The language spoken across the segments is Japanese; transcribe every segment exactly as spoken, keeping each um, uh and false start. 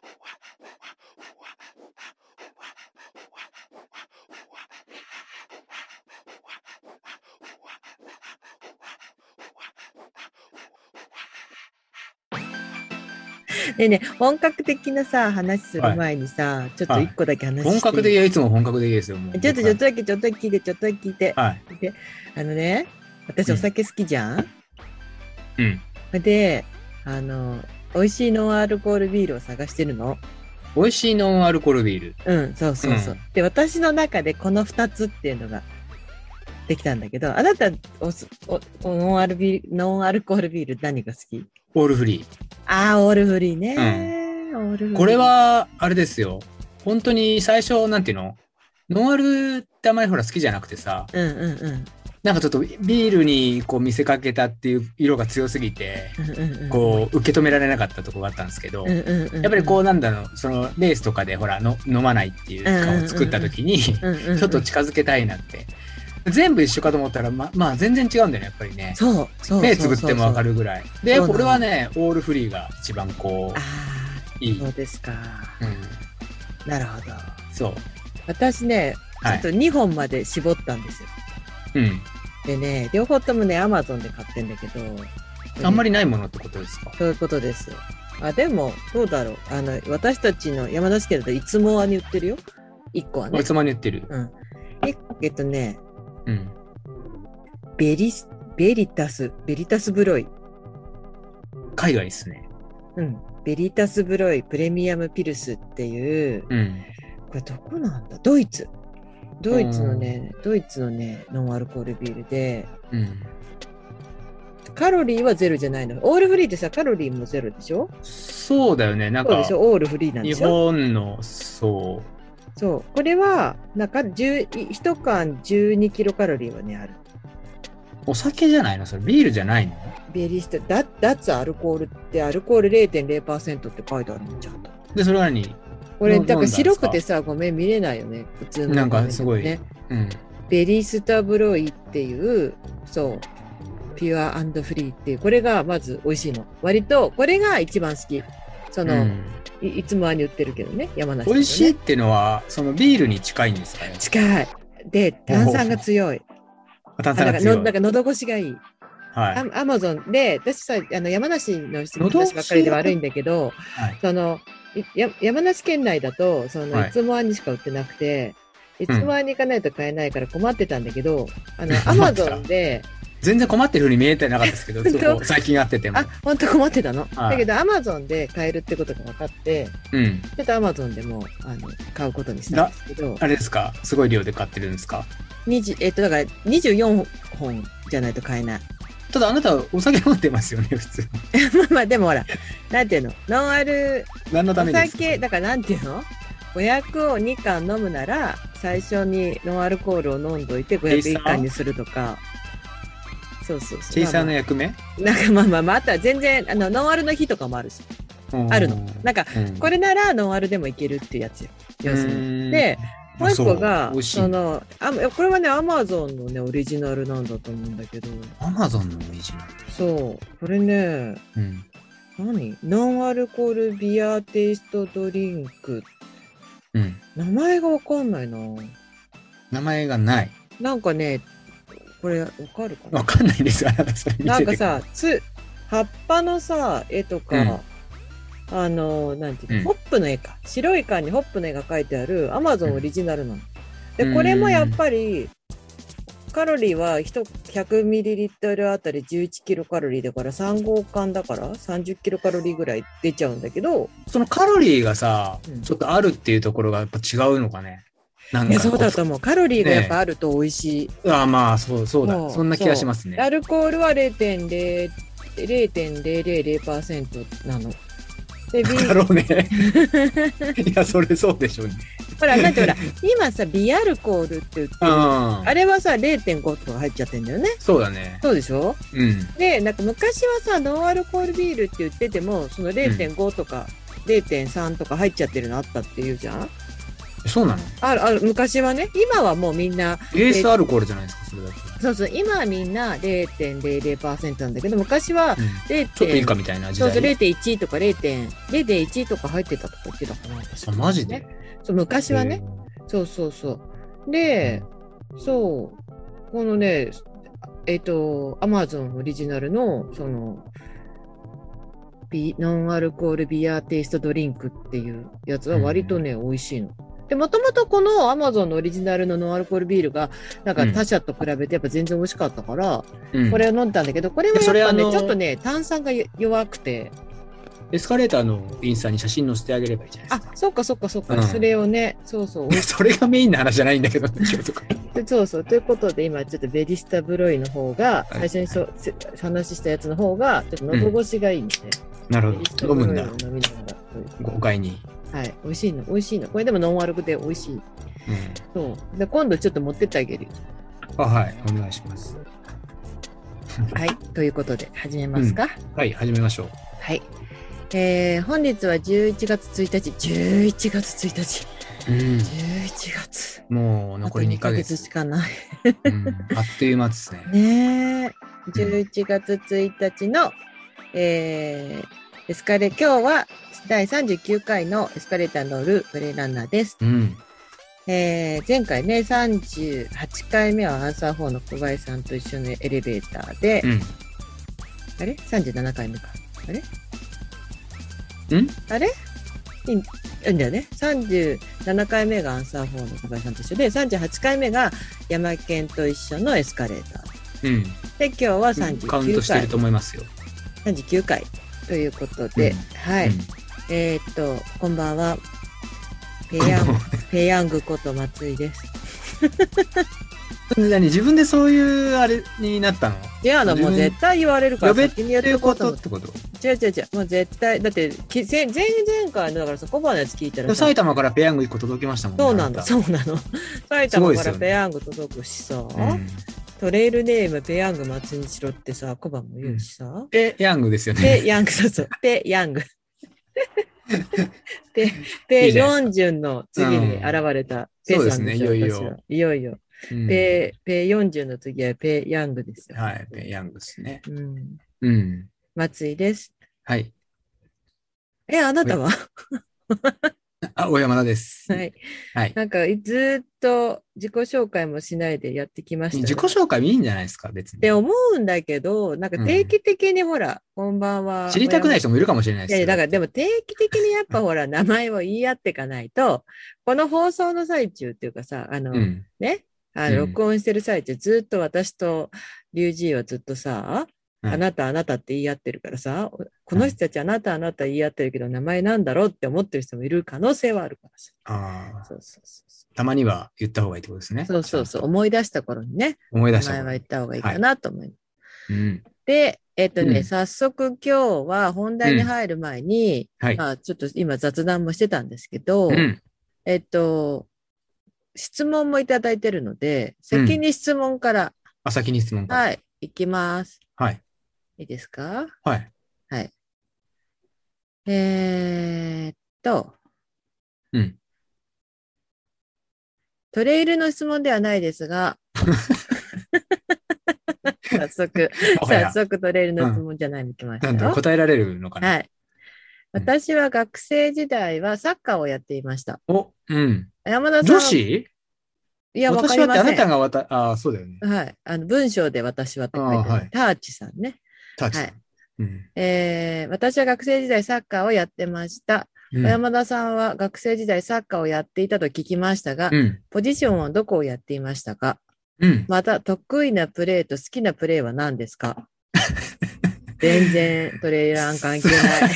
でね、本格的なさ、話する前にさ、はい、ちょっと一個だけ話して、はい、 本格的はいつも本格的ですよ。もうちょっとちょっとだけ、ちょっとだけ聞いて、ちょっとだけ聞いて。 はい。 で、あのね、私お酒好きじゃん、 うん、 で、あの、美味しいノンアルコールビールを探してるの。 美味しいノンアルコールビール。 うん、そうそうそう。うん、で、私の中でこの二つっていうのができたんだけど、あなたおおおノンアルビール、ノンアルコールビール何が好き？ オールフリー。 ああ、オールフリーね、 うん、 オールフリー。 これは、あれですよ。本当に最初、なんていうの？ノンアルってあんまりほら好きじゃなくてさ。 うんうんうん。 なんかちょっとビールにこう見せかけたっていう色が強すぎて、こう受け止められなかったところがあったんですけど、やっぱりこうなんだろう、そのレースとかでほらの飲まないっていう顔を作った時に、ちょっと近づけたいなって。全部一緒かと思ったら、ま、まあ全然違うんだよね、やっぱりね。 そうそう。 目つぶってもわかるぐらい。で、これはね、オールフリーが一番こう、 あいい。そうですか。うん。なるほど。 そう。 私ね、ちょっとにほんまで絞ったんですよ。 うん。 でね、両方ともね、アマゾンで買ってんだけど。 あんまりないものってことですか？ そういうことですよ。あ、でも、どうだろう。あの、私たちの山梨県だといつもはに売ってるよ。いっこはね。 いつもに売ってる。 うん。えっとね、 うん。 ベリス、ベリタス、ベリタスブロイ。 海外ですね。 うん。ベリタスブロイプレミアムピルスっていう、 うん。 これどこなんだ？ドイツ。ドイツのね、ドイツのね、ノンアルコールビールで、 うん、 カロリーはゼロじゃないの。オールフリーってさ、カロリーもゼロでしょ？ そうだよね。なんか、 そうでしょ？オールフリーなんでしょ？ 日本の、そう。 そう。これは、なんか、いち缶じゅうにキロカロリーはね、ある。 お酒じゃないの？それビールじゃないの？ ベリースト、ダッツアルコールって、アルコール れいてんれいパーセント って書いてあるのちゃんと。 で、それは何？ これ、だから白くてさ、ごめん、見れないよね。普通の、ね。 なんかすごい。 ね。 うん。 ベリースタブロイっていう、そう、ピュア&フリーっていう、これがまず美味しいの。割と、これが一番好き。その、うん、い, いつもあに売ってるけどね、山梨、ね。 美味しいっていうのは、そのビールに近いんですかね？ 近い。で、炭酸が強い。 炭酸が強い。 なんか喉越しがいい。 はい。 アマゾンで、私さ、あの山梨の人ばっかりで悪いんだけど、はい、そのや山梨県内だと、その、はい、いつもあにしか売ってなくて、いつもあに行かないと買えないから困ってたんだけど、うん、あの、アマゾンで、 全然困ってるふうに見えてなかったですけど、そこ最近会ってても。 あ、本当困ってたの。はい、だけど、アマゾンで買えるってことが分かって、 うん、 ちょっとアマゾンでもあの買うことにしたんですけど。 あれですか？すごい量で買ってるんですか？ にじゅうえっと、だからにじゅうよんほんじゃないと買えない。 ただあなたお酒飲んでますよね、普通。 まあまあ、でもほら、なんていうの、ノンアル、 何のためにお酒、だからなんていうのごひゃくをに缶飲むなら、最初にノンアルコールを飲んどいてごひゃくいち缶にするとか。そうそうそう。 チェイサーの役目？ なんかまあまあまあ、あとは全然、あの、ノンアルの日とかもあるし。あるの。なんか、うん、これならノンアルでもいけるっていうやつよ。要するに。で、もう一個が、その、あ、これはね、アマゾンのね、オリジナルなんだと思うんだけど。 アマゾンのオリジナル？ そう。これね、うん、何？ノンアルコールビアテイストドリンク。 うん。 名前がわかんないな。 名前がない。 なんかね、これわかるかな？ わかんないです。あなたそれ見せて。 なんかさ、つ、葉っぱのさ、絵とか、うんあの、なんていうの、うん、ホップの絵か。白い缶にホップの絵が描いてあるアマゾンオリジナルなの。で、これもやっぱり、カロリーはひゃくミリリットル あたりじゅういちキロカロリーだからさん号缶だからさんじゅっキロカロリーぐらい出ちゃうんだけど。 そのカロリーがさ、うん、ちょっとあるっていうところがやっぱ違うのかね。なんかいや、そうだと思う。カロリーがやっぱあると美味しい。 ね、あまあ、そう、そうだ。そんな気がしますね。 アルコールは れいてんれい、れいてんれいれいれいパーセント なの。 だろうね。いや、それそうでしょうね。 ほら、なんてほら、今さ、ビアルコールって言って、あれはさ、れいてんごとか入っちゃってんだよね。 そうだね。 そうでしょ？ うん。 で、なんか昔はさ、ノンアルコールビールって言ってても、その れいてんごとか れいてんさん とか入っちゃってるのあったっていうじゃん？ そうなの？ あるある、昔はね、今はもうみんな。 ベースアルコールじゃないですか、それだと。 そうそう、今はみんな れいてんれいぜろパーセント なんだけど、昔はれいてん、 うん、ちょっといいかみたいな時代。 そうそう、れいてんいち とかれいてんいち とか入ってたとか言ってたかな、私、 あ、マジで？ そう、昔はね。そうそうそう。で、そう、このね、えっと、アマゾンオリジナルの、その、ビノンアルコールビアテイストドリンクっていうやつは割とね、うん、美味しいの。で、もともとこのアマゾンのオリジナルのノンアルコールビールが、なんか他社と比べてやっぱ全然美味しかったから、うん、これを飲んだんだけど、これはやっぱね、ちょっとね、炭酸が弱くて。 エスカレーターのインスタに写真載せてあげればいいじゃないですか。 あ、そうかそうかそうか、うん、それをね、そうそう。 それがメインの話じゃないんだけど、 そうそう。ということで、今ちょっとベリスタブロイの方が、最初にそ、はい、話したやつの方が、ちょっと喉越しがいいんで、ね。 うん、なるほど。飲むんだ。飲みながら。豪快に。 はい。美味しいの。美味しいの。これでもノンアルコで美味しい。うん。そう。で、今度ちょっと持ってってあげるよ。 あ、はい。お願いします。 はい。ということで、始めますか、 うん、はい。始めましょう。 はい。えー、本日はじゅういちがつついたち。じゅういちがつついたち。うん。じゅういちがつ。 もう残りにかげつ。 にかげつしかない。 うん。あっという間ですね。 ねえ。じゅういちがつついたちの、うん、えー、エスカレ、今日はだいさんじゅうきゅうかいのエスカレーターに乗るトレイランナーです。うん、えー、前回ね、さんじゅうはちかいめはアンサーフォーの小林さんと一緒のエレベーターで、うん、あれ ?さんじゅうななかいめか。あれんあれいいんだよね。さんじゅうななかいめがアンサーフォーの小林さんと一緒で、さんじゅうはちかいめが山県と一緒のエスカレーター。うん、で、今日はさんじゅうきゅうかい。 カウントしてると思いますよ。 さんじゅうきゅうかいということで、うん、はい。うん、えー、っと、こんばんは。ペヤング、ペヤングこと松井です。 何自分でそういうあれになったの？ いや、もう絶対言われるから先にやってことってこと？ 違う違う違う。もう絶対、だって、前前回のだからさ、コバのやつ聞いたら埼玉からペヤングいっこ届きましたもんね。 そうなの、そうなの。埼玉からペヤング届くしさ、うん、トレイルネームペヤング松にしろってさ、コバも言うしさ。うん、 ペヤングですよね。 ペヤング、そうそう。ペヤング。ペ、ペよんじゅうの次に現れたペさんですよ、うん、そうですね、いよいよ。いよいよ。うん、ペ、ペよんじゅうの次はペヤングですよ。 はい、ペヤングですね。 うん。うん。松井です。 はい。 え、あなたはあ、小山田です。 はい。はい。なんか、ずっと自己紹介もしないでやってきました、ね。 自己紹介いいんじゃないですか、別に。 って思うんだけど、なんか定期的にほら、うん、こんばんは。 知りたくない人もいるかもしれないですよ。 いや、だからでも定期的にやっぱほら、名前を言い合っていかないと、この放送の最中っていうかさ、あの、うん、ね、あの、録音してる最中、ずっと私とリュウジーはずっとさ、うん、あなたあなたって言い合ってるからさ、この人たちあなたあなた言い合ってるけど、名前なんだろうって思ってる人もいる可能性はあるからさ。 ああ。そうそうそうそう。たまには言った方がいいってことですね。 そうそうそう。思い出した頃にね。 思い出した名前は言った方がいいかなと思います。 はい、うん、 で、えっとね、うん、早速今日は本題に入る前に、うん、はい、まあちょっと今雑談もしてたんですけど、うん、えっと、質問もいただいてるので、先に質問から。 うん、あ、先に質問から。 はい、いきます。 はい。 いいですか？ はい。 はい。えー、っと。 うん。 トレイルの質問ではないですが、早速、早速トレイルの質問じゃないの来ましたよ。 うん、なんだ答えられるのかな？ はい。私は学生時代はサッカーをやっていました。 お、うん。 山田さん。 女子？ いや、わかりません。 私はってあなたがわた、ああ、そうだよね。 はい。あの、文章で私はって書いてある。はい、ターチさんね。 ターチさん。はい。 うん、えー、私は学生時代サッカーをやってました。うん、山田さんは学生時代サッカーをやっていたと聞きましたが、うん、ポジションはどこをやっていましたか？うん、また、得意なプレーと好きなプレーは何ですか？全然トレーラー関係ない。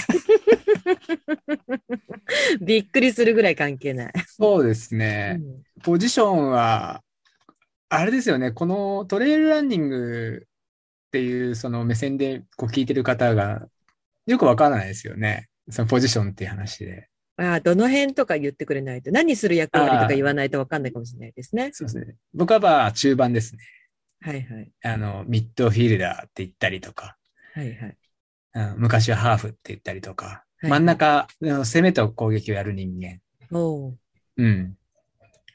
びっくりするぐらい関係ない。 そうですね。うん、ポジションは、あれですよね。このトレイルランニングっていうその目線でこう聞いてる方がよくわからないですよね。そのポジションっていう話で。 ああ、どの辺とか言ってくれないと、何する役割とか言わないとわかんないかもしれないですね。 そうですね。僕はまあ中盤ですね。 はいはい。 あの、ミッドフィールダーって言ったりとか。 はいはい。 あの昔はハーフって言ったりとか。はいはい、真ん中、攻めと攻撃をやる人間。 おう。 うん。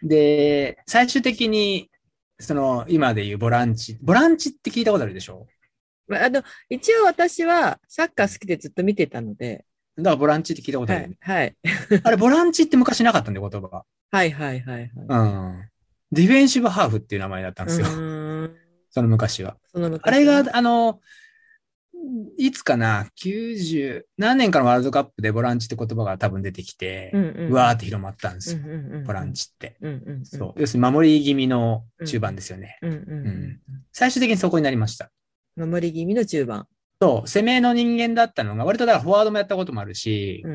で、最終的に、その、今でいうボランチ。ボランチって聞いたことあるでしょ？ あの、一応私はサッカー好きでずっと見てたので。 だからボランチって聞いたことあるよね。 はい。はい、 あれ、ボランチって昔なかったんで、言葉が。 はいはいはいはい。 うん。ディフェンシブハーフっていう名前だったんですよ。その昔は。 その昔は。 あれが、あの、いつかな、きゅうじゅう何年かのワールドカップでボランチって言葉が多分出てきて、うんうん、うわーって広まったんですよ。うんうんうん、ボランチって、うんうんうん。そう。要するに守り気味の中盤ですよね。うんうんうんうん、最終的にそこになりました。 守り気味の中盤。 そう、攻めの人間だったのが、割とだからフォワードもやったこともあるし、うん、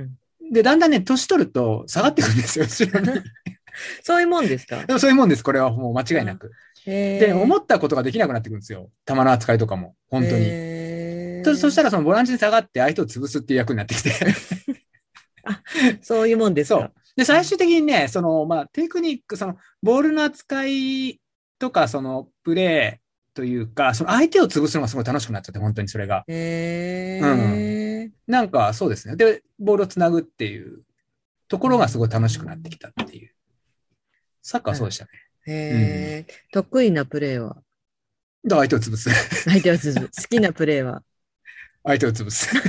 で、だんだんね、年取ると下がってくるんですよ、後ろに。 そういうもんですか？ でもそういうもんです、これはもう間違いなく。で、思ったことができなくなってくるんですよ。球の扱いとかも。本当に。そ, そしたらそのボランチに下がって相手を潰すっていう役になってきてあ、そういうもんですか。 そう。で、最終的にね、その、まあ、テクニック、その、ボールの扱いとか、その、プレーというか、その相手を潰すのがすごい楽しくなっちゃって、本当にそれが。へー。うん。なんか、そうですね。で、ボールをつなぐっていうところがすごい楽しくなってきたっていう。サッカーはそうでしたね。 へー。うん、得意なプレーは？ 相手を潰す。 相手を潰す。好きなプレーは？ 相手を潰す。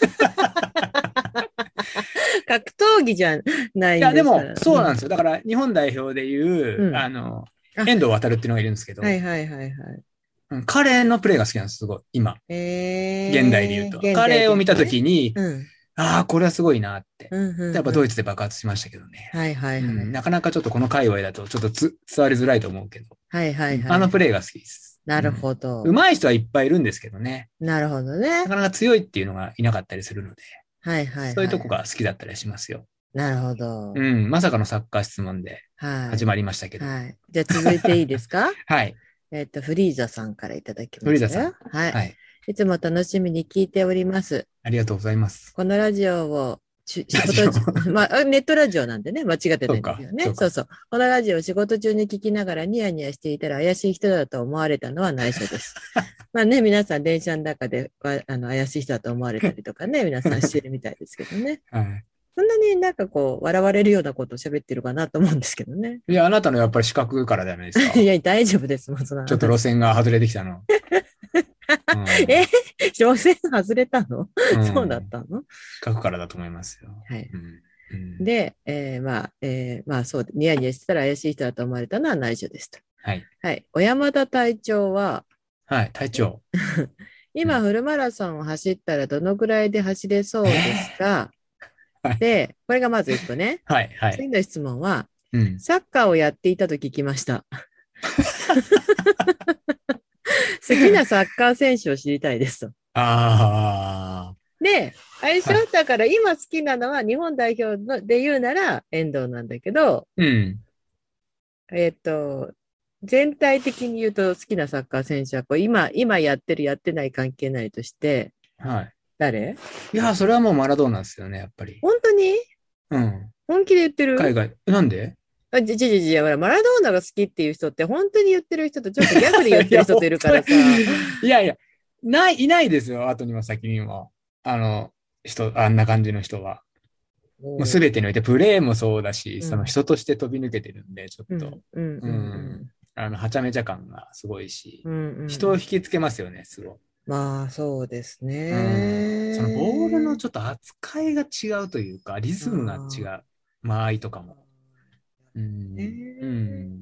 格闘技じゃないんですか？いや、でも、そうなんですよ。だから、日本代表でいう、うん、あの、遠藤航っていうのがいるんですけど、 はいはいはいはい。 うん、彼のプレーが好きなんです、すごい、今。へー。現代で言うと。ね、彼を見たときに、うん、ああ、これはすごいなって、うんうんうん。やっぱドイツで爆発しましたけどね。はいはいはい。うん、なかなかちょっとこの界隈だと、ちょっとつ伝わりづらいと思うけど、はいはいはい。あのプレーが好きです。 なるほど。 うん、上手い人はいっぱいいるんですけどね。 なるほどね。 なかなか強いっていうのがいなかったりするので、 はいはい、はい。 そういうとこが好きだったりしますよ。 なるほど。 うん。まさかのサッカー質問で始まりましたけど。はい。 はい、じゃあ続いていいですか？ はい。 えっと、フリーザさんからいただきましたよ。フリーザさん。はい。はい。いつも楽しみに聞いております。 ありがとうございます。 このラジオを仕事まあ、ネットラジオなんでね、間違ってないんですよね。そうそうそう。このラジオを仕事中に聞きながらニヤニヤしていたら怪しい人だと思われたのは内緒です。まあね、皆さん電車の中であの怪しい人だと思われたりとかね、皆さんしてるみたいですけどね。はい。そんなになんかこう、笑われるようなことを喋ってるかなと思うんですけどね。 いや、あなたのやっぱり資格からじゃないですか。 いや、大丈夫ですもん、その。 ちょっと路線が外れてきたの。 うん、え路線外れたの、うん、そうだったの？ 資格からだと思いますよ。はい。 うんうん、で、えー、まあ、えー、まあそう、ニヤニヤしてたら怪しい人だと思われたのは内緒ですと。はい。はい。小山田隊長は、 はい、隊長。 今、フルマラソンを走ったらどのぐらいで走れそうですか？はい、で、これがまず一個ね。はい、はい。次の質問は、うん、サッカーをやっていたと聞きました。好きなサッカー選手を知りたいですと。ああ。で、あれでしょ、はい、だから今好きなのは日本代表ので言うなら遠藤なんだけど、うん、えっと、全体的に言うと好きなサッカー選手はこう今、今やってるやってない関係ないとして、はい。誰？ いや、それはもうマラドーナですよね、やっぱり。 本当に？ うん。 本気で言ってる？ 海外。なんで？ あ、じじじじ、マラドーナが好きっていう人って本当に言ってる人とちょっとギャグで言ってる人といるからさ。 いやいや、ない、いないですよ、後にも先にも。あの、人、あんな感じの人は。もうすべてにおいて、プレーもそうだし、うん、その人として飛び抜けてるんで、ちょっと、うん、うん、あの、はちゃめちゃ感がすごいし、うんうん、人を引きつけますよね、すごい。 まあ、そうですね、 うん。そのボールのちょっと扱いが違うというか、リズムが違う。間合いとかも。うんうん、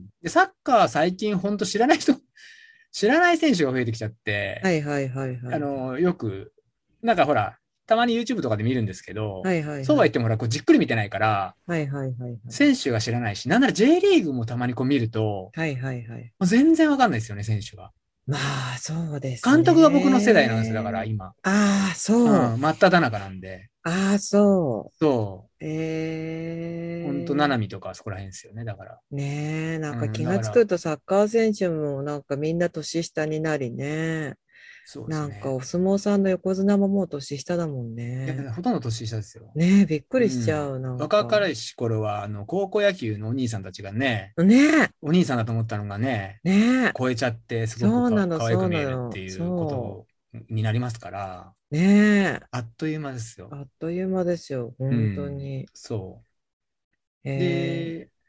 でサッカー最近本当知らない人、知らない選手が増えてきちゃって、はいはいはいはい。あの、よく、なんかほら、たまに YouTube とかで見るんですけど、はいはいはい、そうは言ってもほら、こうじっくり見てないから、はいはいはいはい、選手が知らないし、なんなら J リーグもたまにこう見ると、はいはいはい、もう全然わかんないですよね、選手が。 まあ、そうですね。 監督が僕の世代なんですよ、だから今。 ああ、そう。うん、 真っ只中なんで。 ああ、そう。 そう。 ええー。 ほんと、七海とかそこら辺ですよね、だから。 ねえ、なんか気がつくとサッカー選手もなんかみんな年下になりね。そうですね。なんかお相撲さんの横綱ももう年下だもんね。 いや、ほとんど年下ですよ。 ねえ、びっくりしちゃう。うん、なんか若かりし頃は、あの、高校野球のお兄さんたちがね、 ねお兄さんだと思ったのがね、ね超えちゃって、すごくか可愛く見えるっていうことになりますから、ねえ。あっという間ですよ。 あっという間ですよ、本当に。うん、 そう。で、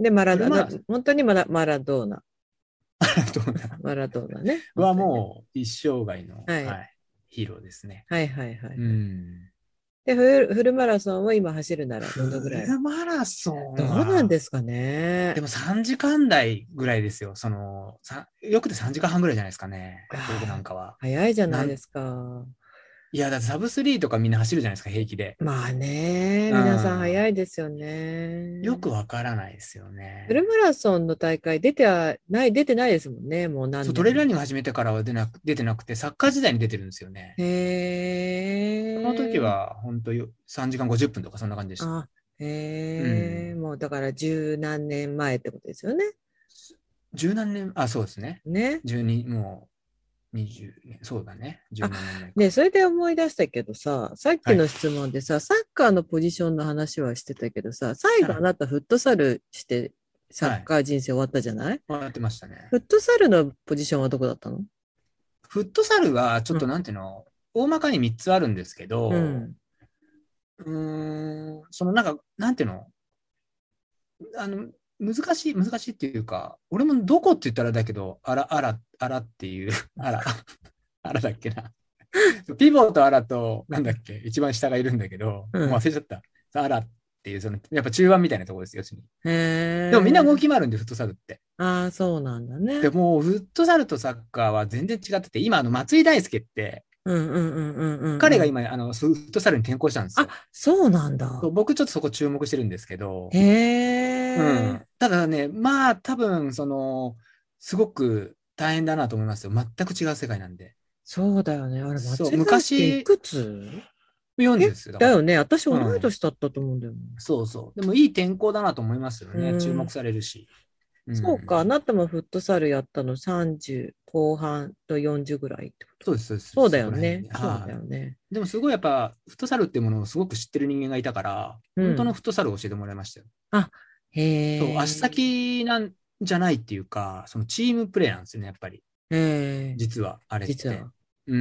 で、マラドーナ、 フルマラソン本当にマラマラドーナ。 どうなマラドーナね。 はもう一生涯の、 はいはい、ヒーローですね。 はいはいはい。 うんでフル、フルマラソンを今走るならどのぐらい？ フルマラソンどうはなんですかね。 でもさんじかん台ぐらいですよ。その、さよくてさんじかんはんぐらいじゃないですかね。僕なんかは。 早いじゃないなんですか。 いや、だってサブスリーとかみんな走るじゃないですか、平気で。 まあね、 うん皆さん早いですよね。 よくわからないですよフルね。 マラソンの大会出てはない、出てないですもんね、もう何そう、 年トレーラーニンも。 グ始めてからは出なく出てなくて、サッカー時代に出てるんですよね。 へその時え。 は、本当よさんじかんごじゅっぷんとかそんな感じでした。 あ、 うへえ。 ん。 もうだから十何年前ってことですよね。 十何年、あ、そうですね。 ね。 十二、もうにじゅうねん、そうだね。十あ、 何年前か。 ね、それで思い出したけどさ、さっきはい。 の質問でさ、サッカーのポジションの話はしてたけどさ、最後はい。 あなたフットサルしてサッはい。 カー人生終わったじゃない？ 回ってましたね。 フットサルのポジションはどこだったの？ フットサルは、ちょっとうん。 なんていうの、大まかにみっつあるんですけど、 うん。 うーん、そのなんか、なんていうの、あの、難しい、難しいっていうか、俺もどこって言ったらだけど、あら、あら、あらっていう、あら、あらだっけな。ピボとあらと、なんだっけ、一番下がいるんだけど、 うん。 もう忘れちゃった。あらっていう、その、やっぱ中盤みたいなところですよ、要するに。 へでもみんな動え。 き回るんで、フットサルって。 ああ、そうなんだでね。 もうフットサルとサッカーは全然違ってて、今、あの松井大輔って、 うんうんうんうんうんうん。 彼が今、あのフットサルに転向したんですあ、 よ。 そうなんだ。 僕ちょっとそこ注目してるんですけど、 へうえ。 ん。ただね、まあ多分、その、すごく大変だなと思いますよ。全く違う世界なんで。 そうだよね。あれ、 そう、 松井大輔い昔、 くつ？え、 よんじゅうですよ、だから。 だよね。私同うん。 い年だったと思うんだよね。 そうそう。でもいい転校だなと思いますようね。注目ん。 されるし。うそうか。あん。 なたもフットサルやったのさんじゅう後半とよんじゅうぐらいってこと？ そうです、そうです。 そうだそこよね。 ら辺で。 そうはい。 だよね。 でもすごいやっぱ、フットサルっていうものをすごく知ってる人間がいたから、本当のうん。 フットサルを教えてもらいましたよ。 あ、 そう、足へえ。 先なんじゃないっていうか、そのチームプレーなんですよね、やっぱり。 へえ。 実は、あれって。 実は。 うん。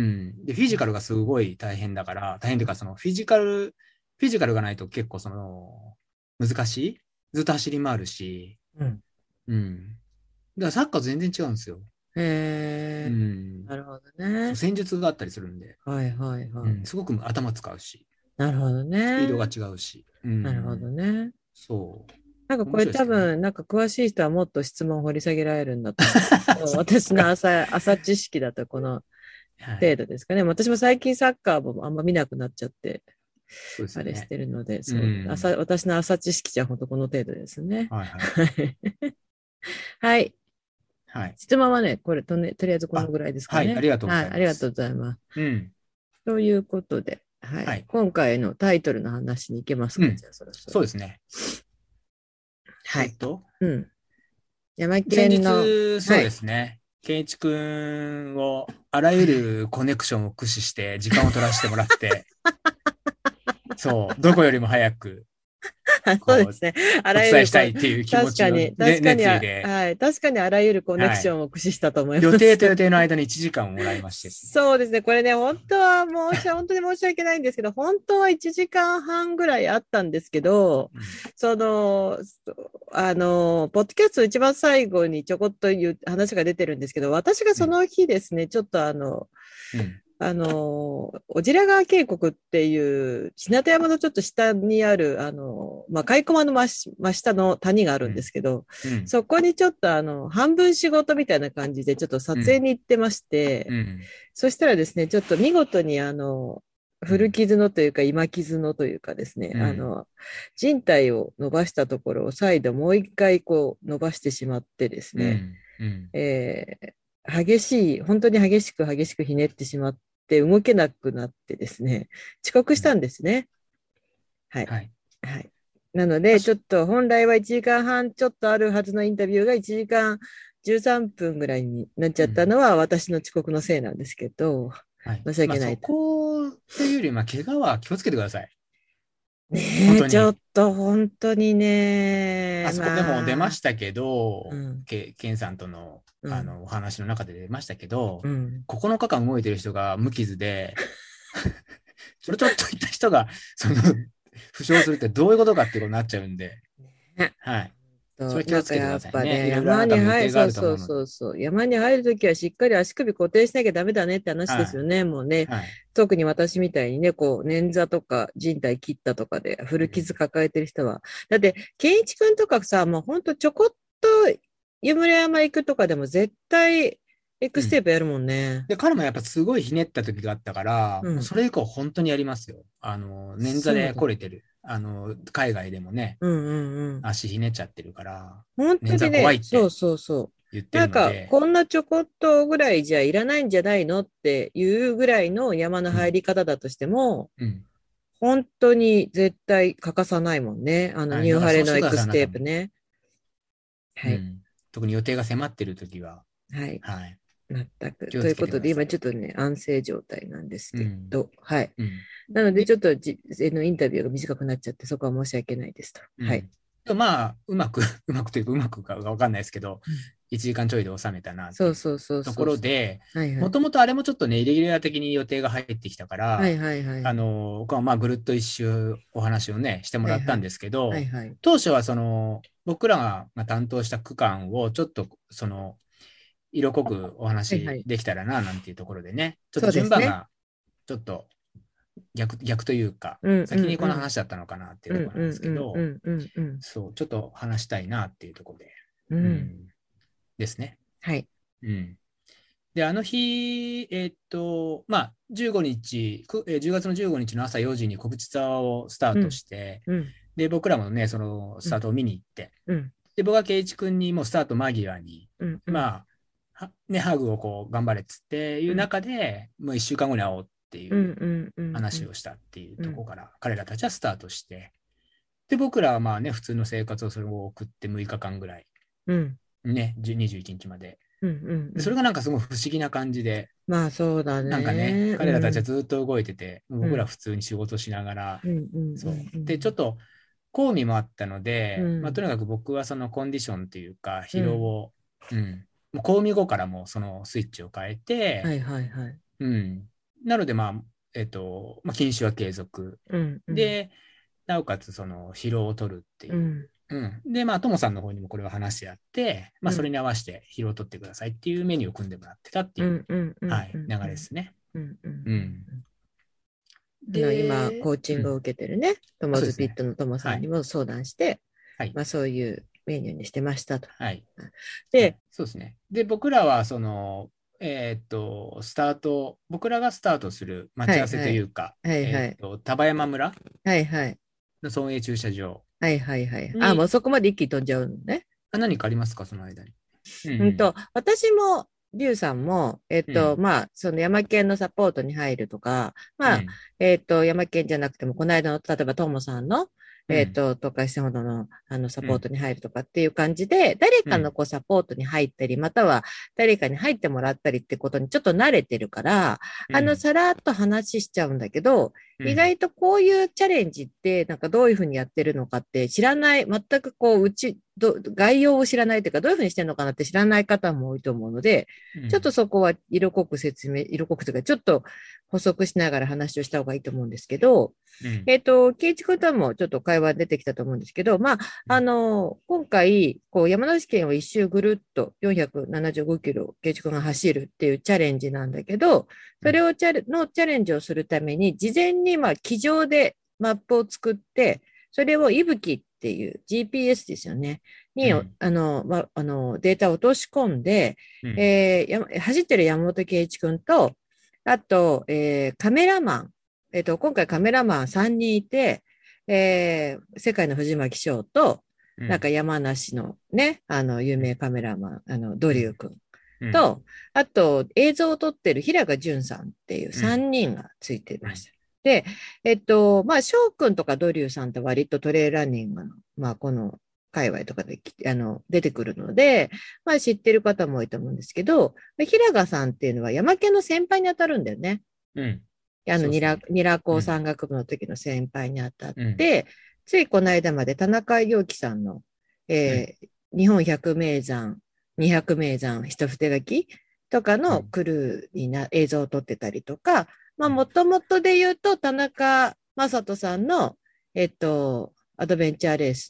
で、フィジカルがすごい大変だから、大変というか、そのフィジカル、フィジカルがないと結構その、難しいずっと走り回るし、 うん。 うん。だからサッカー全然違うんですよ。うへえ。 ん。 なるほどそう、 ね。 戦術があったりするんで、 はいはいはい。 うん、すごく頭使うし、 なるほどスピードがね。 違うし、うなるほどん。 ね。 そう。面なんかこれ白いですけどね。 多分、なんか詳しい人はもっと質問を掘り下げられるんだと思うんですけど、 そうです私のか。 浅、浅知識だとこの程はい。 度ですかね。私も最近サッカーもあんま見なくなっちゃって、 そうですあれしよね。 てるので、 うそう、浅、 ん。 私の浅知識じゃほんとこの程度ですね。 はいはい。 はい。はい。 はい。 質問はね、これとね、とりあえずこのあ、 ぐらいですかはい。あね。 りがとうごはい。ありがとうざいます。 ございます。 うん。 ということで、はい。 はい。 今回のタイトルの話に行けますか？ うん。 じゃあそろそろ。 そうですね。 はい。 えっと、 うん。山先県の、 日、そうではい。 すね。ケイイチくんをあらゆるコネクションを駆使して時間を取らせてもらって、そう、どこよりも早く、こう、 そうですね。あおらゆるこ、 伝えしたいっていう気持ちの、 確かに、 ね、 確かにあ、 熱意で、 はい。確かにあらゆるコネクはい。 ションを駆使したと思い予ます。 定と予定の間にいちじかんをもらいましてですね。 そうですね。これね、本当は申し、本当に申し訳ないんですけど、本当はいちじかんはんぐらいあったんですけど、 うん。 その、あの、ポッドキャスト一番最後にちょこっと言う話が出てるんですけど、私がうん。 その日ですね、ちょっとあの、 うん。 あの、小白川渓谷っていう、日向山のちょっと下にある、あの、まあ、甲斐駒の真し真下の谷があるんですうん。 けど、 うん。 そこにちょっとあの、半分仕事みたいな感じでちょっと撮うん。 影に行ってまして、 うん。 そしたらですね、ちょっと見事にあの、古うん。 傷のというか今傷のというかですね、 うん。 あの、人体を伸ばしたところを再度もう一回こう伸ばしてしまってですね、 うん。うん。 えー激しい、本当に激しく激しくひねってしまって動けなくなってですね、遅刻したんですね。はい。 はい。 はい。なので、ちょっ確と本来はいちじかんはんちょっとあるはずのインタビューがいちじかんじゅうさんぷんぐらいになっちゃったうん。 のは私の遅刻のせいなんですけど、 はい。 申し訳まあ、そないと。 こというより、まあ、怪我は気をつけてください。本ねえ、ちょっ当に。 と本当にね、 あそこでも出ままあ、 したけど、 うん、 ケ、ケンさんとの、 うん、 あの、お話の中で出ましたけど、 うん。 ここのかかん動いてる人が無傷で、それちょっといった人が、その、負傷するってどういうことかっていうことになっちゃうんで、 ね、 はい。 それ気をつけてくださいね。 なんかやっぱね、 いろいろあなたも予山に入る、 定があそうそうると思うので。 そうそう。山に入るときはしっかり足首固定しなきゃダメだねって話ですよね。もうね。 はい。 特に私みたいにね、こう、捻挫とか靭帯切ったとかで古傷抱えてる人は。だって、健一くんとかさ、もうほんとちょこっと湯村山行くとかでも絶対エクステープやるもんね。 で、彼もやっぱすごいひねった時があったから、 うんもうそれ以降本当にやりますよ。あの、捻挫でそうだ。 来れてる。あの、海外でもね、 うんうんうん。 足ひねっちゃってるから、 本当捻挫怖いにね、そうってそうそう。 言ってなんか、 るので、 こんなちょこっとぐらいじゃいらないんじゃないのっていうぐらいの山のうん、 入り方だとしても、 うん。 本当に絶対欠かさないもんね。あの、 はい。 ニューハレだからそうしてください、あのエクスなたも。 テープね。はい。 うん。特に予定が迫ってる時は、 はい。 はい。 全く。 気をつということで、 けてください。 今ちょっとね、安静状態なんですけうん。 ど、はい。 うん。 なので、 で、 ちょっとじあのインタビューが短くなっちゃって、そこは申し訳ないですと。はい。 うん。でまあ、うまく、うまくというか、うまくかわかんないですけど、 うんいちじかんちょいで収めたなっていうそうそうそうところそうそう。 で、 はいはい。 もともとあれもちょっとね、イレギュラー的に予定が入ってきたから、 はいはいはい。 あの、僕はまあ、ぐるっと一周お話をね、してもらったんですけど、 はいはい。 当初はその、僕らが担当した区間をちょっと、その、色濃くお話はいはい。 できたらな、なんていうところでね、ちょっとそうですね。 順番がちょっと逆、逆というか、 うんう先にこのんうん。 話だったのかなっていううんところなんですうんうんうけど、 んうんうん。 そう、ちょっと話したいなっていうところで、 うん。 うん、ですね。 はい。 うん。で、あの日、えーっと、まあ、じゅうごにち、くえーじゅうがつのじゅうごにちの朝よじに告知ツアーをスタートうん。 して、 うん。 で、僕らもね、そのスうん。 タートを見に行って、 うん。 で、僕は圭一君にもうスタート間際に、 うん。うん。 まあ、はね、ハグをこう、頑張れっつっていううん。 中で、もういっしゅうかんごに会おうってうん。 いううん。うん。 話をしたっていううん。 ところから、彼らたちはスタートして、で、僕らはまあね、普通の生活をそれを送ってむいかかんぐらい、 うん。 ね、にじゅういちにちまで。 うん。 で、それがなんかすごい不思議な感じで、 まあ、そうだなんかね、 ね。う彼らたちはん。 ずっと動いてて、僕らうん。 普通に仕事しながら、 うん。うん。 そう。 うん。 で、ちょっと、興味もあったので、まあ、 うん。 とにかく僕はそのコンディションというか、 うん。 疲労を、うん、もう興味後からもうそのスイッチを変えて、 はいはいはい。 うん。なので、まあ、えっと、まあ、禁酒は継続。 うん。うん。 で、なおかつその疲労を取るっていう。 うん。 うん。で、まあ、ともさんの方にもこれを話してあって、まあ、それうん。 に合わせて疲労を取ってくださいっていうメニューを組んでもらってたっていう、 うん。うん。うん。 はい、流れですね。 うん。うん。 うん。 あの、今、 で、 コーチングをうん。 受けてるね、トあ、 モズピッそうですね。 トのトモさはい。 んにも相談して、 はい。 まあそういうメニューにしてましたと。 はい。はで、 い。そうですね。で、僕らは、その、えーっと、スタート、僕らがスタートする待ち合わせはいはい。 というか、 はいはい。 えーっと、丹波山村はいはい。 の村営駐車場はいはいはい。あ、もうに、 そこまで一気に飛んじゃうのね。 あ、何かありますか、その間に。うんうんと、私も、リュウさんも、えっうん。うと、 ん。 まあ、その山県のサポートに入るとか、まあ、 うん。 えっと、山県じゃなくても、この間の、例えば、トモさんの、 うん。 えっと、東海市ほどの、あの、サうん。 ポートに入るとかっていう感じで、誰うん。 かのこう、サポートに入ったり、または、誰かに入ってもらったりってことにちょっと慣れてるから、あの、 うん。 さらっと話しちゃうんだけど、 うん。 意外とこういうチャレンジって、なんかどういうふうにやってるのかって知らない、全くこう、うち、ど概要を知らないというか、どういうふうにしてるのかなって知らない方も多いと思うので、ちょっとうん。 そこは色濃く説明、色濃くというか、ちょっと補足しながら話をした方がいいと思うんですけど、 うん。 えっと、圭一君ともちょっと会話出てきたと思うんですけど、まあ、あの、今回、こう、山梨県を一周ぐるっとよんひゃくななじゅうごキロ、圭一君が走るっていうチャレンジなんだけど、それをチャレ、のチャレンジをするために、事前に、まあ、机上でマップを作って、それをいぶきっていう ジーピーエス ですよね。に、あうん。 の、まあ、あの、データを落とし込んで、 うん。 えー、走ってる山本圭一君と、あと、えー、カメラマン、えっと、今回カメラマンさんにんいて、えー、世界の藤巻翔と、 うん。 なんか山梨のね、あの、有名カメラマン、あの、ドうん。 リュー君うん。 と、あと、映像を撮ってる平賀淳さんっていううん。 さんにんがついてうん。 ました。で、えっと、まあ、翔くんとかドリューさんって割とトレイランニングの、まあ、この界隈とかであの出てくるので、まあ、知ってる方も多いと思うんですけど、平賀さんっていうのは山県の先輩に当たるんだよね。 うん。 あの、ニラ、 そうですね。 ニラ工うん。 山岳部の時の先輩に当たっうん。 て、ついこの間まで田中陽樹さんの、 うん。 えー日本百名山、にひゃく名山一筆書きとかうん。 のクルーにな映像を撮ってたりとか、まあ、 うん。 もともとで言うと、田中正人さんの、えっと、アドベンチャーレースの、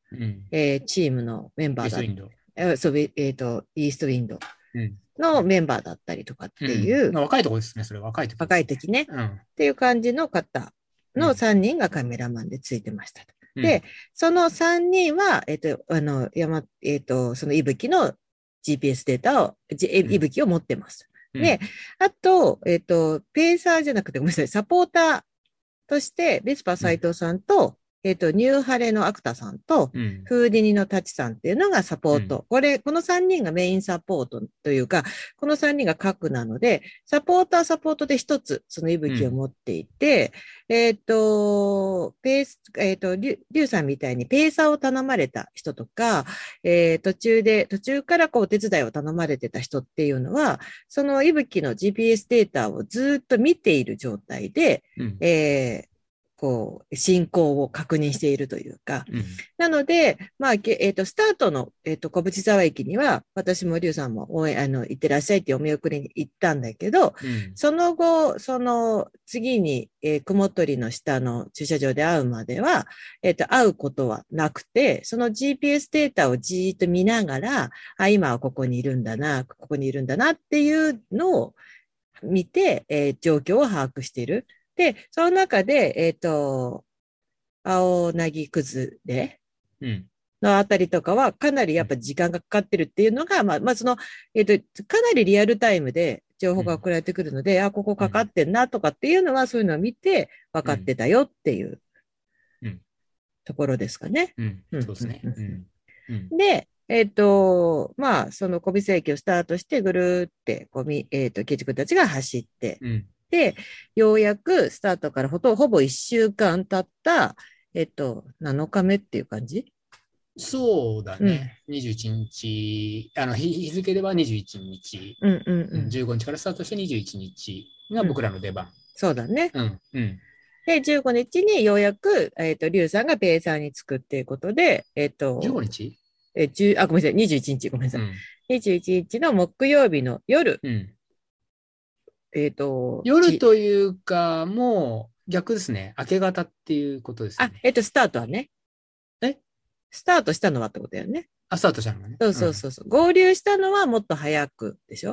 うん、 えー、チームのメンバーだイーストウィンド。 えそう、えーと、イーストウィンドのメンバーだったりとかっていう、 うん、若いとこですね、それ若い時です、ね。 若い時ね、 うん、 っていう感じの方のさんにんがカメラマンでついてましたと。うん、で、そのさんにんは、えっ、ー、と、あの、山、えっ、ー、と、そのいぶきの ジーピーエス データを、いぶきを持ってます。うん、で、あと、えっ、ー、と、ペーサーじゃなくて、ごめんなさい、サポーターとして、ベスパ斎藤さんと、うんえっ、ー、と、ニューハレのアクタさんと、うん、フーディニのタチさんっていうのがサポート。うん、これ、このさんにんがメインサポートというか、このさんにんが核なので、サポーターサポートで一つ、その息吹を持っていて、うん、えっ、ー、と、ペース、えっ、ー、と、リュ、リュウさんみたいにペーサーを頼まれた人とか、えー、途中で、途中からこうお手伝いを頼まれてた人っていうのは、その息吹の ジーピーエス データをずっと見ている状態で、うん、えーこう、進行を確認しているというか。うん、なので、まあ、えっ、ー、と、スタートの、えっ、ー、と、小淵沢駅には、私もリュウさんも応援、あの、行ってらっしゃいってお見送りに行ったんだけど、うん、その後、その、次に、えー、雲取の下の駐車場で会うまでは、えっ、ー、と、会うことはなくて、その ジーピーエス データをじーっと見ながら、あ、今はここにいるんだな、ここにいるんだなっていうのを見て、えー、状況を把握している。で、その中で、えっ、ー、と、青凪崩れのあたりとかは、かなりやっぱ時間がかかってるっていうのが、まあ、まあ、その、えっ、ー、と、かなりリアルタイムで情報が送られてくるので、うん、あ、ここかかってんなとかっていうのは、そういうのを見て分かってたよっていうところですかね。 うん、うん、そうですね。 で、えっ、ー、と、まあ、その小尾駅をスタートして、ぐるーって、こうみ、えっ、ー、と、ケチ君たちが走って、うんで、ようやくスタートからほとほぼいっしゅうかん経った、えっと、なのかめっていう感じそうだね。うん、にじゅういちにち、あの日、日付ではにじゅういちにち、 うんうんうん、 じゅうごにちからスタートしてにじゅういちにちが僕らの出番。うん、 そうだね。 うんうん、 で、じゅうごにちにようやく、えっ、ー、と、リュウさんがペーサーにつくっていうことで、えっ、ー、と、 じゅうごにちえー、じゅう、あ、ごめんなさい、にじゅういちにち、ごめんなさい。うん、にじゅういちにちの木曜日の夜、うんえっ、ー、と。 夜というか、もう逆ですね。明け方っていうことですね。 あ、えっ、ー、と、スタートはね。 えスタートしたのはってことだよね。 あ、スタートしたのはね。 そうそうそうそう、うん。合流したのはもっと早くでしょ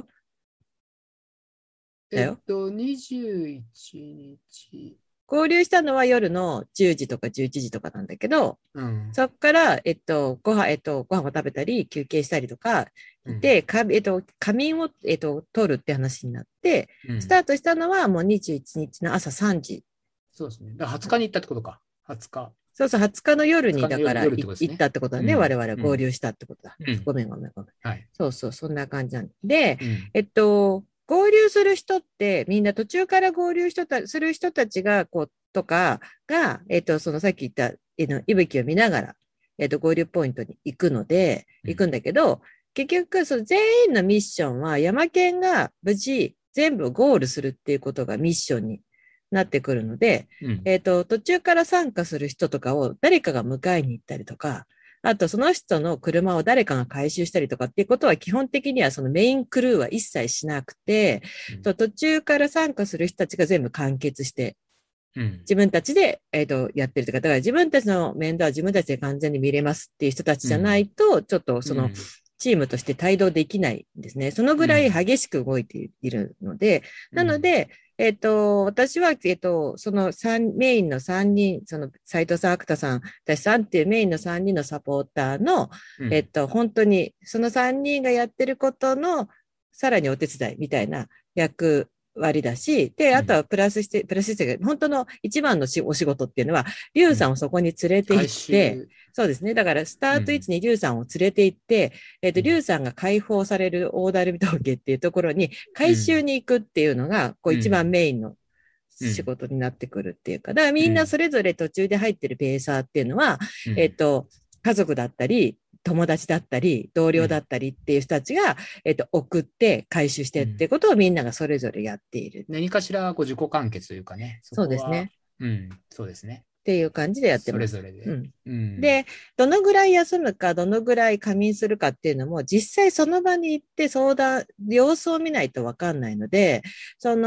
だよ。 えっと、にじゅういちにち。 合流したのは夜のじゅうじとかじゅういちじとかなんだけど、 うん、 そっから、えっと、ご飯、えっと、ご飯を食べたり、休憩したりとか、で、かえっと、仮眠を、えっと、取るって話になって、うん、スタートしたのはもうにじゅういちにちの朝さんじ。 そうですね。だからはつかに行ったってことか。はつか。 そうそう、はつかの夜に、だから、ね、行ったってことだね。うん、我々合流したってことだ。うん、ごめんごめんごめん。はい、そうそう、そんな感じなんで、うん、えっと、合流する人って、みんな途中から合流人たする人たちが、こう、とかが、えっと、そのさっき言った、えの、息吹を見ながら、えっと、合流ポイントに行くので、行くんだけど、うん、結局、その全員のミッションは、山県が無事全部ゴールするっていうことがミッションになってくるので、うん、えっと、途中から参加する人とかを誰かが迎えに行ったりとか、あとその人の車を誰かが回収したりとかっていうことは基本的にはそのメインクルーは一切しなくて、うん、途中から参加する人たちが全部完結して、うん、自分たちで、えーと、やってるとか、だから自分たちの面倒は自分たちで完全に見れますっていう人たちじゃないと、うん、ちょっとその、チームとして帯同できないんですね。そのぐらい激しく動いているので、うん、なので、えっと、私は、えっと、その三、メインのさんにん、その、斉藤さん、アクタさん、私さんっていうメインのさんにんのサポーターの、うん、えっと、本当に、そのさんにんがやってることの、さらにお手伝いみたいな役割だし、で、あとはプラスして、うん、プラスして、本当の一番のお仕事っていうのは、リュウさんをそこに連れて行って、うん、そうですね。だから、スタート位置にリュウさんを連れて行って、うん、えっと、リュウさんが解放される大鳴門峠っていうところに、回収に行くっていうのが、こう、一番メインの仕事になってくるっていうか、だからみんなそれぞれ途中で入ってるペーサーっていうのは、うん、えっと、家族だったり、友達だったり、同僚だったりっていう人たちが、うん、えっと、送って回収してっていうことをみんながそれぞれやっている。 何かしらこう自己完結というかね。 そこはそうですね。 うん、そうですね。 っていう感じでやってます。 それぞれで、 うんうん。で、どのぐらい休むか、どのぐらい仮眠するかっていうのも、実際その場に行って相談、様子を見ないとわかんないので、その、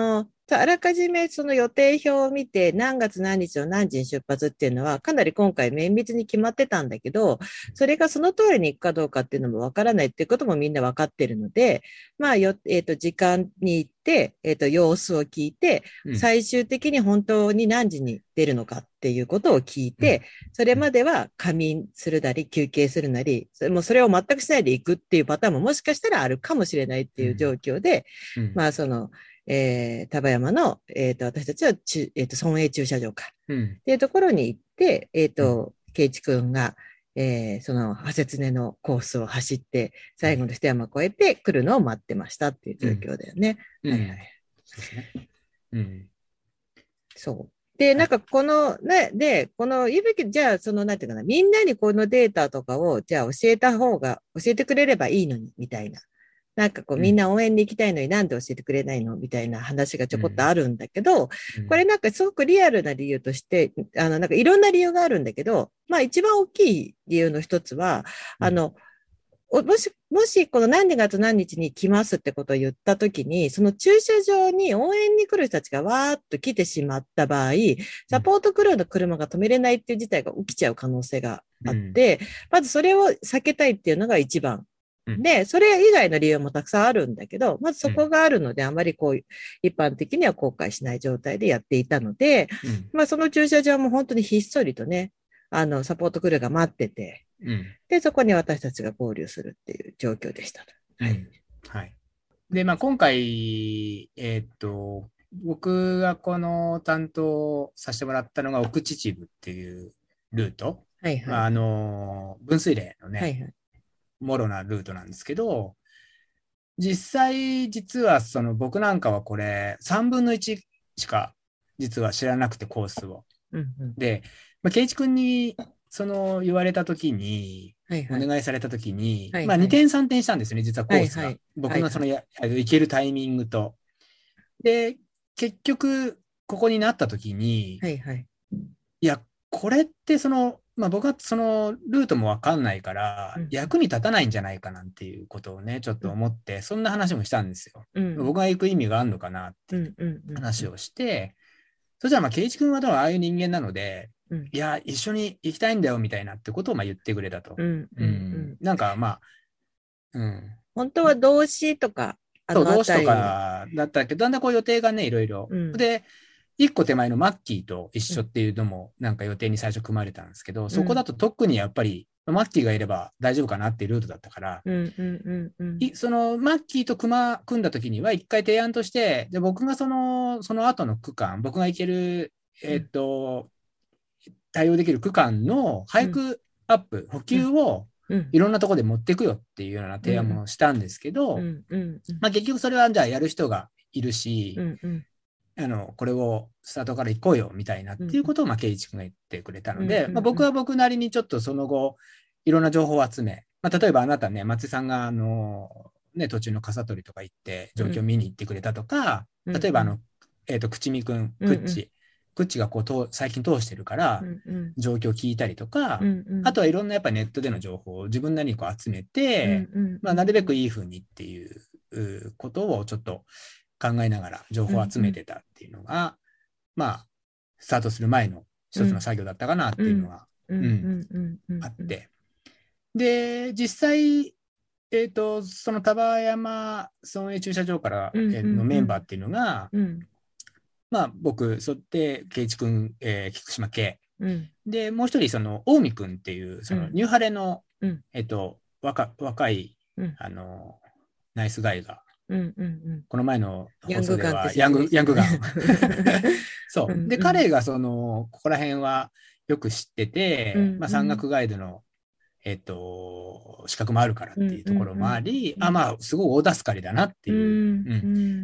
あらかじめその予定表を見て何月何日の何時に出発っていうのはかなり今回綿密に決まってたんだけど、それがその通りに行くかどうかっていうのもわからないっていうこともみんなわかってるので、まあよ、えっと、時間に行って、えっと、様子を聞いて、最終的に本当に何時に出るのかっていうことを聞いて、それまでは仮眠するなり休憩するなり、もうそれを全くしないで行くっていうパターンももしかしたらあるかもしれないっていう状況で、まあその、えー、丹波山の、えっと、私たちは、えっと、村営駐車場か。うん、っていうところに行って、えっと、圭一くんが、えー、その、ハセツネのコースを走って、最後の一山越えて来るのを待ってましたっていう状況だよね。うん、はいはい。そうですね。うん。そう。で、なんかこの、ね、で、この、いぶき、じゃあ、その、なんていうかな、みんなにこのデータとかを、じゃあ教えた方が、教えてくれればいいのに、みたいな。なんかこうみんな応援に行きたいのになんで教えてくれないのみたいな話がちょこっとあるんだけど、うん、これなんかすごくリアルな理由として、あのなんかいろんな理由があるんだけど、まあ一番大きい理由の一つは、あの、もし、もしこの何月何日に来ますってことを言ったときに、その駐車場に応援に来る人たちがわーっと来てしまった場合、サポートクルーの車が止めれないっていう事態が起きちゃう可能性があって、うん、まずそれを避けたいっていうのが一番。で、それ以外の理由もたくさんあるんだけど、まずそこがあるので、あまりこう、一般的には後悔しない状態でやっていたので、うん、まあその駐車場も本当にひっそりとね、あの、サポートクルーが待ってて、うん、で、そこに私たちが合流するっていう状況でした。はい。うん、 はい。で、まあ今回、えー、っと、僕がこの担当させてもらったのが奥秩父っていうルート。はいはい。まあ、あの、分水嶺のね、はいはい、もろなルートなんですけど、実際、実はその僕なんかはこれさんぶんのいちしか実は知らなくてコースを。うんうん、で、まあ、圭一君にその言われたときに、はいはい、お願いされたときに、はいはい、まあにてんさんてんしたんですよね、実はコースが。はいはい、僕のそのや、はいはい、行けるタイミングと。で、結局、ここになったときに、はいはい、いや、これってその、まあ、僕はそのルートもわかんないから役に立たないんじゃないかなんていうことをねちょっと思ってそんな話もしたんですよ。うん、僕が行く意味があるのかなっていう話をして、それじゃあまあ圭一君はどうああいう人間なので、うん、いや一緒に行きたいんだよみたいなってことをまあ言ってくれたと。うんうんうん、なんかまあ、 うん、本当は動詞とかそう動詞とかだったけどだんだんこう予定がねいろいろ、うん、で一個手前のマッキーと一緒っていうのもなんか予定に最初組まれたんですけど、うん、そこだと特にやっぱりマッキーがいれば大丈夫かなっていうルートだったから、うんうんうんうん、そのマッキーと組ま組んだ時には一回提案としてで僕がそのその後の区間僕が行ける、えー、っと対応できる区間の早くアップ、うん、補給をいろんなところで持っていくよっていうような提案もしたんですけど、うんうんうんまあ、結局それはじゃあやる人がいるし、うんうんあのこれをスタートから行こうよみたいなっていうことを、まあ、圭一君が言ってくれたので、うんまあ、僕は僕なりにちょっとその後いろんな情報を集め、まあ、例えばあなたね松井さんがあの、ね、途中の笠取とか行って状況を見に行ってくれたとか、うん、例えばあの、えーと、口見君クッチ、うん、クッチがこうと最近通してるから状況を聞いたりとか、うんうん、あとはいろんなやっぱネットでの情報を自分なりにこう集めて、うんうんまあ、なるべくいい風にっていうことをちょっと考えながら情報を集めてたっていうのが、うんうん、まあスタートする前の一つの作業だったかなっていうのがあってで実際、えーと、その丹波山村営駐車場からのメンバーっていうのが、うんうん、まあ僕そって圭一君、えー、菊島圭、うん、でもう一人その近江君っていうそのニューハレの、うんえーと、若, 若い、うん、あのナイスガイがうんうんうん、この前の放送ではヤングヤングガンそう、うんうん、で彼がそのここら辺はよく知ってて、うんうんまあ、山岳ガイドの、えー、と資格もあるからっていうところもあり、うんうんうん、あまあすごい大助かりだなっていう、うんうん、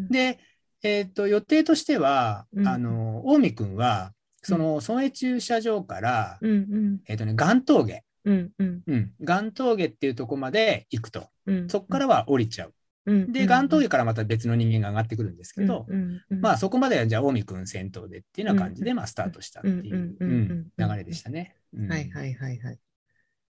で、えー、と予定としては、うん、あの近江君はその村営駐車場から、うんうんえーとね、岩峠、うんうんうん、岩峠っていうところまで行くと、うんうん、そこからは降りちゃうで、岩峠からまた別の人間が上がってくるんですけど、うんうんうん、まあそこまではじゃあ近江君先頭でっていうような感じでまあスタートしたっていう流れでしたね。 はいはいはいはい。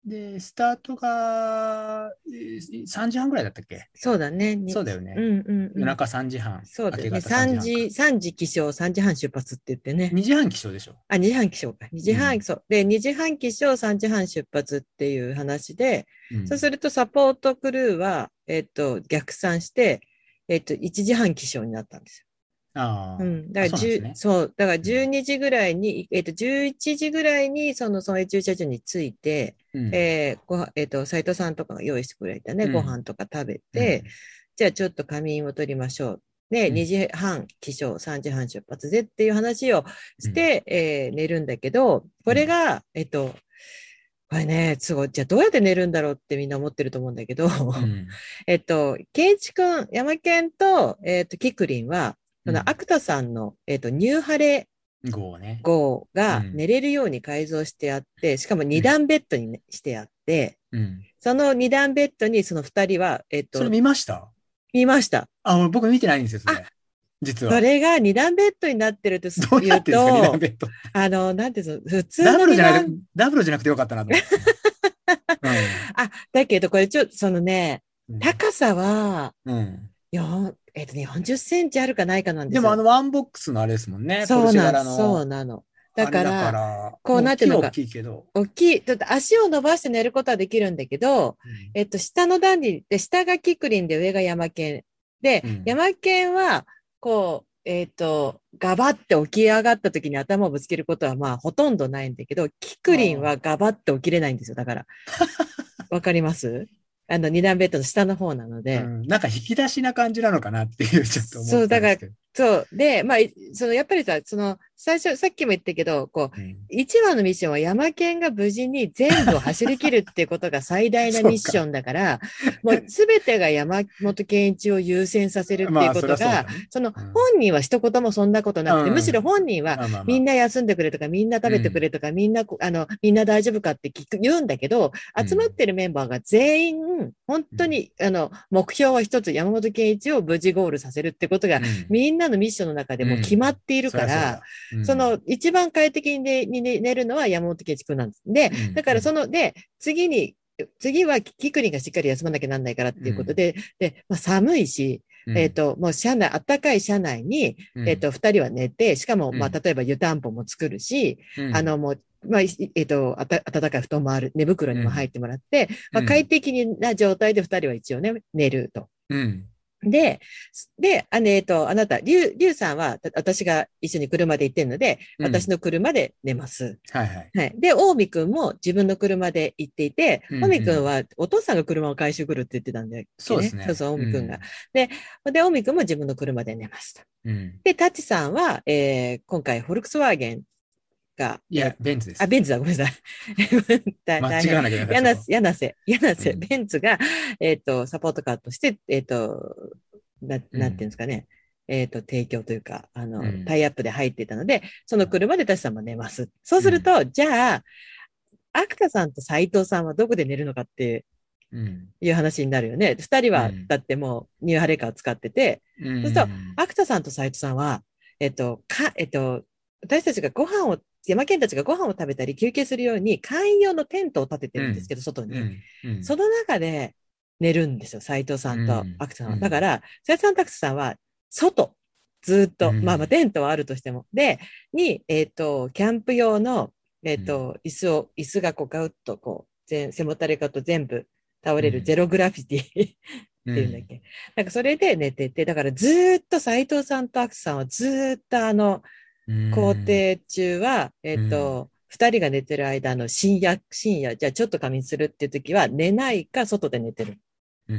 で、スタートがさんじはんぐらいだったっけ？ そうだね。 そうだよね。 うんうんうん。 夜中さんじはん。 そうだよね。 明け方3 3 時半か。 時、さんじ起床、さんじはん出発って言ってね。 にじはん起床でしょ。 あ、にじはん起床か。にじはん、 うん、 そう。で、にじはん起床、さんじはん出発っていう話で、 うん、 そうするとサポートクルーは、えっと、逆算して、えっと、いちじはん起床になったんですよ。 ああ、 うん。だからあ、そうなんです 10、 ね。 そう。だからじゅうにじぐらいに、えっと、じゅういちじぐらいに、その、その駐車場に着いて、 うん、 えーごは、えっと、斉藤さんとかが用意してくれたね、 うん、 ご飯とか食べうん、 て、じゃあちょっと仮眠を取りましょう。で、 うん、 にじはん起床、さんじはん出発でっていう話をしうん、 て、えー寝るんだけど、こうん、 れが、えっと、これね、すごい、じゃあどうやって寝るんだろうってみんな思ってると思うんだけど、 うん、 えっと、ケイチくん、山健と、えっと、キクリンは、その、アクタさんの、えっと、ニューハレ号ね。 号がうん、 寝れるように改造してあって、しかもうん、 二段ベッドに、ね、してあって、 うん。 その二段ベッドにその二人は、えっそれと、 見ました？ 見ました。 あ、俺僕見てないんですよ、そあ、 れ。実は。 それが二段ベッドになってるとどう言うなってるんですか、二段と、 ベッドって。 あの、なんていうの、普通ダのブルじゃない、 二段、 ダブルじゃなくてよかったなと思って。うん。 あ、だけどこれちょっと、そのね、 うん。 高さは、 うん。 よえっとね、よんじゅっセンチあるかないかなんですよ。 でもあのワンボックスのあれですもんね。ポルシェそうなん、 柄の、 そうなの。だあれだかから、 ら、 こうもう木は大なんていうのか、 きいけど。 大きい、だって足を伸ばして寝ることはできるんだけど、 うん。 えっと、下の段に、で、下がキクリンで上がヤマケン。で、 うん。 ヤマケンは、こう、えっと、ガバって起き上がった時に頭をぶつけることはまあほとんどないんだけど、キクリンはあガバって起きれないんですよ。だから。わかります？あの、二段ベッドの下の方なのあ。うで。 ん。なんか引き出しな感じなのかなっていう、ちょっと思っそう、だから、 てたんですけど。 そう。で、まあ、いその、やっぱりさ、その、最初、さっきも言ったけど、こう、 うん。 いちわのミッションは山県が無事に全部を走り切るっていうことが最大なそうか。 ミッションだから、もうすべてが山本健一を優先させるっていうまあ、そりゃそうことが、 だね。 そのうん。 本人は一言もそんなことなうくて、むしろん。 本人はまあまあまあ。 みんな休んでくれとか、みんな食べてくれとか、みんな、あの、みんな大丈夫かって聞く、言うんだけど、 うん。 集まってるメンバーが全員、本当に、あの、目標は一つ、山本健一を無事ゴールさせるってことが、 うん。 みんなのミッションの中でも決まうん。 っているそりから、 ゃそうだ。うそのん。 一番快適に寝るのは山本圭一君なんです。で、 うん。 だかうん。 らその、で、次に、次はキクリンがしっかり休まなきゃなんないからっていうことうん。 で、で、まあ、寒いし、えっ、ー、 うん。 と、もう車内、暖かい車内に、えっ、ー、 うん。 と、二人は寝て、しかも、まあ、 うん。 例えば湯たんぽも作るし、 うん。 あの、もう、まあ、えっ、ー、と、あた、暖かい布団もある、寝袋にも入ってもらって、まあ、快適な状態で二人は一応ね、寝ると。 うん。 で、で、あの、えっと、あなた、りゅう、りゅうさんは、私が一緒に車で行ってるので、 うん。 私の車で寝ます。 はいはい。 はい。で、大見くんも自分の車で行っていて、 うんう大見くんん。 はお父さんが車を回収来るって言ってたんだっけね。そうそうですね。 そう、大見くんが。 うん。 で、で、大見くんも自分の車で寝ますと。 うん。 で、タッチさんは、えー、今回、フォルクスワーゲンが、えーいや、ベンツであ、 す。 ベンツだ、ごめんなさい。大大変。 間違わなきゃいけない、そ柳こ。 瀬、柳瀬、柳瀬、 うん。 ベンツが、えっと、サポートカーとして、えっと、な、なんていうんでうん。 すかね。えっと、提供というか、あの、タうん。 イアップで入っていたので、その車でタシさんも寝ます。そううん。 すると、じゃあ、アクタさんと斎藤さんはどこで寝るのかってうん。 いう話になるよね。二人は、 うん。 だってもう、ニューハレカー使ってて、 うそうすると、 ん。 アクタさんと斎藤さんは、えっと、か、えっと、私たちがご飯を、山県たちがご飯を食べたり休憩するように、会員用のテントを立ててうん。 るんですけど、外に。 うん。うん。 その中で寝るんですよ、斎藤さうんとん。 アクタさんは。だかうん。 ら、斎藤さんとアクタさんは、外、ずっと、まあまあ、 うん。 テントはあるとしても。で、に、えっと、キャンプ用の、えっと、椅子を、椅子がこう、ガウッと、こう、全、背もたれかと全部倒れるゼログラフィティっていうんだっけ。なんかそれで寝てて、だからずっと斎藤さんとアクさんはずっとあの、 う工ん。 程中は、えっと、二人が寝てる間の深夜、深夜、じゃあちょっと仮眠するっていう時は寝ないか外で寝てる。 うん。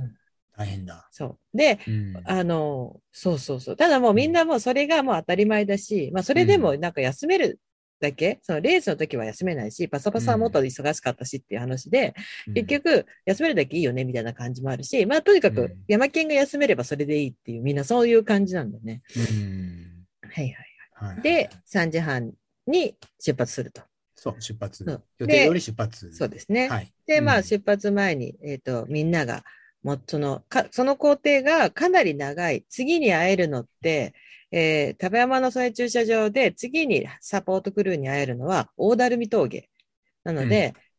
大変だ。 そう。で、 うん。 あの、そうそうそう。ただもうみんなもうそれがもう当たり前だし、まあそれでもうん。 なんか休めるだけ、そのレースの時は休めないし、パサパサはもっと忙しかったしっていう話で、結局休めるだけいいよねみたいな感じもあるし、まあとにかく山県が休めればそれでいいっていうみんなそういう感じなんだよね。 うん。 はいはいはいはい。 で、さんじはんに出発すると。 そう、出発。予定通で、 り出発。 そうですね。 はい。 で、まあ、 うん。 出発前に、えっと、みんなが、もうその、か、その工程がかなり長い。次に会えるのって、えー、田山のその駐車場で、次にサポートクルーに会えるのは、大垂水峠。なので、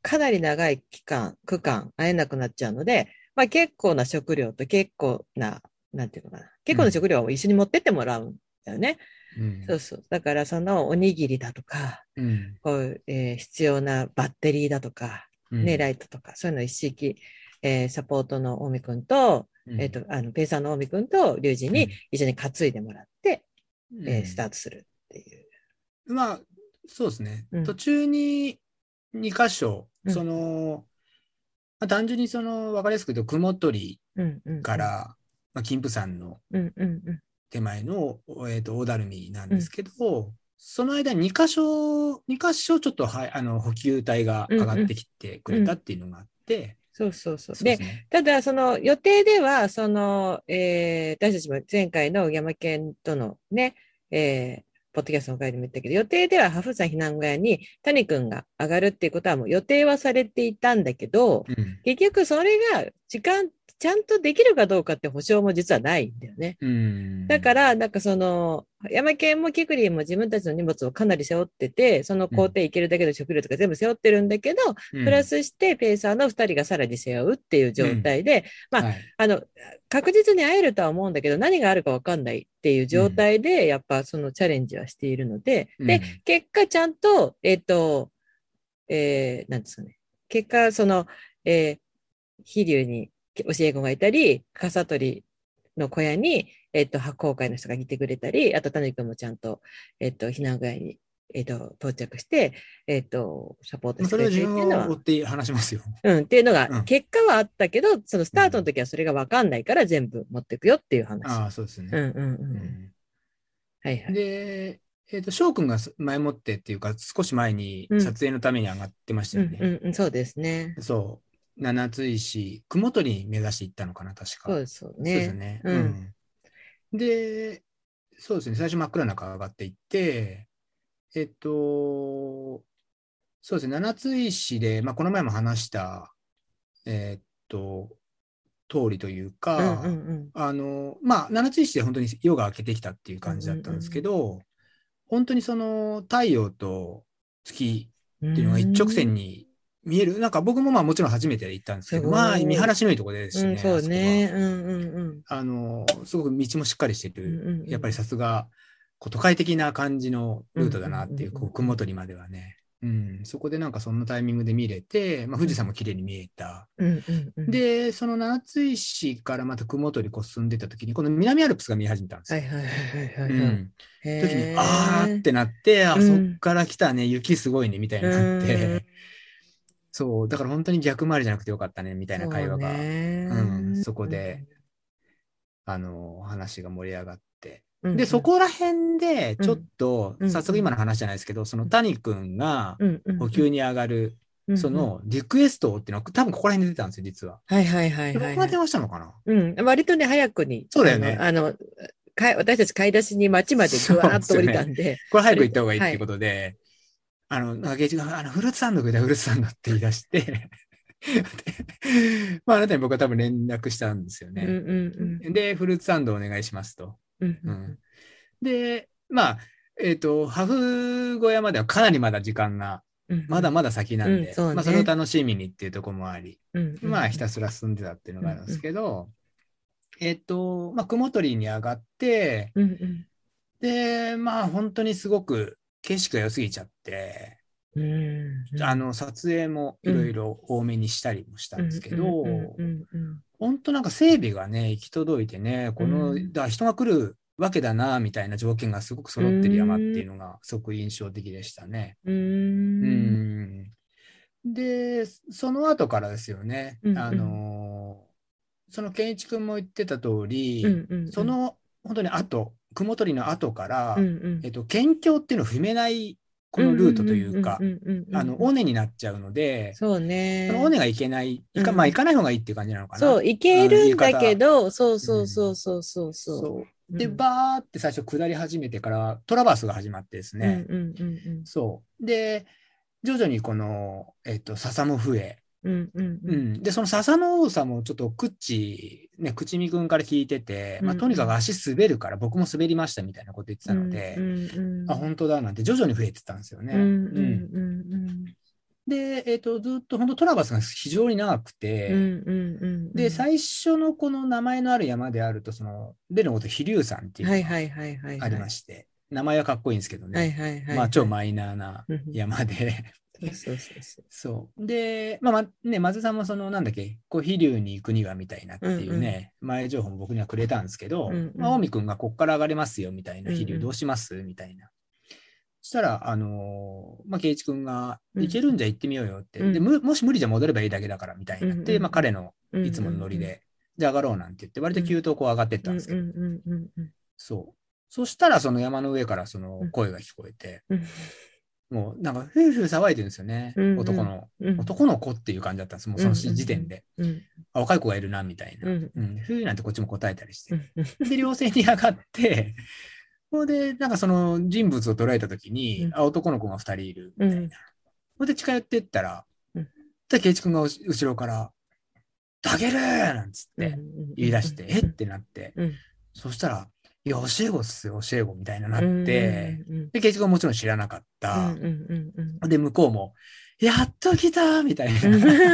かなり長い期間、区間会えなくなっちゃうので、まあ結構な食料と結構な、なんていうのかな。結構な食料を一緒に持ってってもらうんだよね。うん、そうそう。だからそのおにぎりだとか、うん、こうえー、必要なバッテリーだとか、ね、ライトとか、そういうの一式、えー、サポートの大見くんと、うん、えっ、ー、と、あの、ペイさんの大見くんとリュウジに一緒に担いでもらって、うん、えー、スタートするっていう。 まあ、そうですね。うん、途中にに箇所、その、まあ、単純にその、わかりやすく言うと、雲取から、うんうんうん、まあ、金峰山の手前の、うんうんうん、えー、と大垂水なんですけど、うん、その間にに箇所、に箇所ちょっとはあの補給隊が上がってきてくれたっていうのがあって、うんうん、 そうそうそう。で、ね、ただ、その予定では、その、えー、私たちも前回の山県とのね、えー、ポッドキャストの会でも言ったけど、予定ではハフさん避難小屋に谷君が上がるっていうことはもう予定はされていたんだけど、うん、結局それが時間、ちゃんとできるかどうかって保証も実はないんだよね。うん、だから、なんかその、山県もキクリンも自分たちの荷物をかなり背負ってて、その工程行けるだけの食料とか全部背負ってるんだけど、うん、プラスしてペーサーのふたりがさらに背負うっていう状態で、うん、まあ、はい、あの、確実に会えるとは思うんだけど、何があるかわかんないっていう状態で、やっぱそのチャレンジはしているので、うん、で、結果ちゃんと、えっと、えー、なんですかね。結果、その、えー、飛龍に教え子がいたり、笠取の小屋に、えっと、発行会の人が来てくれたり、あと、谷君もちゃんと、えっと、避難小屋に、えっと、到着して、えっと、サポートしてくれてっていうのは。 それを自分を追って話しますよ。 うん、っていうのが、結果はあったけど、うん、そのスタートの時はそれが分かんないから全部持っていくよっていう話。 ああ、そうですね。 うんうんうん。うん、はいはい。 で、えっ、ー、と、翔くんが前もってっていうか、少し前に撮影のために上がってましたよね。 うん、うん、うん、そうですね。 そう。七ツ石、雲取に目指していったのかな、確か。 そうですね。 そうですね。うん。うん、で、そうですね、最初真っ暗な中上がっていって、えっと、そうですね、七ツ石で、まあ、この前も話した、えっと、通りというか、うんうんうん、あの、まあ、七ツ石で本当に夜が明けてきたっていう感じだったんですけど、うんうんうん、本当にその太陽と月っていうのが一直線に見える。なんか僕もまあもちろん初めて行ったんですけど、まあ見晴らしのいいところですしね。うん、そうね。うんうんうん。あの、すごく道もしっかりしてる。うんうんうん、やっぱりさすが、こう都会的な感じのルートだなっていう、こう、雲取まではね。うん、そこでなんかそのタイミングで見れて、まあ、富士山も綺麗に見えた。うんうんうん、で、その七ツ石からまた雲取こう進んでた時に、この南アルプスが見え始めたんですよ。はいはいはいはい、はい。うん。時に、あーってなって、あ、うん、そっから来たね、雪すごいね、みたいになって、そう、だから本当に逆回りじゃなくてよかったね、みたいな会話が、う、うん、そこで、あの、話が盛り上がって、うんうん、で、そこら辺で、ちょっと、うん、早速今の話じゃないですけど、その谷くんが補給に上がる、うんうん、そのリクエストっていうのは、多分ここら辺で出たんですよ、実は。はいはいはいはい、はい。僕が電話したのかな、うん、割とね、早くに。そうだよね。あの、あの私たち買い出しに街までぐわーっと降りたんで。でね、これ早く行った方がいいっていうことで、はい、あの、ゲージが、あの、フルーツサンドくれたフルーツサンドって言い出して、まあ、あなたに僕は多分連絡したんですよね。うんうんうん、で、フルーツサンドお願いしますと。うんうんうん、で、まあ、えっ、ー、と、ハフ小屋まではかなりまだ時間が、まだまだ先なんで、うんうん、ね、まあ、それを楽しみにっていうところもあり、うんうんうん、まあ、ひたすら進んでたっていうのがあるんですけど、うんうん、えっ、ー、と、まあ、雲取に上がって、うんうん、で、まあ、本当にすごく景色が良すぎちゃって、うんうん、あの撮影もいろいろ多めにしたりもしたんですけど、本当なんか整備がね、行き届いてね、この、だ人が来るわけだな、みたいな条件がすごく揃ってる山っていうのがすごく印象的でしたね。うんうんで、その後からですよね、うんうん、あの、その健一君も言ってた通り、うんうんうん、その本当に後、雲取の後から、うんうん、えっと、県境っていうのを踏めないこのルートというか、あの、尾根になっちゃうので、そうね。その尾根が行けない、いか、うん、まあ行かない方がいいっていう感じなのかな。そう、行けるんだけど、そうそうそうそうそうそう。そう。で、バーって最初下り始めてから、トラバースが始まってですね。うんうんうんうん、そう。で、徐々にこの、えっと、笹も増え、うんうんうんうん、で、その笹の多さもちょっとクッチ、ね、口見くんから聞いてて、まあ、とにかく足滑るから僕も滑りましたみたいなこと言ってたので、うんうんうん、あ、本当だなんて徐々に増えてたんですよね。うんうんうんうん、 で、えっと、ずっと本当トラバスが非常に長くて、 うんうんうんうん、 で、最初のこの名前のある山であると、その、例のこと、飛龍山っていうのがありまして、名前はかっこいいんですけどね、 はいはいはいはい、 まあ、超マイナーな山で、 そうそうそうそう。 そう。で、まあ、まね、松さんもその、なんだっけ、こう、飛龍に行くにはみたいなっていうね、うんうん、前情報も僕にはくれたんですけど、うんうん、まあ、近江くんがこっから上がれますよみたいな、飛龍どうしますみたいな。そしたら、あのー、まあ、圭一くんが、行けるんじゃ行ってみようよって、うん、で、もし無理じゃ戻ればいいだけだからみたいなって、うんうん、まあ、彼のいつものノリで、うんうん、じゃあ上がろうなんて言って、割と急騰こう上がってったんですけど、そう。そしたら、その山の上からその声が聞こえて、うんうん、もうなんか、ふうふう騒いでるんですよね、うんうん、男の、うん、男の子っていう感じだったんです、もうその時点で。うんうんうん、あ、若い子がいるな、みたいな。うんうん、ふうなんてこっちも答えたりして。で、稜線に上がって、それで、なんかその人物を捉えたときに、うん、あ、男の子が二人いる、みたいな。それで近寄っていったら、うん、で、圭一君が後ろから、たけるーなんつって言い出して、うん、えってなって、うん、そしたら、いや、教え子っすよ、教え子みたいななって、うんうんうん、で、圭一君はもちろん知らなかった。うんうんうんうん、で、向こうも、やっと来たみたいな。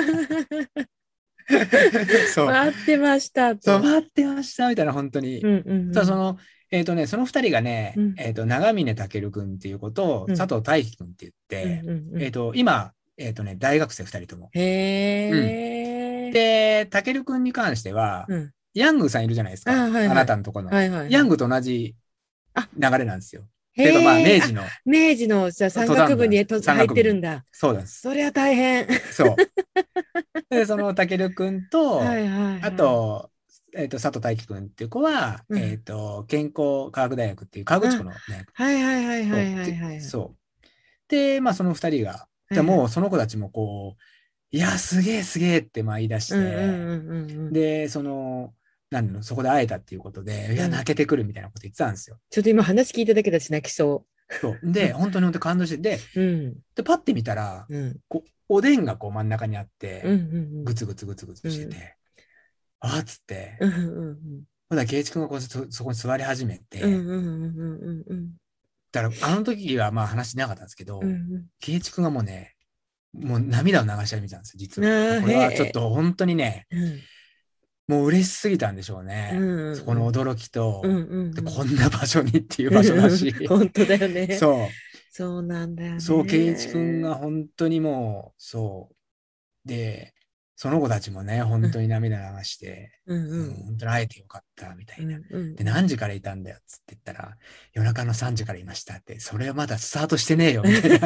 そう。待ってましたと。 そう、待ってましたみたいな、本当に。うんうんうん、さあ、その、えっ、ー、とね、その二人がね、うん、えっ、ー、と、長峰健くんっていうことを、うん、佐藤大輝くんって言って、うんうんうん、えっ、ー、と、今、えっ、とね、大学生二人とも。 へー。 うん、で、健くんに関しては、うん、ヤングさんいるじゃないですか。あ、はいはい、あなたのところの、はいはいはい。ヤングと同じ流れなんですよ。っていうか、まあ、明治の。 明治のじゃ山岳部に入ってるんだ。 そうなんです。 それは大変。 そう。で、その健くんと、はいはいはい、あと、えっ、ー、と、佐藤大輝くんっていう子は、うん、えっ、ー、と、健康科学大学っていう川口湖の大学。 はいはいはいはいはい、はい。 そう。で、まあ、その二人が、でもうその子たちもこう、いや、すげえすげえってまあ言い出して、うんうんうんうん、で、その、なんの、そこで会えたっていうことで、いや、泣けてくるみたいなこと言ってたんですよ。 ちょっと今話聞いただけだし泣きそう。 そう。で、本当に本当に感動して、で、うん、で、パッて見たら、うん、こうおでんがこう真ん中にあって、うんうんうん、ぐつぐつぐつぐつしてて、うん、あーっつって、うんうんうん、ほら、圭一君がこう そ, そこに座り始めて、うんうんうんうん、だから、あの時はまあ話しなかったんですけど、圭一君がもうね、もう涙を流し始めたんですよ、実は。これはちょっと本当にね、うん、もう嬉しすぎたんでしょうね。うんうん、そこの驚きと、うんうんうん、で、こんな場所にっていう場所だし。 本当だよね。 そう。 そうなんだよね。 そう、圭一くんが本当にもう、そう。で、その子たちもね、本当に涙流して、うんうんうん、本当に会えてよかった、みたいな、うんうん。で、何時からいたんだよ、つって言ったら、夜中のさんじからいましたって、それはまだスタートしてねえよ、みたいな。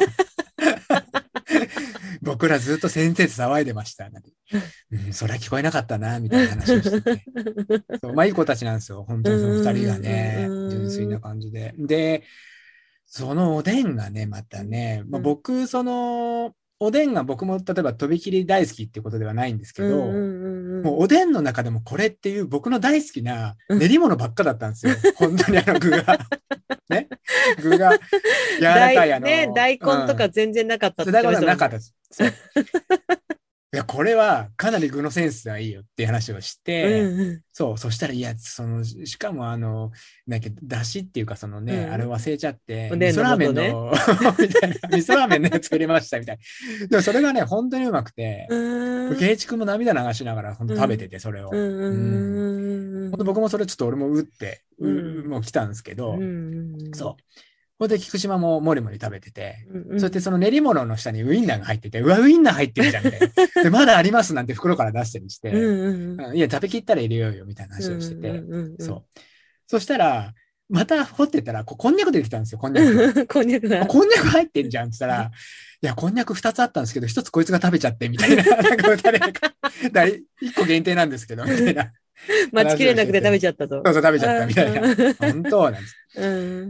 僕らずっと先生で騒いでました。うん、それは聞こえなかったな、みたいな話をしてて。そうまあ、いい子たちなんですよ。本当にその二人がね、純粋な感じで。で、そのおでんがね、またね、まあ、僕、その、おでんが僕も例えばとびきり大好きっていうことではないんですけど、もうおでんの中でもこれっていう僕の大好きな練り物ばっかだったんですよ。本当にあの具が。ね。具が柔らかいあの。 ね、大根とか全然なかったって言ってましたもんね。大根なかったです。いや、これはかなり具のセンスがいいよっていう話をして、うんうん、そう、そしたら、いや、その、しかもあの、なんか、だしっていうか、そのね、うん、あれ忘れちゃって、味噌ラーメンの、みたいな、味噌ラーメンのやつ入れましたみたいな。でもそれがね、本当にうまくて、圭一君も涙流しながら本当食べてて、それを。うん本当僕もそれちょっと俺も打って、うん、もう来たんですけど、そう。ほんで、菊島ももりもり食べてて、うんうん、そしてその練り物の下にウインナーが入ってて、うわ、ウインナー入ってるじゃん、みたいな。で、まだありますなんて袋から出したりして、うんうん、いや、食べきったら入れようよ、みたいな話をしてて、うんうんうん、そう。そしたら、また掘ってたら、こ, こんにゃく出てきたんですよ、こんにゃく。こんにゃくが。こんにゃく入ってんじゃんって言ったら、いや、こんにゃくふたつあったんですけど、ひとつこいつが食べちゃって、みたいな。なんか誰か、だいっこ限定なんですけど、みたいな。 待ちきれなくて食べちゃったと。 そうそう、食べちゃったみたいな。本当なんです。うん、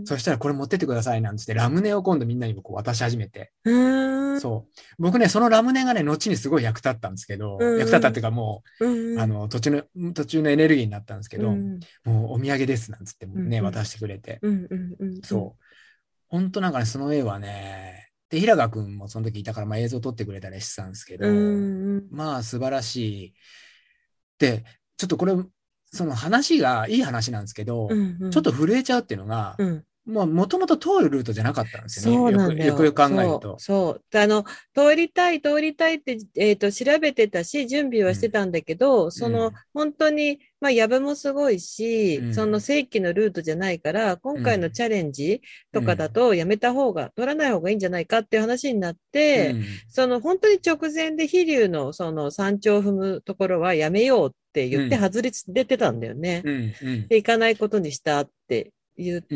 そしたらこれ持ってってくださいなんつってラムネを今度みんなにこう渡し始めて。そう。僕ね、そのラムネがね、後にすごい役立ったんですけど、役立ったっていうかもう、あの、途中の、途中のエネルギーになったんですけど、もうお土産ですなんつってね、渡してくれて。そう。本当なんかね、その絵はね、で、平賀くんもその時いたから、まあ映像撮ってくれたりしてたんですけど、まあ素晴らしい。で、ちょっとこれ、その話がいい話なんですけど、うんうん、ちょっと震えちゃうっていうのが、うん、 もともと通るルートじゃなかったんですよね。 そうなんだよ。 よくよくよく考えると。 そう。そうあの、通りたい、通りたいって、えっと、調べてたし、準備はしてたんだけど、うん、その、うん、本当に、まあ、やぶもすごいし、うん、その正規のルートじゃないから、今回のチャレンジとかだと、やめた方が、取らない方がいいんじゃないかっていう話になって、うん、その、本当に直前で飛龍の、その、山頂を踏むところはやめようって言って外れ出てたんだよね。 うんうん、 で、行かないことにしたって言って、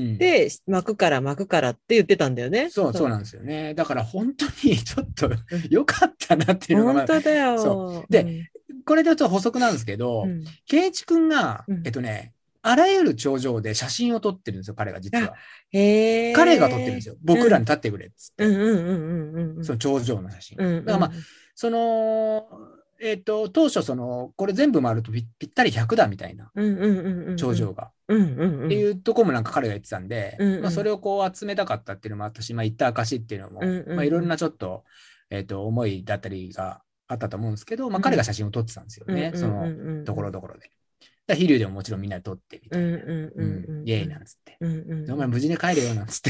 うん、巻くから巻くからって言ってたんだよね。 そう、そうなんですよね。だから本当にちょっと良かったなっていうのが、まあ、 本当だよ。 そうで、うん、これでちょっと補足なんですけど、圭一くんが、うん、えっとね、あらゆる頂上で写真を撮ってるんですよ、彼が実は。 へ彼が撮ってるんですよ。僕らに立ってくれっつって。 うんうんうんうんうん、 その頂上の写真。うんうん、だからまあ、その、えっと、当初その、これ全部回ると ぴ, ぴったりひゃくだみたいな、頂上が。っていうとこもなんか彼が言ってたんで、うんうん、まあ、それをこう集めたかったっていうのもあったし、まあ、言った証っていうのも、うんうん、まあ、いろんなちょっと、えっと、思いだったりがあったと思うんですけど、まあ、彼が写真を撮ってたんですよね、うん、そのところどころで。飛龍でももちろんみんなで撮ってみたいな、うん、イエーイなんつって、うんうん、お前無事に帰れよなんつって。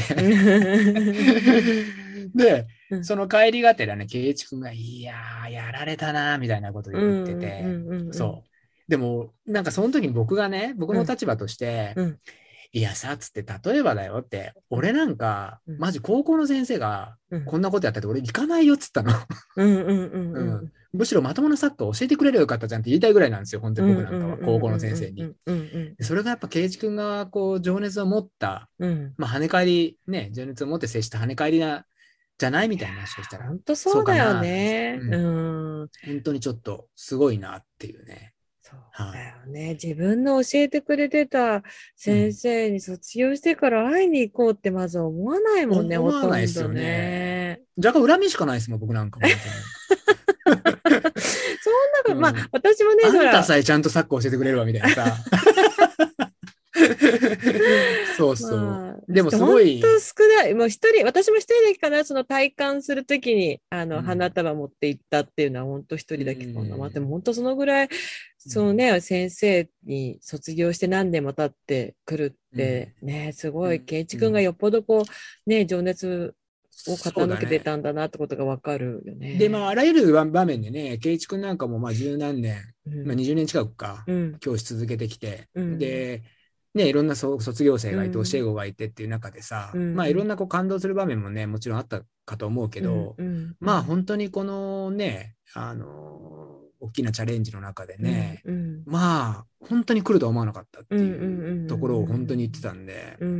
で、その帰りがてらね、圭一くんが、いやー、やられたなーみたいなこと言ってて、そう。でも、なんかその時に僕がね、僕の立場として、うん、いやさ、つって、例えばだよって、俺なんか、うん、マジ高校の先生がこんなことやったって俺行かないよっつったの。むしろまともなサッカー教えてくれればよかったじゃんって言いたいぐらいなんですよ、本当に僕なんかは、高校の先生に。それがやっぱ圭一くんがこう情熱を持った、うん、まあ跳ね返り、ね、情熱を持って接した跳ね返りな、じゃないみたいな話をしたら。 本当そうだよね。 うんうん、本当にちょっとすごいなっていうね。 そうだよね。自分の教えてくれてた先生に卒業してから会いに行こうってまず思わないもんね、 思わないですよね。若干恨みしかないですもん、僕なんかも。 そんなこと、うん、まあ私もね、 あんたさえちゃんとサッカー教えてくれるわみたいなさ。そうそう。まあ、でもすごい。 本当少ない。もう一人、私も一人だけかな、その体感するときに、あの、うん、花束持って行ったっていうのは本当一人だけかな。うん、まあ、でも本当そのぐらい、そのね、先生に卒業して何年も経ってくるって、うん、ね、すごい、圭一君がよっぽどこう、ね、情熱を傾けてたんだなってことがわかるよね。 で、まあ、あらゆる場面でね、圭一君なんかもまあ十何年、うん、まあにじゅうねん近くか、うん、教師続けてきて、うん、で、ね、いろんな卒業生がいて、教え子がいてっていう中でさ、うん、まあいろんなこう感動する場面もね、もちろんあったかと思うけど、うんうん、まあ本当にこのね、あの、大きなチャレンジの中でね、うんうん、まあ本当に来るとは思わなかったっていうところを本当に言ってたんで、うんうん、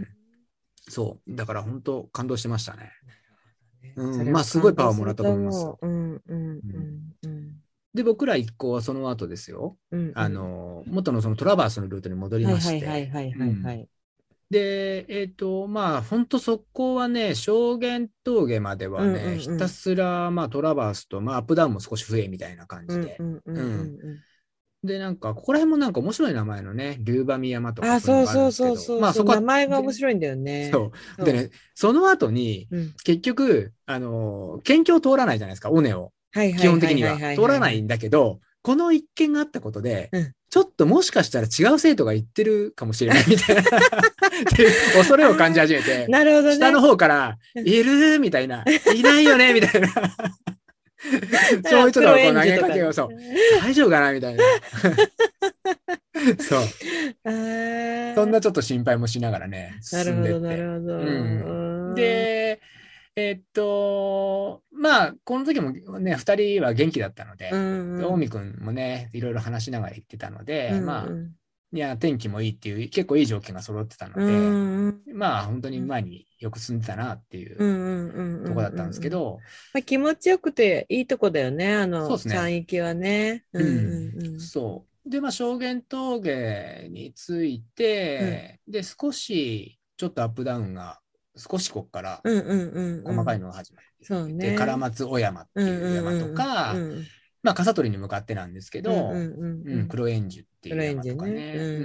そう、だから本当感動してましたね。うん、まあすごいパワーもらったと思います。うんうんうんうんで、僕ら一行はその後ですよ。うんうん、あの、元のそのトラバースのルートに戻りまして。はいはいはいはい、はいうん。で、えっ、ー、と、まあ、本当そこはね、証言峠まではね、うんうんうん、ひたすら、まあ、トラバースと、まあ、アップダウンも少し増えみたいな感じで。で、なんか、ここら辺もなんか面白い名前のね、龍馬見山とかそういうのがあるんですけど。あ、そうそうそうそう。まあ、そこは名前が面白いんだよね。 そう。でね、その後に、うん、結局、あの、県境通らないじゃないですか、尾根を。基本的には通らないんだけど、この一件があったことで、うん、ちょっともしかしたら違う生徒が言ってるかもしれないみたいなっていう恐れを感じ始めて、 なるほどね、 下の方からいるみたいな、いないよねみたいな。そういう人がこう投げかけをそう大丈夫かなみたいな。そう。そんなちょっと心配もしながらね、進んでって。なるほど、なるほど。うん、で、えー、っと、まあ、この時もね、二人は元気だったので、うんうん、近江くんもね、いろいろ話しながら言ってたので、うんうん、まあ、いや、天気もいいっていう、結構いい条件が揃ってたので、うんうん、まあ、本当に前によく住んでたなっていうとこだったんですけど、 まあ、気持ちよくていいとこだよね、あの、山域はね。 うんうんうん、そう。で、まあ、証言峠について、うん、で、少し、ちょっとアップダウンが、少しここから細かいのが始まって、うんうんうん、で唐松尾山っていう山とか、うんうんうん、まあ笠取に向かってなんですけど、うんうんうんうん、黒円樹っていう山とかね、ねうんうんうん、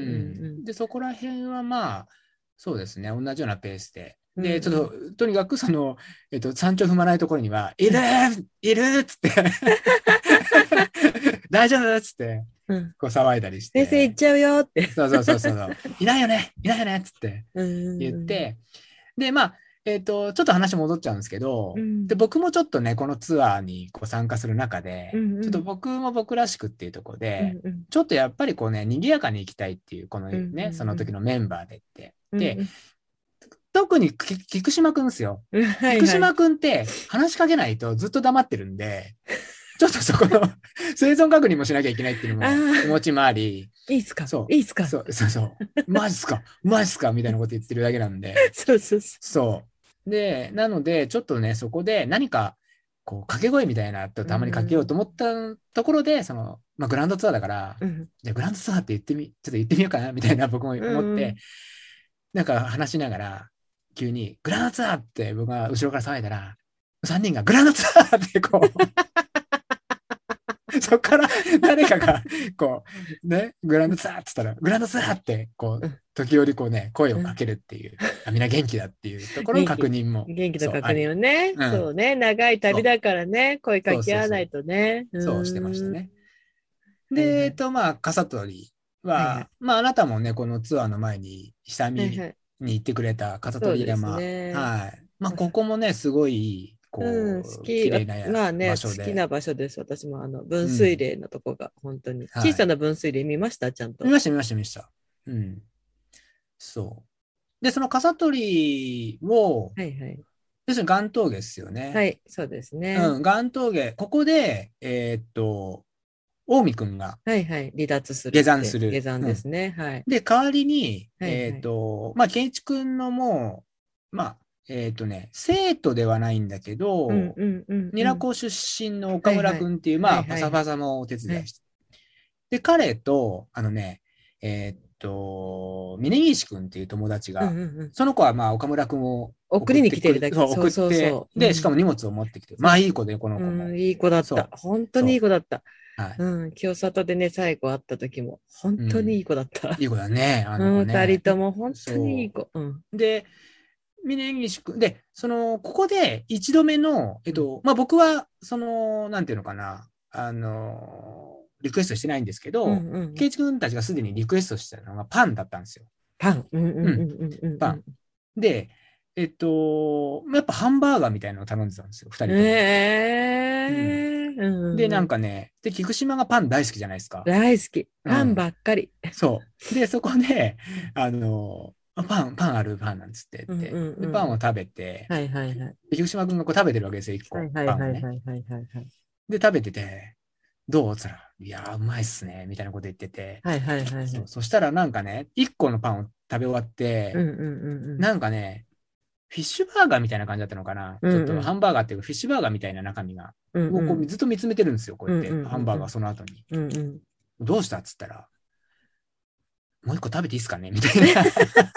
でそこら辺はまあそうですね、同じようなペースで。で、ちょっと、とにかくその、えっと、山頂踏まないところには、いるいるっつって、 大丈夫っつって、 うん、 こう騒いだりして。 先生行っちゃうよって。 そうそうそうそう。いないよねいないよねっつって言って、で、まあ、えっと、ちょっと話戻っちゃうんですけど、うん、で、僕もちょっとね、このツアーにこう参加する中で、うんうん、ちょっと僕も僕らしくっていうところで、うんうん、ちょっとやっぱりこうね、賑やかに行きたいっていう、このね、うんうん、その時のメンバーでって。で、うんうん、特に菊島くんですよ。はいはい、菊島くんって話しかけないとずっと黙ってるんで、ちょっとそこの生存確認もしなきゃいけないっていうのも気持ちもあり。 いいっすかそう。 いいっすかそうそうそう。マジっすかマジっすかみたいなこと言ってるだけなんで。 そうそうそう。 そう。で、なので、ちょっとね、そこで何か、こう、掛け声みたいなとたまにかけようと思ったところで、その、まあ、グランドツアーだから、うん、じゃあグランドツアーって言ってみ、ちょっと言ってみようかなみたいな僕も思って、うん、なんか話しながら、急に、グランドツアーって僕が後ろから騒いだら、さんにんがグランドツアーってこう、そっから誰かが、こう、ね、グランドツアーって言ったら、グランドツアーって、こう、時折こうね、声をかけるっていう、あ、みんな元気だっていうところの確認も。 元気の確認をね。そう、そうね、長い旅だからね、声かけ合わないとね。 そうそうそう、そうしてましたね。で、はいはい、えっと、まあ、笠取は、はいはい、まあ、あなたもね、このツアーの前に、下見に行ってくれた笠取山。はい、ね、はい。まあ、ここもね、すごい、こう、うん、好き、綺麗なまあね、好きな場所です。私もあの分水嶺のとこが本当に、うん、小さな分水嶺見ました、ちゃんと。 見ました見ました見ました。うん。そう。で、その笠取を、はいはい。要するに岩峠ですよね。 はい、そうですね。 うん、岩峠、ここで、えー、っと、近江くんが、 はいはい、離脱する。 下山する。 下山ですね。うん、はい。 で、代わりに、はいはい、えー、っと、まあ、健一くんのもう、まあ、えっ、ー、とね、生徒ではないんだけど、ニラ高出身の岡村くんっていう、はいはい、まあ、パサパサもお手伝いして。はい、で、彼と、あのね、えっ、ー、と、峯岸くんっていう友達が、うんうんうん、その子はまあ、岡村くんを送りに来てるだけ。 そう、送って、そうそうそう、で、しかも荷物を持ってきて、うん、まあ、いい子で、この子も。 うん、いい子だった。本当にいい子だった。はい、うん、清里でね、最後会った時も、本当にいい子だった。 うん、いい子だね、あの子ね。 うん、二人とも本当にいい子。うん、 で、峯岸くん。で、その、ここで一度目の、えっと、まあ、僕は、その、なんていうのかな、あの、リクエストしてないんですけど、圭一くんたちがすでにリクエストしてたのがパンだったんですよ。 パン。うんうんうんうん。 パン。で、えっと、やっぱハンバーガーみたいなのを頼んでたんですよ、二人とも。 えーうん、で、なんかね、で、菊島がパン大好きじゃないですか。 大好き。パンばっかり。 うん、そう。で、そこで、あの、パン、パンあるパンなんつって言って、うんうんうん、で、パンを食べて、 はいはいはい。 菊島くんがこう食べてるわけですよ、一個。 はいはいはいはいはいはい、はい。 で、食べてて、どうって言ったら、いやー、うまいっすね、みたいなこと言ってて。 はいはいはい、はい。 そう。そしたらなんかね、一個のパンを食べ終わって、 うんうんうんうん、 なんかね、フィッシュバーガーみたいな感じだったのかな、うんうん、ちょっとハンバーガーっていうかフィッシュバーガーみたいな中身が、うんうん、こうずっと見つめてるんですよ、こうやって、うんうんうん、ハンバーガーその後に。うんうん、どうしたっつったら、もう一個食べていいっすかねみたいな。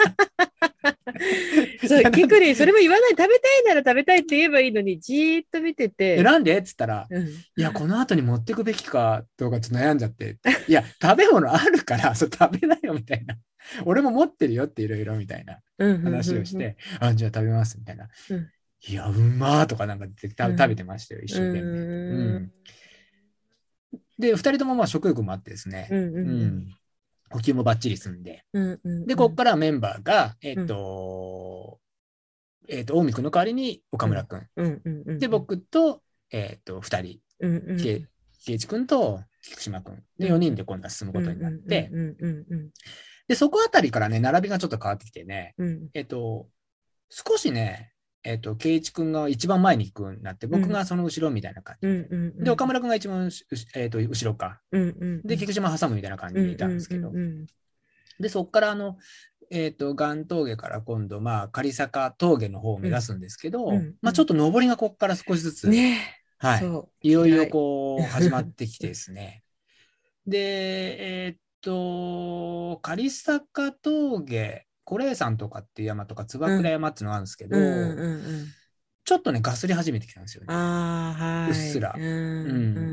そう、キクリン、それも言わない、食べたいなら食べたいって言えばいいのに、じーっと見てて。 え、なんでっつったら、うん、いや、この後に持ってくべきかどうかちょっと悩んじゃって。いや、食べ物あるから、そう食べなよみたいな。俺も持ってるよっていろいろみたいな話をして、あ、じゃあ食べますみたいな。うん、いや、うまーとかなんか食べてましたよ、一生懸命。うん、で、二人ともまあ食欲もあってですね。うんうんうん補給もバッチリ済んで。うんうんうん、で、ここからメンバーが、えっ、ー、と、うん、えっ、ー、と、近江くんの代わりに岡村くん。うんうんうん、で、僕と、えっ、ー、と、二人。うんうん、圭一くんと菊島くん。で、よにんで今度は進むことになって。で、そこあたりからね、並びがちょっと変わってきてね。うん、えっ、と、少しね、えっ、ー、と、圭一くんが一番前に行くようになって、僕がその後ろみたいな感じ。うんうんうん、で、岡村くんが一番、えー、と後ろか、うんうんうん。で、菊島挟むみたいな感じでいたんですけど。うんうんうん、で、そこからあの、えっ、ー、と、岩峠から今度、まあ、狩坂峠の方を目指すんですけど、うんうんうん、まあ、ちょっと上りがここから少しずつ、ね、はい。いよいよこう、始まってきてですね。で、えっ、ー、と、狩坂峠、小霊山とかっていう山とか、椿倉山っていうのがあるんですけど、うんうんうんうん、ちょっとね、ガスり始めてきたんですよね。 あはい、 うっすら、 うんうん。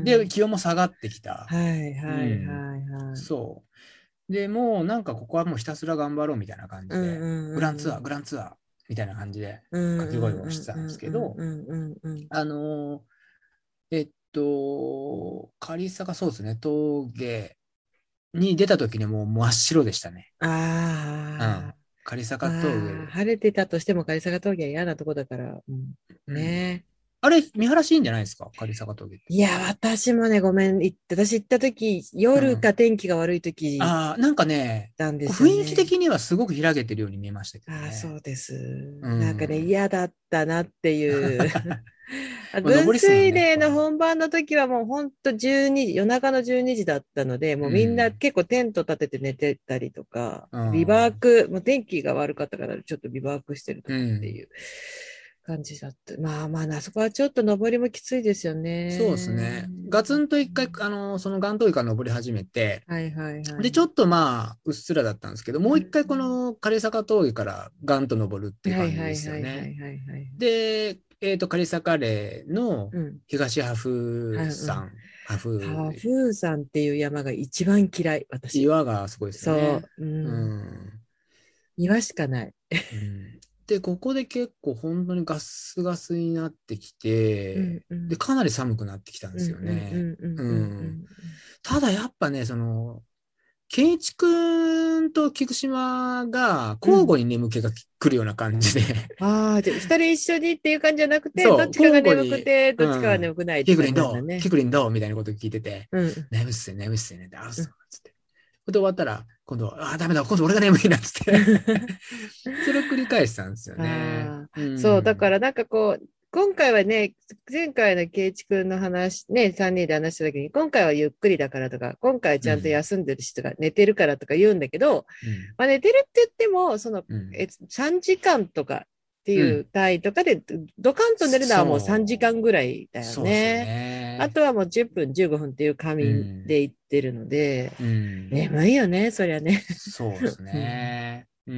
で、気温も下がってきた。 はいはいはい、はい。 そう。で、もうなんかここはもうひたすら頑張ろうみたいな感じで、うんうんうん、グランツアー、グランツアーみたいな感じで掛け声をしてたんですけど、あのー、えっと、狩坂、そうですね、峠に出た時にもう真っ白でしたね。うん。 ああ、 狩坂峠。 まあ、晴れてたとしても狩坂峠は嫌なとこだから、うん、 うん。 ね。 あれ、見晴らしいいんじゃないですか、狩坂峠って。 いや、私もね、ごめん、行って、私行った時、 うん。 夜か天気が悪い時ああ、なんかね、 なんですこう雰囲気よね。 的にはすごく開けてるように見えましたけどああ、そね。 うです。 うなんかね、 ん。 嫌だったなっていう。あ、 もう上分りっすもんね、こ水嶺のこね。 本番の時はもうほんとじゅうにじ、夜中のじゅうにじだったので、もうみんなうん。 結構テント立てて寝てたりとか、 うビバーん。 ク、もう天気が悪かったからちょっとビバークしてるとうん。 かっていう感じだった。まあまあ、あそこはちょっと登りもきついですよそうですね。 ね。ガツンと一回、あの、その岩洞から登り始めて、 はいはいはで、ちょい。 っとまあ、うっすらだったんですけど、もう一回この枯坂峠からガンと登るっていうはい感じではいはいはすよね。 いはいはい。 で、えっと、枯坂嶺のうん。 東破はい、 風うん。 山、破ハ風、 フー山っていう山が一番嫌い、私。 岩がすごいですよね。 そう、ううん。 ん。 岩しかない。 うん、で、ここで結構本当にガスガスになってきうんて、で、 うん。 かなり寒くなってきたんですようんうんうね。 んうんううんうん。 ん。 ただやっぱね、その、ケイチ君と菊島が交うん。 互に眠気が来るような感じでああ、じゃあ、二人一緒にっていう感じじゃなくて、どっそう、 ちかが交互に、 眠くて、どうっちかはん、 眠くないってキク感じなんリンどうキだね。 クリンどうみたいなこと聞いてて、 うん。 眠いっすよ、眠いっすよね。あ、 うん。 そう、つって。で終わったら、今度、あ、ダメだ、今度俺が眠いな、つってそれを繰り返したんですよね。 ああ、 うそう、だかん。 らなんかこう、今回はね、前回の圭一君の話、ね、さんにんで話した時に、今回はゆっくりだからとか、今回はちゃんとうん。 休んでる人が寝てるからとか言うんだけど、 うん。 まあ、寝てるって言っても、その、 うん。 え、さんじかんとかっていううん。 単位とかで、ドカンと寝るのはもうさんじかんそう。 ぐらいだよそうですよね。あね。 とはもうじゅっぷん、じゅうごふんっていう仮う眠ん。 で行ってるので、 うん。 眠いよね、そりゃね。 そうですうん、 ね。うん。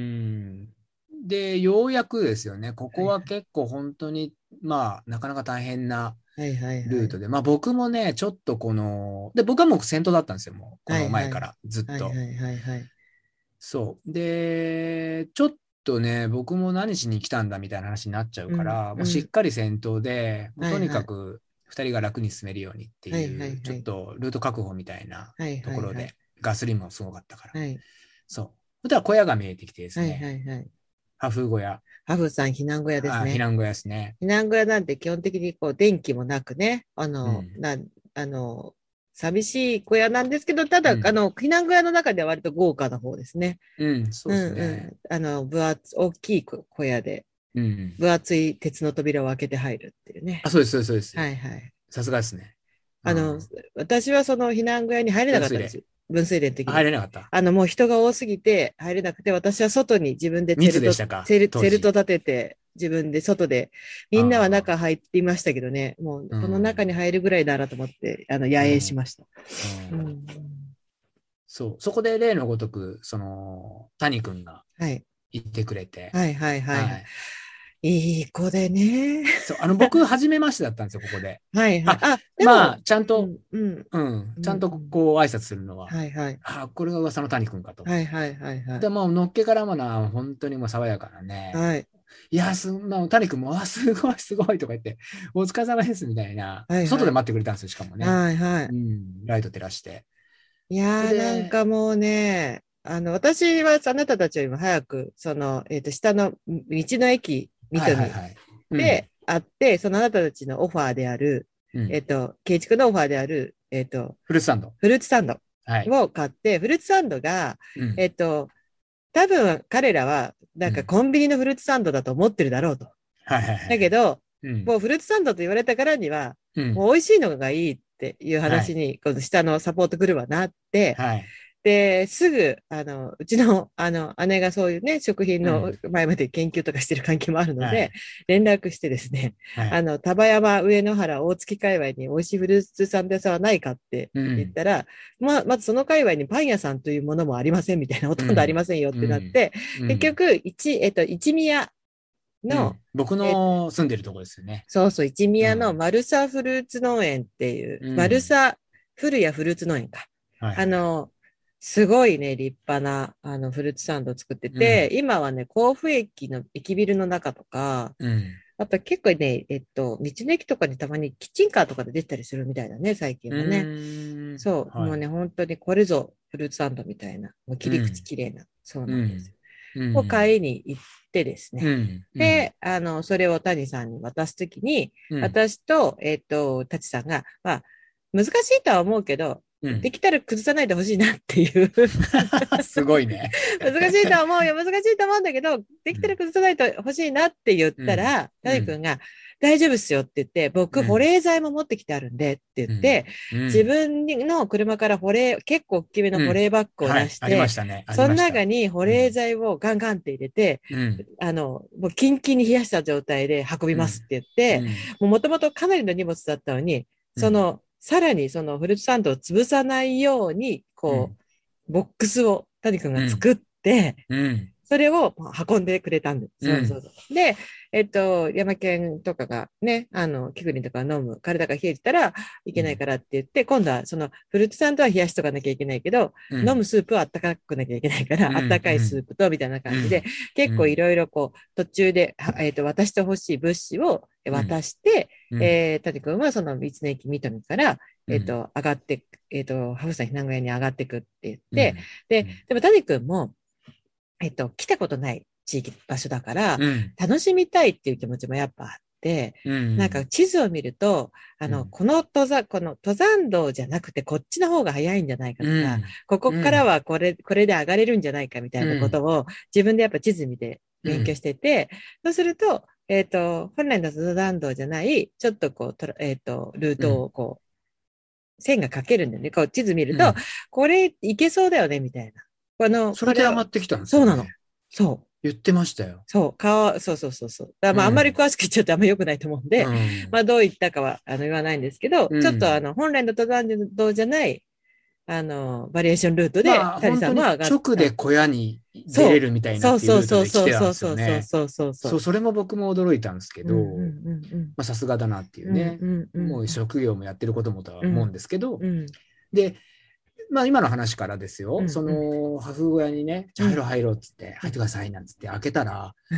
で、ようやくですよね。ここはいは結構本当に、まあ、なかなか大変なはいはいはい。 ルートで、まあ僕もね、ちょっとこの、で、僕はもう先頭だったんですよ、もう、こはいはい。 の前からずっと。 はいはいはいはい。 そう。で、ちょっとね、僕も何しに来たんだみたいな話になっちゃううん、 から、もうしっうん。 かり先頭で、もうとにはいはい。 かくふたりが楽に進めるようにってはいはいう、ちょっいはい。 とルート確保みたいなはいはいはい。 ところで、ガスリもすごかったから。 はい。 そう。そしたら小屋が見えてきてですはいはね、 いはい。 破風小屋、 ハフさん避難小屋ですあ、避ね。 難小屋ですね。 避難小屋なんて基本的にこう電気もなくね、あの、 うん。 な、あの、寂しい小屋なんですけど、ただ、あうん。 の、避難小屋の中では割と豪華な方ですね。 うん、そううんですね。 うん。あの、分厚、大きい小小屋で、 うん。 分厚い鉄の扉を開けて入るっていうあ、 ね。 そうです、そうです、そうです。 はいはい。 さすがですね。うあの、 ん。 私はその避難小屋に入れな分水嶺。 かったんですよ。分水嶺のあ、 時に。 入れなかった。 あの、もう人が多すぎて入れなくて、私は外に自分でツェルト、 密でしたか、 ツェル、ツ当時。 ェルト立てて、自分で外で、みんなはあ中入りましたけどね、もうあ、うこの中にん。 入るぐらいならと思って、あの、野うん。 営しました。 うん。 うん。 そう。そこで例のごとく、その、谷君がはい。 いてくれて、 はいはいはいはい。 はい。 いい子でね。 そう。あの、僕、初めましてだったんですよ、ここで。 はいはい。 あ、 あ、でも、 まあ、ちゃんと、 うん、うん、 うん。 うん、 ちゃんとうん。 こう、挨拶するのは、 はいはい。 あ、これが噂の谷君かと思って。 はいはいはいはい。 で、もう、のっけからもな、本当にもう爽やかなね。 はい。 いや、すんな、谷君も、あ、すごい、すごいとか言って、お疲れ様です、みたいな。 はいはい。 外で待ってくれたんですよ、しかもね。 はいはい。 うん。ライト照らして。 いやー、なんで、 かもうね、あの、私はあなたたちよりも早く、その、えっと、下の道の駅、水はい戸に、 はいはい。うん。 で、会って、そのあなたたちのオファーである、 うん。 えっと、慶畜のオファーである、えっと、 フルーツサンド。 フルーツサンドはい。 を買って、フルーツサンドが、 うん。 えっと、多分彼らは、なんかうん。 コンビニのフルーツサンドだと思ってるだろうと。 はいはいはいはい。 だけど、 うん。 もうフルーツサンドと言われたからには、 うん。 もう美味しいのがいいっていうはい。 話に、この下のサポート来るわなって、 はい。 で、すぐ、あの、うちの、あの、姉がそういうね、食品のうん。 前まで研究とかしてる関係もあるので、 はい。 連絡してですね、 はい。 あの、丹波山、上野原、大月界隈に美味しいフルーツサンド屋さんはないかってうん。 言ったら、まあ、まずその界隈にパン屋さんというものもありませんみたいな、ほとんどありうん。 ませんよってなっうん。 て、 うん。 結局、一、えっと、一宮の、 うん。僕えの住んでるとこですよね。 そうそう、一宮のうん。 マルサフルーツ農園っていう、 うん。 マルサ古谷フルーツ農園か。 はいはいはい。 あの、すごいね、立派な、あの、フルーツサンドを作ってて、 うん。 今はね、甲府駅の駅ビルの中とか、 うん。 あと結構ね、えっと、道の駅とかにたまにキッチンカーとかで出たりするみたいだね、最近はね。そう、 はい、 もうね、本当にこれぞフルーツサンドみたいな、もう切り口きれいな、そうなんですよ。 うん、 を買いに行ってですね。 うん、 で、あの、それを谷さんに渡すときに、 うん、 私と、えっと、舘さんが、まあ、難しいとは思うけど、 うん、 できたら崩さないでほしいなっていうすごいね。 難しいとは思うよ、難しいと思うんだけど、できたら崩さないとほしいなって言ったら、谷、うん、君が、大丈夫っすよって言って、僕、保冷剤も持ってきてあるんでって言って、うんうん、自分の車から保冷、結構大きめの保冷バッグを出して、うんはいね、その中に保冷剤をガンガンって入れて、うん、あの、もうキンキンに冷やした状態で運びますって言って、もともとかなりの荷物だったのに、その、さらにそのフルーツサンドを潰さないように、こう、ボックスを谷君が作って、それを運んでくれたんです。そうそうそう。で、えっと、山県とかがね、あの、キクリンとか飲む、体が冷えてたらいけないからって言って、うん、今度はそのフルーツサンドは冷やしとかなきゃいけないけど、うん、飲むスープはあったかくなきゃいけないから、うん、あったかいスープと、みたいな感じで、うん、結構いろいろこう、途中で、えっと、渡してほしい物資を渡して、うん、えー、谷君はその道の駅三富から、えっと、上がって、えっと、ハフさん避難小屋に上がってくって言って、で、でも谷君も、えっと、来たことない地域、場所だから、うん、楽しみたいっていう気持ちもやっぱあって、うん、なんか地図を見ると、あの、うん、この登山、この登山道じゃなくてこっちの方が早いんじゃないかとか、うん、ここからはこれ、これで上がれるんじゃないかみたいなことを自分でやっぱ地図見て勉強してて、そうすると、えっと、本来の登山道じゃない、ちょっとこう、えっと、ルートをこう、線が書けるんだよね。こう地図見ると、これ行けそうだよね、みたいな。 この、それで上がってきたんですよ、 ね。そうなの。そう。 言ってましたよ。 そう。顔、そうそうそうそう。だまあ、うん、あんまり詳しく言っちゃうとあんまり良くないと思うんで、うん、まあ、どう言ったかは、あの、言わないんですけど、うん、ちょっとあの、本来の登山道じゃない、あの、バリエーションルートで、谷さんも上がった。 直で小屋に出れるみたいなっていうルートで来てたんですよね。 そうそうそう。 そう、それも僕も驚いたんですけど、まあ、さすがだなっていうね。もう職業もやってることもとは思うんですけど、で、まあ今の話からですよ、うんうん、その、ハフ小屋にね、じゃあ入ろう入ろうっつって、うん、入ってくださいなんつって開けたら、うん、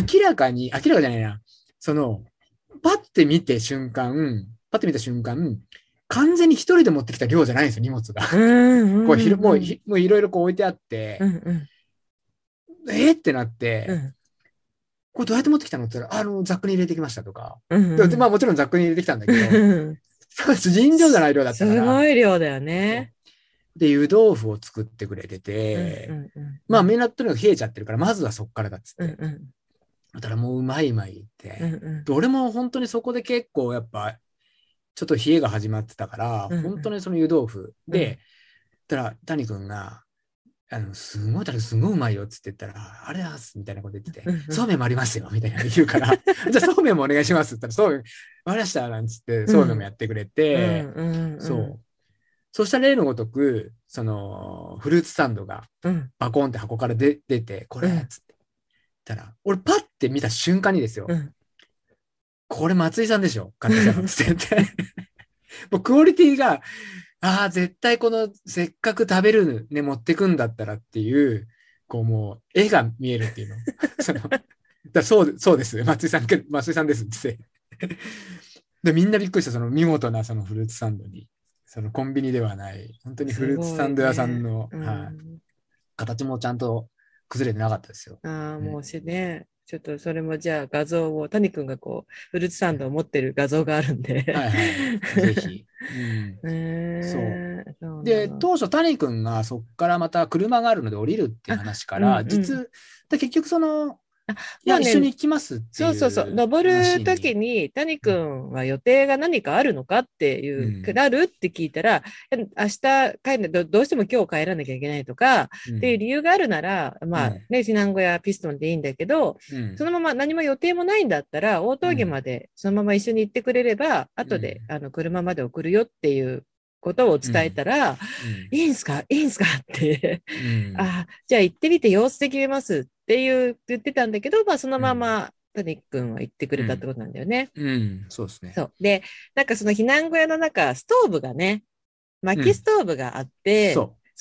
明らかに、明らかじゃないな、その、パッて見て瞬間、パッて見た瞬間、完全に一人で持ってきた量じゃないんですよ、荷物が。うんうんうん、こうひもうひもういろいろこう置いてあって、うんうん、えー、ってなって、うん、これどうやって持ってきたのって言ったら、あの、ザックに入れてきましたとか。うんうん、まあもちろんザックに入れてきたんだけど、尋常じゃない量だったから。 すごい量だよね。 で、湯豆腐を作ってくれてて、うんうんうん、まあみんなとにかく冷えちゃってるから、まずはそっからだっつって。うんうん、だからもううまいうまいって、うんうん。俺も本当にそこで結構やっぱ、ちょっと冷えが始まってたから、うんうん、本当にその湯豆腐で、うん、たら谷君が、あの、すごい、すごいうまいよっつって言ったら、あれだすみたいなこと言ってて、うんうん、そうめんもありますよみたいな言うから、じゃあそうめんもお願いしますって言ったら、そうめん、わかりましたなんつって、そうめんもやってくれて、うんうんうん、そう。そしたら例のごとく、その、フルーツサンドが、バコンって箱から出て、これっつって。たら、俺パッて見た瞬間にですよ、うん、これ松井さんでしょ買ってきたのって言って。もうクオリティが、ああ、絶対この、せっかく食べるね、持ってくんだったらっていう、こうもう、絵が見えるっていうの。そのだそう、そうです。松井さん、松井さんですって言って。で、みんなびっくりした、その見事なそのフルーツサンドに。そのコンビニではない、本当にフルーツサンド屋さんの、ね、うん、はい、形もちゃんと崩れてなかったですよ。 ああ、もうしね、ちょっとそれもじゃあ画像を、谷君がこう、フルーツサンドを持ってる画像があるんで。 はいはい。ぜひ。うん、えー、そう。そうで、当初谷君がそこからまた車があるので降りるっていう話から、うんうん、実、結局その、いや、まあね、一緒に行きますっていう。 そうそうそう。登るときに、谷君は予定が何かあるのかっていう、うん、なるって聞いたら、明日帰るど、どうしても今日帰らなきゃいけないとか、うん、っていう理由があるなら、まあね、うん、避難小屋ピストンでいいんだけど、うん、そのまま何も予定もないんだったら、大峠までそのまま一緒に行ってくれれば、後で、あの、車まで送るよっていうことを伝えたら、うん、いいんすかいいんすかって、うん、あ、じゃあ行ってみて様子で決めますっていう言ってたんだけど、まあそのまま谷君は言ってくれたってことなんだよね。 うん、うん、そうですね。 そう。で、なんかその避難小屋の中、ストーブがね、薪ストーブがあって、うん、そう。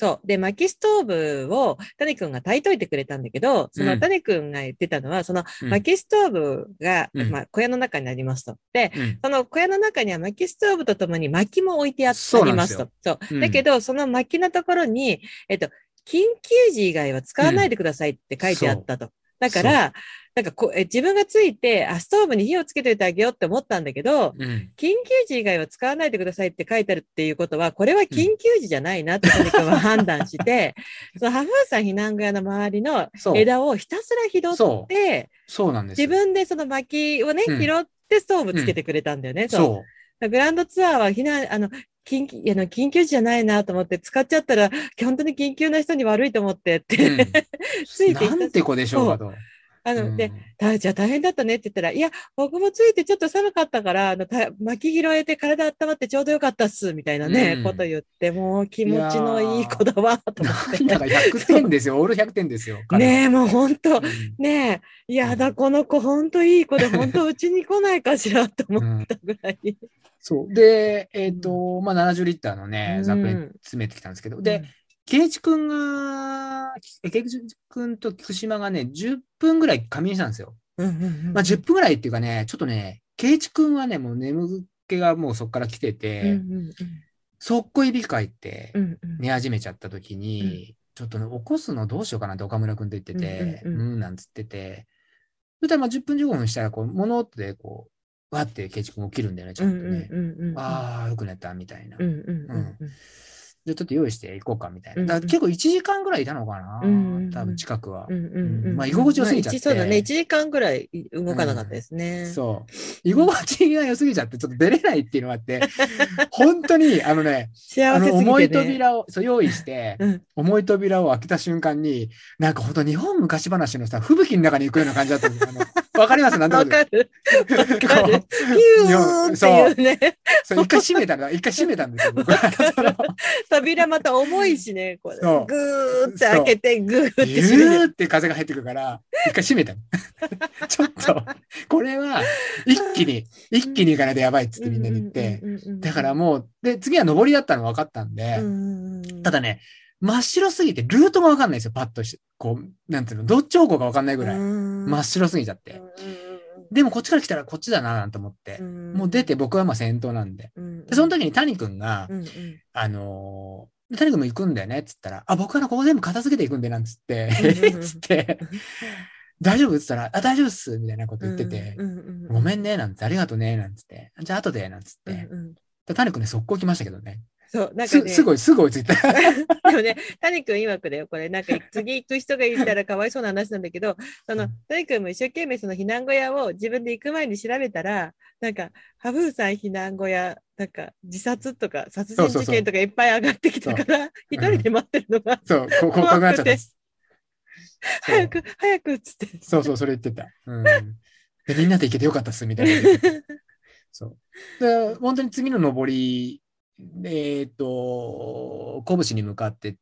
そう。で、薪ストーブを谷くんが炊いといてくれたんだけど、その谷くんが言ってたのは、その薪ストーブが、 うん、 まあ、小屋の中にありますと。で、 うん、 その小屋の中には薪ストーブとともに薪も置いてありますと。そう。 うん、 だけど、その薪のところに、えっと、緊急時以外は使わないでくださいって書いてあったと。うん、だから、なんかこえ自分がついて、あ、ストーブに火をつけといてあげようって思ったんだけど、うん、緊急時以外は使わないでくださいって書いてあるっていうことは、これは緊急時じゃないなって谷君は判断して、そのハフーさん避難小屋の周りの枝をひたすら拾って、 そうなんです。 自分でその薪をね、うん、拾ってストーブつけてくれたんだよね。うん、そう。そうグランドツアーは避難、あの、緊急、あの、緊急時じゃないなと思って、使っちゃったら、本当に緊急な人に悪いと思ってって、うん、 ついていた。なんて子でしょうかと。 あの、うん、で、じゃあ大変だったねって言ったら、いや、僕もついてちょっと寒かったから、あの、巻き拾えて体温まってちょうどよかったっす、みたいなね、うん、こと言って、もう気持ちのいい子だわ、と思って。 だからひゃくてんですよ、オールひゃくてんですよ。 ねえ、もう本当、うん、ねえ、いやだ、この子本当いい子で、本当うちに来ないかしら、と思ったぐらい。うん、 そう。で、えっ、ー、と、まあ、ななじゅうリッターのね、ザップに詰めてきたんですけど、で、ケイチくんが、ケイチくんと福島がね、じゅっぷんぐらい仮眠したんですよ。 うんうんうん、 まあ、じゅっぷんぐらいっていうかね、ちょっとね、ケイチくんはね、もう眠気がもうそこから来てて、うんうんうん、速攻いびきかいって寝始めちゃった時に、うんうん、ちょっとね、起こすのどうしようかなって岡村くんと言ってて、うん、うんうん、なんつってて、そしたらまあじゅっぷんじゅうごふんしたら、こう、物音でこう、わってケイチくん起きるんだよね、ちゃんとね。ああ、よく寝た、みたいな。うんうんうんうんじゃあちょっと用意していこうかみたいな。だから結構いちじかんぐらいいたのかな、うんうん、多分近くは。うんうんうん、まあ居心地良すぎちゃって、まあ、 そうだね。いちじかんぐらい動かなかったですね。 うん、そう。居心地が良すぎちゃって、ちょっと出れないっていうのがあって、本当に、あのね、 幸せすぎてね、 あの重い扉をそう用意して、うん、重い扉を開けた瞬間に、なんか本当日本昔話のさ、吹雪の中に行くような感じだったんですよ。わかりますなんとなく。 わかる。わかる。ピューっていうね。 そう、一回閉めたんだ。一回閉めたんですよ。 扉また重いしね、これ。ぐーって開けて、ぐーって閉めて。ぐーって風が入ってくるから、一回閉めたの。ちょっと、これは、一気に、一気に行かないとやばいっつってみんなに言って。だからもう、で、次は上りだったの分かったんで、ただね、真っ白すぎて、ルートが分かんないですよ、パッとして。こう、なんていうの、どっち方向か分かんないぐらい。真っ白すぎちゃって。でもこっちから来たらこっちだなと思って、もう出て僕はまあ先頭なんで。で、その時に谷くんが、あのー、谷くんも行くんだよねっつったら、あ、僕はここ全部片付けていくんでなんつって、えっつって、大丈夫っつったら、あ、大丈夫っすみたいなこと言ってて、ごめんねなんつって、ありがとうねなんつって、じゃあ後でなんつって。谷くんね、速攻来ましたけどね。 そう、なんかね。 す、すごい、すごいついた。 でもね、谷くん曰くだよ、これ、なんか次行く人がいたらかわいそうな話なんだけど、その、谷くんも一生懸命その避難小屋を自分で行く前に調べたら、なんか、ハブーさん避難小屋、なんか自殺とか殺人事件とかいっぱい上がってきたから、一人で待ってるのが、 そう、ここ怖くなっちゃった。 早く、早くっつって。 そうそう、それ言ってた。うん。で、みんなで行けてよかったっす、みたいな。そう。で、本当に次の登り、えっ、ー、と、拳に向かってって、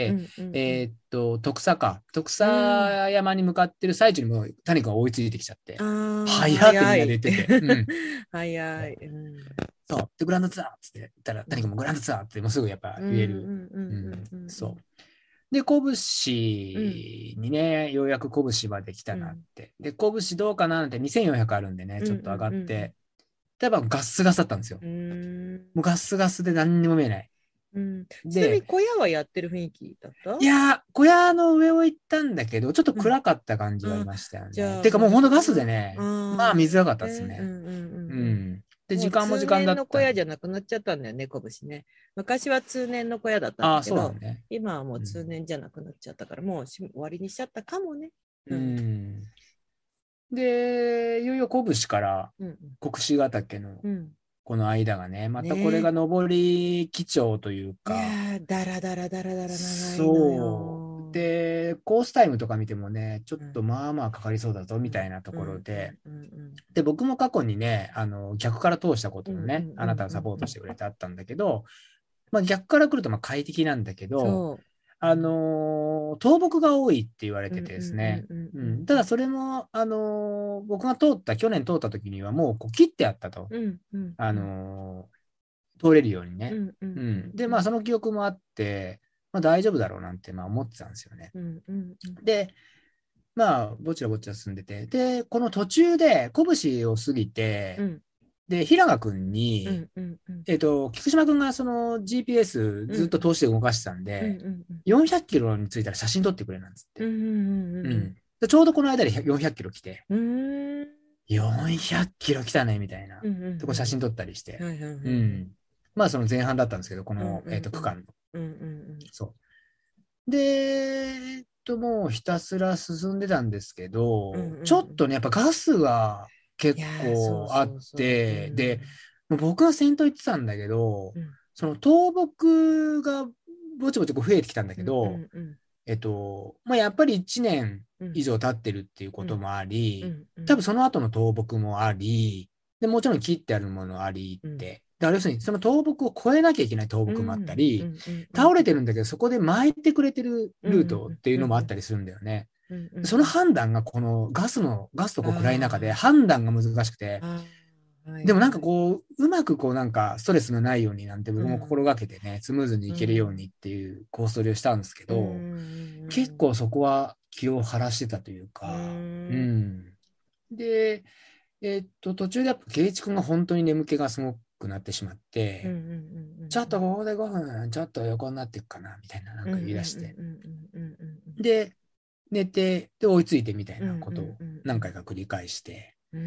うんうんうん、えっ、ー、と、徳佐か。徳佐山に向かってる最中にも谷君が追いついてきちゃって。うん、早ってみんなで言ってて。うん、 早い。うん、 そう。で、グランドツアーっつって言ったら、谷君もグランドツアーってもうすぐやっぱ言える。そう。で、拳にね、ようやく拳まで来たなって。うん、で、拳どうかななんてにせんよんひゃくあるんでね、ちょっと上がって。うんうんうん多分ガッスガスだったんですよ。うんもうガスガスで何にも見えない。 うん、ちなみに小屋はやってる雰囲気だったいや小屋の上を行ったんだけど、ちょっと暗かった感じがありましたよね。うん、てかもうほんとガスでね、まあ水がかったですね。うんうんうん、で、時間も時間だった。通年の小屋じゃなくなっちゃったんだよね、拳ね。昔は通年の小屋だったんだけど、ね、今はもう通年じゃなくなっちゃったから、うん、もう終わりにしちゃったかもね。 うん、うんで、いよいよ拳から国士ヶ岳のこの間がね、またこれが上り基調というか。 いやー、だらだらだらだら長いのよ。 そう。で、コースタイムとか見てもね、ちょっとまあまあかかりそうだぞみたいなところで。で、僕も過去にね、あの逆から通したことのね、あなたがサポートしてくれてあったんだけど、まあ逆から来るとまあ快適なんだけど、あのー、倒木が多いって言われててですね。ただそれも、あのー、僕が通った、去年通った時にはもうこう切ってあったと。うんうん、あのー、通れるようにね。うんうんうん、で、まあその記憶もあって、 まあ、大丈夫だろうなんてまあ思ってたんですよね。 うんうんうん、 で、まあ、ぼちらぼちら進んでて、で、この途中で拳を過ぎて、 うん、 で、平賀くんに、 うんうんうん、 えっと、菊島くんがその ジーピーエス ずっと通して動かしてたんで、 うんうんうん、 よんひゃくキロに着いたら写真撮ってくれなんつって。 うんうんうん、 でちょうどこの間でよんひゃくキロ来て、 うん、 よんひゃくキロ来たねみたいな。 うんうんうん、 で、こう写真撮ったりして、 はいはいはい、 うん。まあ、その前半だったんですけど、この、 うんうんうん、 えっと、区間の。 うんうんうん、 そう。で、えっと、もうひたすら進んでたんですけど、 うんうんうん、 ちょっとね、やっぱガスが結いやー、そう構あっそうそう、 て、 うん、 で、もう僕は先頭行ってたんだけど、 うんその倒木がぼちぼちこう増えてきたんだけうんうど、 んうんえっと、まあ、やっぱりいちねんうん以上経ってるっていうこともあり、 うんうん、 多分その後の倒木もあり、で、もちろん切ってあるものありうん、 って、だから要するにその倒木を越えなきゃいけない倒木もあったり、 うんうんうん、 倒れてるんだけど、そこで巻いてくれてるルートっていうのもあったり、 りするんだよね。 うんうん、 その判断がこのガスの、ガスとこう暗い中であ判断が難しくて、 ー、はいでもなんかはい、 こう、うまくこうなんかストレスのないようになんて僕も心がけてね、スムーズにいけるようにっていうコース取りをしたんですけうんうど、 ん、 結構そこは気を晴らしてたといううか、うん、 ん。で、えーっと、途中でやっぱ圭一君が本当に眠気がすごくなってしまっうんうて、 んうん、 ちょっとここでごふん、ちょっと横になっていくかな、みたいななんか言い出して。 うんうんうんうん、 で、寝て、で、追いついてみたいうんなことをうん何回か繰り返して、 うん、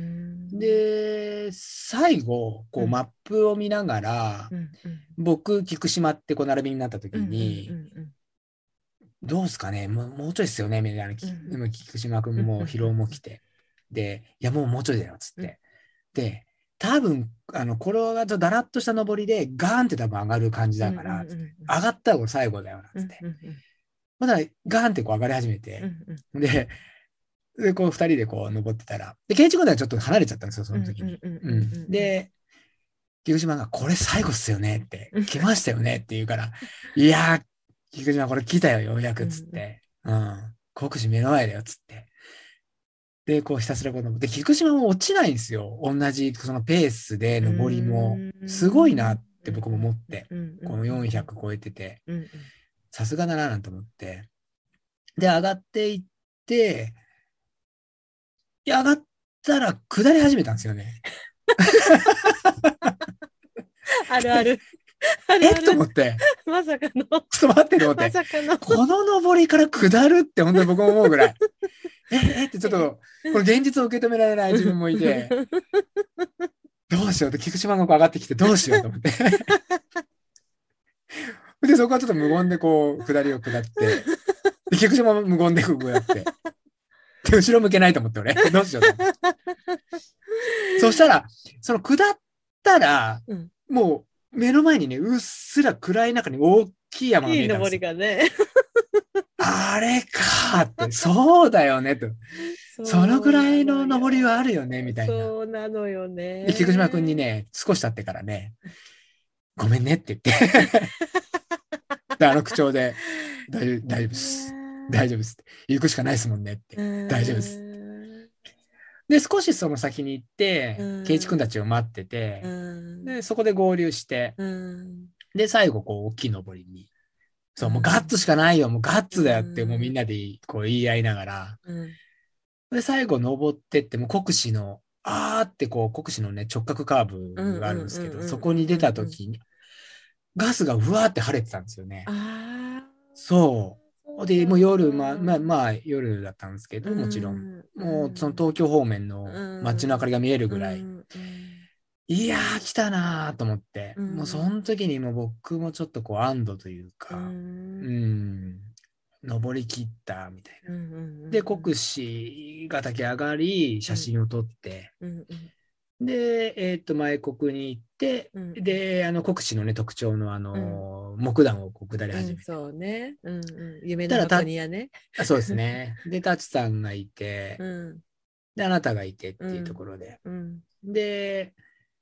で、最後、こう、マップを見ながら、 うんうん僕、菊島ってこう並びになった時うんうんに、 うんどうすかねもうもうちょいですよねみたいな。きうんでも菊島君も疲労も来て。で、いや、もうもうちょいだよ、つって。で、多分、あの、これはちょっとだらっとした登りで、ガーンって多分上がる感じだから、つって上がったらこれ最後だよな、つって。まだガーンってこう上がり始めて。で、で、こう二人でこう登ってたら、で、ケイチ君とはちょっと離れちゃったんですよ、その時に。うん。で、菊島が、これ最後っすよねって、来ましたよねって言うから、いやー、菊島これ来たよ、ようやく、つって。うん。国士目の前だよ、つって。で、こうひたすらこう登って、菊島も落ちないんですよ。同じそのペースで登りも。すごいなって僕も思って。このよんひゃく超えてて。さすがだななんて思って。で、上がっていって、いや、上がったら下り始めたんですよね。 あるある。 えっと思って。 まさかの。ちょっと待ってと思って。まさかの。この登りから下るって本当に僕も思うぐらい。ええってちょっと、この現実を受け止められない自分もいて、どうしようって菊島が上がってきてどうしようと思って。で、そこはちょっと無言でこう、下りを下って、で菊島も無言でこうやって。で、後ろ向けないと思って俺、どうしようと思って。そしたら、その下ったら、うん、もう目の前にね、うっすら暗い中に大きい山が見えたんですよ。いい登りがね。あれかって、そうだよねと。そのぐらいの登りはあるよね、みたいな。 そうなのよね。 で、菊島くんにね、少し経ってからね、ごめんねって言って。で、あの口調で、大丈夫、大丈夫です。大丈夫です。行くしかないですもんねって。大丈夫です。で、少しその先に行って、圭一くんたちを待ってて、で、そこで合流して、で、最後、こう、大きい登りに。そう、もうガッツしかないよ、もうガッツだよって、もうみんなでこう言い合いながら。で、最後登ってって、もう国士の、あーってこう、国士のね、直角カーブがあるんですけど、そこに出た時に、ガスがうわーって晴れてたんですよね。そう。で、もう夜、まあ、まあ、まあ、夜だったんですけど、もちろん。もう、その東京方面の街の明かりが見えるぐらい。いやー、来たなーと思って。もう、その時にもう僕もちょっとこう、安堵というか、うん、登り切ったみたいな。で、国士が岳上がり、写真を撮って、で、えっと、前国に行って、うん、で、あの、国士のね、特徴のあの、うん、木段をこう下り始めて、うん。 そうね。うんうん。夢の箱庭ね。 あそうですね。で、タチさんがいて、うん、で、あなたがいてっていうところで。うん、で、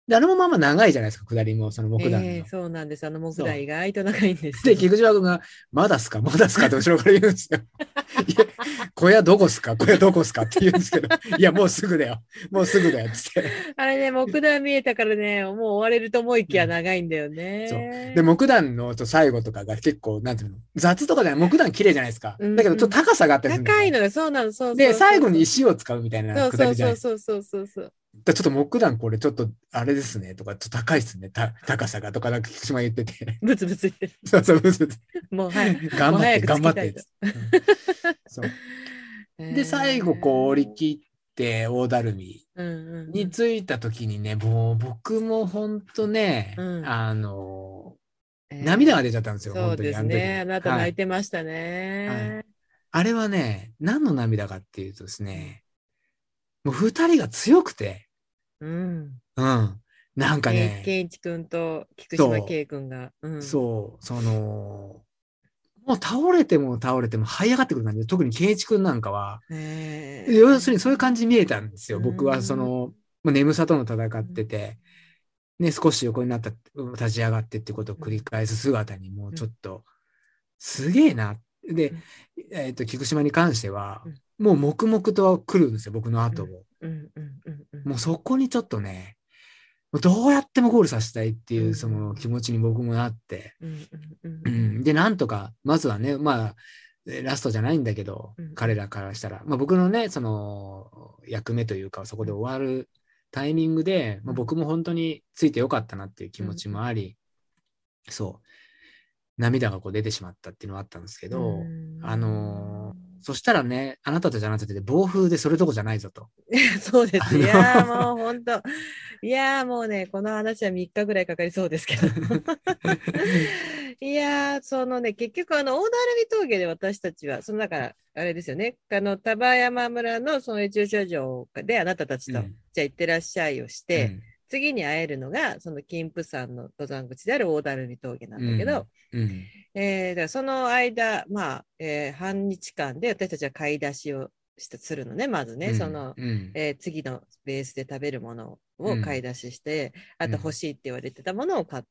で、あれもまあまあ長いじゃないですか、下りも、その木段の。 えー、そうなんです。あの木段意外と長いんですで、菊島君が、まだすかまだすかって後ろから言うんですよ。いや、小屋どこすか小屋どこすかって言うんですけど、いや、もうすぐだよ。もうすぐだよ。つって。 あれね、木段見えたからね、もう終われると思いきや長いんだよね、そう。 ね。 で、木段の最後とかが結構、なんていうの、雑とかじゃない、木段綺麗じゃないですか。だけど、ちょっと高さがあったりするんですよ。 高いのよ、そうなの、そうそうそう。 で、最後に石を使うみたいなそうそうくだりじゃないそうそうそうそう。 ちょっと木段これちょっとあれですねとか、ちょっと高いですね、た高さがとか、なんか菊島言ってて。 ブツブツ言ってる。 そうそう、ブツブツ。 もう、はい。 頑張って、頑張って。うん、そう。で、最後こう降り切って大だるみに着いた時にね、もう僕も本当ね、うん、あの、えー、涙が出ちゃったんですよ、 そうですね。あなた泣いてましたね、 はいはい。あれはね、何の涙かっていうとですね、もう二人が強くて、 うん。 うん。なんかね。 健一くんと菊島圭くんが。 そう、うん、そう、その、もう倒れても倒れても這い上がってくる感じで、特に健一くんなんかは、要するにそういう感じに見えたんですよ。僕はその、眠さとの戦ってて、ね、少し横になった、立ち上がってってことを繰り返す姿にもうちょっと、すげえな。で、えっと、菊島に関しては、もう黙々と来るんですよ、僕の後も。もうそこにちょっとね、どうやってもゴールさせたいっていうその気持ちに僕もなって、で、なんとか、まずはね、まあ、ラストじゃないんだけど、うん、彼らからしたら、まあ、僕のね、その役目というか、そこで終わるタイミングで、まあ、僕も本当についてよかったなっていう気持ちもあり、うん、そう、涙がこう出てしまったっていうのはあったんですけど、あのー、そしたらね、あなたとじゃなくて、暴風でそれどころじゃないぞと。 そうです。いやもう本当、いやもうね、この話はみっかぐらいかかりそうですけど。いやそのね、結局、あの、大鳴海峠で私たちは、その、だから、あれですよね、あの、丹波山村のその駐車場であなたたちと、うん、じゃあ行ってらっしゃいをして、うん、次に会えるのが、その金峰山の登山口である大鳴海峠なんだけど、うんうんえー、だからその間、まあ、えー、半日間で私たちは買い出しをしてするのね、まずね、うん、その、うんえー、次のベースで食べるものを買い出しして、うん、あと欲しいって言われてたものを買って、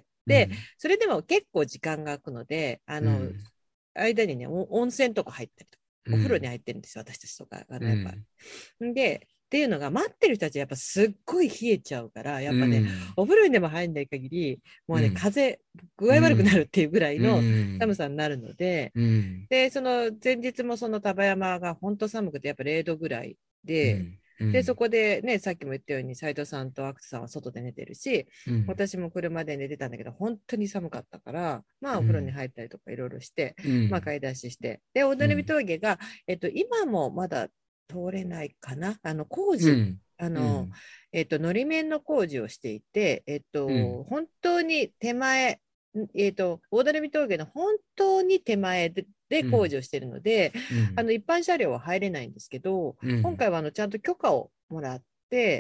で、うん、それでも結構時間が空くので、あの、うん、間にね、温泉とか入ったりとか、お風呂に入ってるんですよ、うん、私たちとか。あのやっぱ、うん、で、っていうのが待ってる人たちはやっぱすっごい冷えちゃうから、やっぱね、うん、お風呂にでも入んない限り、もうね、うん、風、具合悪くなるっていうぐらいの寒さになるので、うん、で、その前日もその丹波山が本当寒くてやっぱれいどぐらいで、で、そこでね、さっきも言ったように、斉藤さんとアクトさんは外で寝てるし、うん、私も車で寝てたんだけど、本当に寒かったから、まあ、お風呂に入ったりとかいろいろして、うん、まあ、買い出しして。で、大鳴海峠が、えっと、今もまだ通れないかな。あの、工事、うん、あの、うん、えっと、のり面の工事をしていて、えっと、本当に手前、えっと、大鳴海峠の本当に手前で、で工事をしているので、うん、あの一般車両は入れないんですけど、うん、今回はあのちゃんと許可をもらって、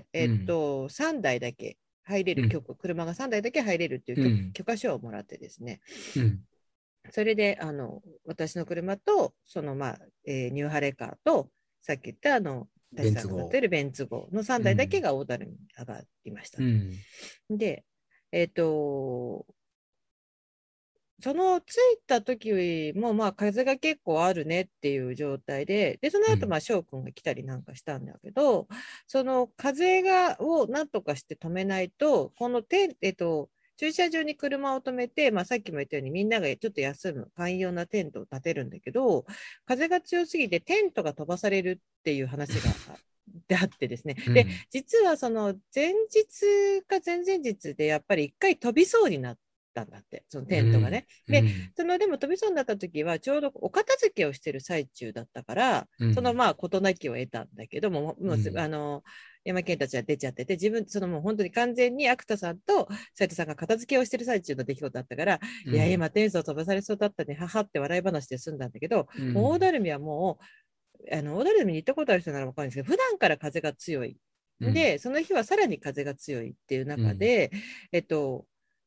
えっと、うん、さんだいだけ入れる許可、車がさんだいだけ入れるっていう許,、うん、許可証をもらってですね、うん、それであの私の車とその、まあえー、ニューハレーカーとさっき言ったあの私さんが乗っているベンツ号のさんだいだけが大樽に上がりました。で、えっとその着いた時も、まあ、風が結構あるねっていう状態で、で、その後、まあ、翔くんが来たりなんかしたんだけど、うん、その風が、をなんとかして止めないと、このテン、えっと、駐車場に車を止めて、まあ、さっきも言ったようにみんながちょっと休む簡易用なテントを立てるんだけど、風が強すぎてテントが飛ばされるっていう話がであってですね、うん、で、実はその前日か前々日でやっぱり一回飛びそうになって、たんだってそのテントがね、うん、で、うん、そのでも飛びそうになった時はちょうどお片付けをしてる最中だったから、うん、そのまあ事なきを得たんだけども、もう、うん、あの山県たちは出ちゃってて、自分そのもう本当に完全にアクタさんと斉藤さんが片付けをしてる最中の出来事だったから、うん、いや今テント飛ばされそうだったね、母って笑い話で済んだんだけど、うん、もう大鳴海はもうあの大鳴海に行ったことある人なら分かるんですけど、普段から風が強いで、うん、その日はさらに風が強いっていう中で、うん、えっと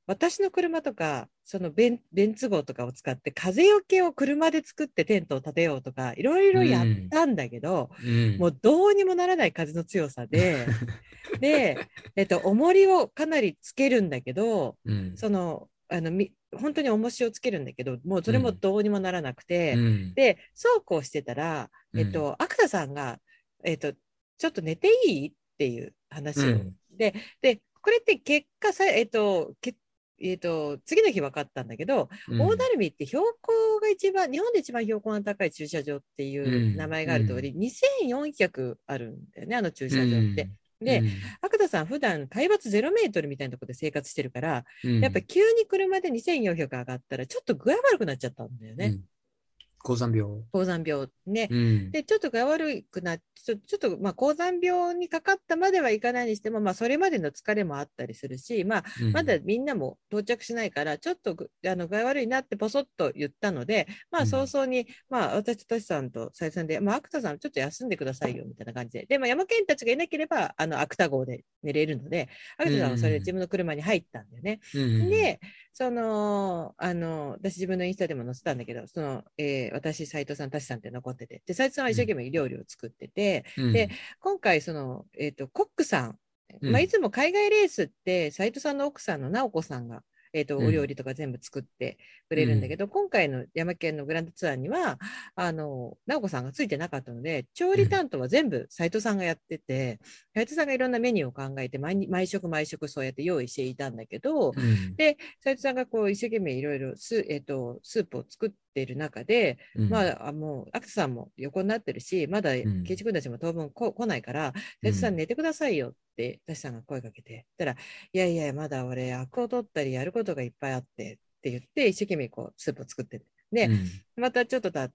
私の車とか、そのベン、ベンツ号とかを使って風よけを車で作ってテントを建てようとか、いろいろやったんだけど、うん、もうどうにもならない風の強さで、で、えっと、重りをかなりつけるんだけど、うん、その、あの、み、本当に重しをつけるんだけど、もうそれもどうにもならなくて、うん、で、そうこうしてたら、えっと、アクタさんが、えっと、ちょっと寝ていいっていう話を、うん、で、で、これって結果さ、えっと、けえっと、次の日分かったんだけど、うん、大鳴海って標高が一番、日本で一番標高が高い駐車場っていう名前がある通り、うん、にせんよんひゃくあるんだよね、あの駐車場って。うん、で、アクタさん普段海抜ゼロメートルみたいなところで生活してるから、うん、やっぱ急に車でにせんよんひゃく上がったらちょっと具合悪くなっちゃったんだよね。うん高山病。 高山病ね、うん。で、ちょっとが悪くなって、ちょっと、まあ、高山病にかかったまではいかないにしても、まあ、それまでの疲れもあったりするし、まあ、うん、まだみんなも到着しないから、ちょっと、あの、具合悪いなってポソッと言ったので、まあ、早々に、うん、まあ、私とトシさんとサイさんで、まあ、アクタさんちょっと休んでくださいよ、みたいな感じで。で、まあ、山県たちがいなければ、あの、アクタ号で寝れるので、アクタさんはそれで自分の車に入ったんだよね。うん、で、その、あの、私自分のインスタでも載せたんだけど、その、えー、私、斉藤さん、タシさんって残ってて、で、斉藤さんは一生懸命料理を作ってて、うん、で、今回、その、えっと、コックさん、うん、まあ、いつも海外レースって、斉藤さんの奥さんの直子さんが、えっと、お料理とか全部作ってくれるんだけど、うん、今回の山県のグランドツアーには、あの、直子さんがついてなかったので、調理担当は全部斉藤さんがやってて、斉藤さんがいろんなメニューを考えて毎、毎食毎食そうやって用意していたんだけど、うん、で、斉藤さんがこう、一生懸命いろいろス、えっと、スープを作っている中で、うん、まあ、もう、アクタさんも横になってるし、まだ、ケイチ君たちも当分こ来ないから、斉藤さん寝てくださいよって、タシさんが声かけて、たら、いやいや、まだ俺、アクを取ったりやることがいっぱいあって、って言って、一生懸命こう、スープを作ってて。で、うん、またちょっと経って、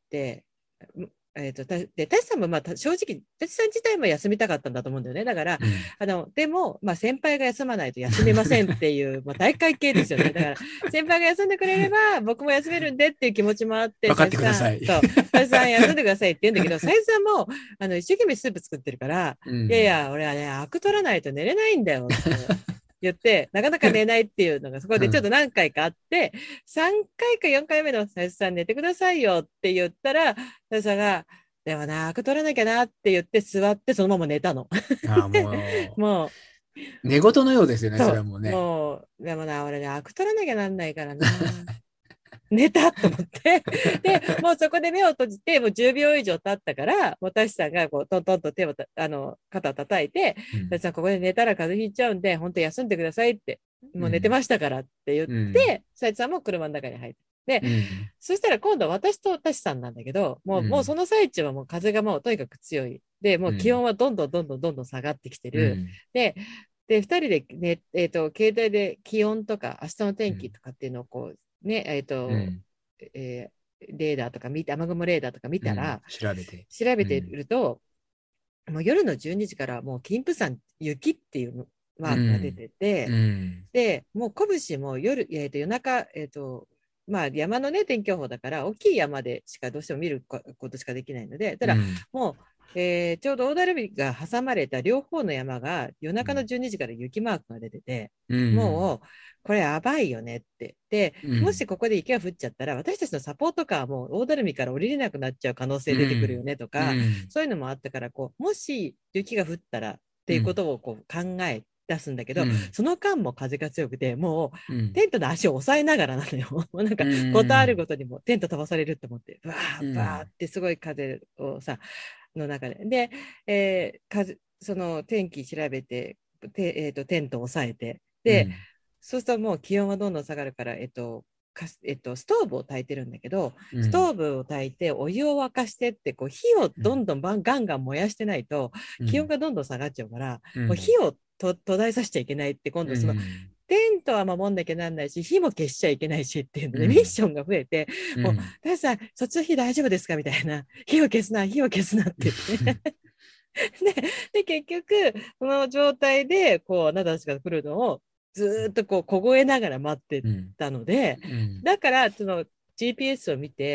えー、とでタシさんもまあ正直、タシさん自体も休みたかったんだと思うんだよね。だから、うん、あのでも、まあ、先輩が休まないと休めませんっていう、まあ大会系ですよね。だから、先輩が休んでくれれば、僕も休めるんでっていう気持ちもあって、 分かってください。 タシさん休んでくださいって言うんだけど、タシさんもあの一生懸命スープ作ってるから、うん、いやいや、俺はね、アク取らないと寝れないんだよって。言って、なかなか寝ないっていうのがそこでちょっと何回かあって、うん、さんかいかよんかいめの斉藤さん寝てくださいよって言ったら、斉藤さんが、でもな、アク取らなきゃなって言って座ってそのまま寝たの。 ああ、もう。 もう。 寝言のようですよね、それはもうね。 もう、でもな、俺ね、アク取らなきゃなんないからな。寝たと思って。で、もうそこで目を閉じて、もうじゅうびょう以上経ったから、もうタシさんがこうトントンと手をた、あの、肩を叩いて、タシさんここで寝たら風邪ひいちゃうんで、本当休んでくださいって、もう寝てましたからって言って、斉藤、うん、さんも車の中に入って。で、うん、そしたら今度私とタシさんなんだけど、もう、うん、もうその最中はもう風がもうとにかく強い。で、もう気温はどんどんどんどんどんどん下がってきてる。うん、で、で、二人でね、えっと、携帯で気温とか明日の天気とかっていうのをこう、ね、えっ、ー、と、うんえー、レーダーとか見て、雨雲レーダーとか見たら、うん、 調べて。 調べてると、うん、もう夜のじゅうにじからもう金峰山雪っていうマークが出てて、うん、で、もう拳も夜、えー、と夜中、えっ、ー、と、まあ山のね、天気予報だから、大きい山でしかどうしても見ることしかできないので、ただ、うん、もう、えー、ちょうど大鳴海が挟まれた両方の山が夜中のじゅうにじから雪マークが出てて、うん、もうこれやばいよねって。で、うん、もしここで雪が降っちゃったら私たちのサポートカーも大鳴海から降りれなくなっちゃう可能性出てくるよねとか、うん、そういうのもあったからこう、もし雪が降ったらっていうことをこう考え出すんだけど、うん、その間も風が強くて、もう、うん、テントの足を押さえながらなのよ。もうなんか、ことあるごとにもテント飛ばされると思って、バーバーってすごい風をさ、の中で。で、えー、風その天気調べて、てえー、とテントを押さえて、で、うん、そうするともう気温はどんどん下がるから、えっと、かえっと、ストーブを焚いてるんだけど、うん、ストーブを焚いてお湯を沸かしてってこう火をどんどんガンガン燃やしてないと、うん、気温がどんどん下がっちゃうから、うん、もう火をと途絶えさせちゃいけないって今度その、うん、テントは守んなきゃなんないし火も消しちゃいけないしっていうので、うん、ミッションが増えて、うん、もう大さんそっちの火大丈夫ですかみたいな、火を消すな火を消すなって言ってで, で結局その状態でこうあなたたちが来るのをずっとこう凍えながら待ってたので、うんうん、だからその ジーピーエス を見て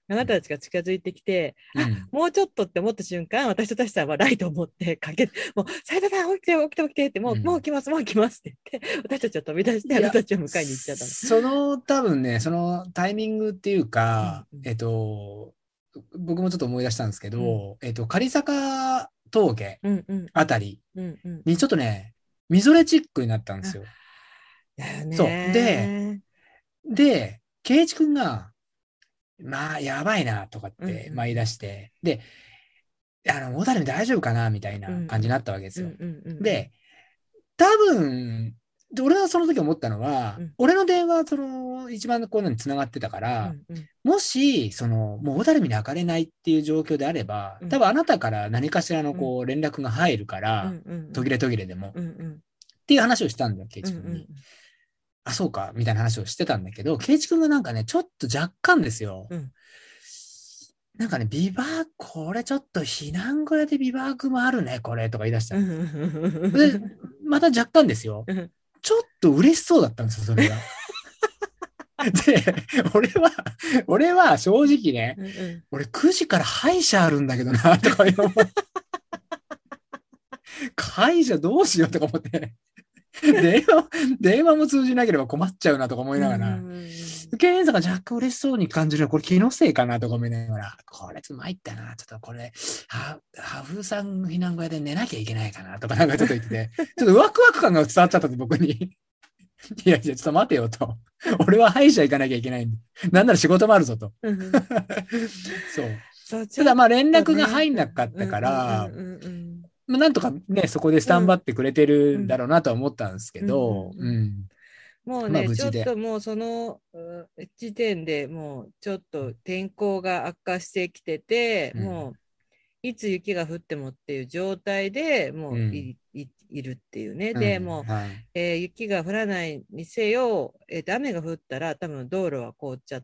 あなたたちが近づいてきて、 うん、 あ、もうちょっとって思った瞬間、私とタシさんはライトを持ってかけて、もう、斉藤さん、起きて、起きて、起きてって、もう、 うん、 もう来ます、もう来ますって言って、私たちを飛び出して、あなたたちを迎えに行っちゃったの。 その多分ね、そのタイミングっていうか、 うんうん、 えっと、僕もちょっと思い出したんですけど、 うん、 えっと、狩坂峠うんうんあたりうんうん、 にちょっとね、みぞれチックになったんですよ。 だよそう。で、 ねで、圭一君が、まあ、やばいな、とかっー。うんて、まあ言い出して、で、あの、小樽大丈夫かなみたいな感じになったわけですよ。 うんうんうんうん、 で、多分、で俺はその時思ったのは、 うん、 俺の電話、その、一番こういうのに繋がってたかうら、 んうん、 もし、その、もう小樽に明かれないっていう状況であれば、多分あなたから何かしらのこう連絡が入るから、 うんうんうん、 途切れ途切れでも、 うんうん、 っていう話をしたんだよ、ケイうんうん、 チ君に。あ、そうか、みたいな話をしてたんだけど、ケイチ君がなんかね、ちょっと若干ですよ。 うん、 なんかね、ビバーク、これちょっと避難小屋でビバークもあるね、これ、とか言い出した。で、また若干ですよ。ちょっと嬉しそうだったんですよ、それが。で、俺は、俺は正直ね、うんうん、俺くじから歯医者あるんだけどな、とか思って。歯医者どうしようとか思って。電話、電話も通じなければ困っちゃうなとか思いながら、ケンさんが若干嬉しそうに感じるのは、これ気のせいかなとか思いながら、これちょっと参ったな、ちょっとこれ、は、ハフさん避難小屋で寝なきゃいけないかなとかなんかちょっと言ってて、ちょっとワクワク感が伝わっちゃったんで、僕に。いやいや、ちょっと待てよと。俺は歯医者行かなきゃいけないんで。なんなら仕事もあるぞと。そう。ただまあ連絡が入んなかったから、なんとかね、そこでスタンバってくれてるんだろうなとは思ったんですけど、うん。 もうね、まあ、ちょっともうその時点でもうちょっと天候が悪化してきてて、うん、もういつ雪が降ってもっていう状態でもう い,、うん、い, いるっていうね。で、うん、もう、はい、えー、雪が降らないにせよ、えー、雨が降ったら多分道路は凍っちゃって、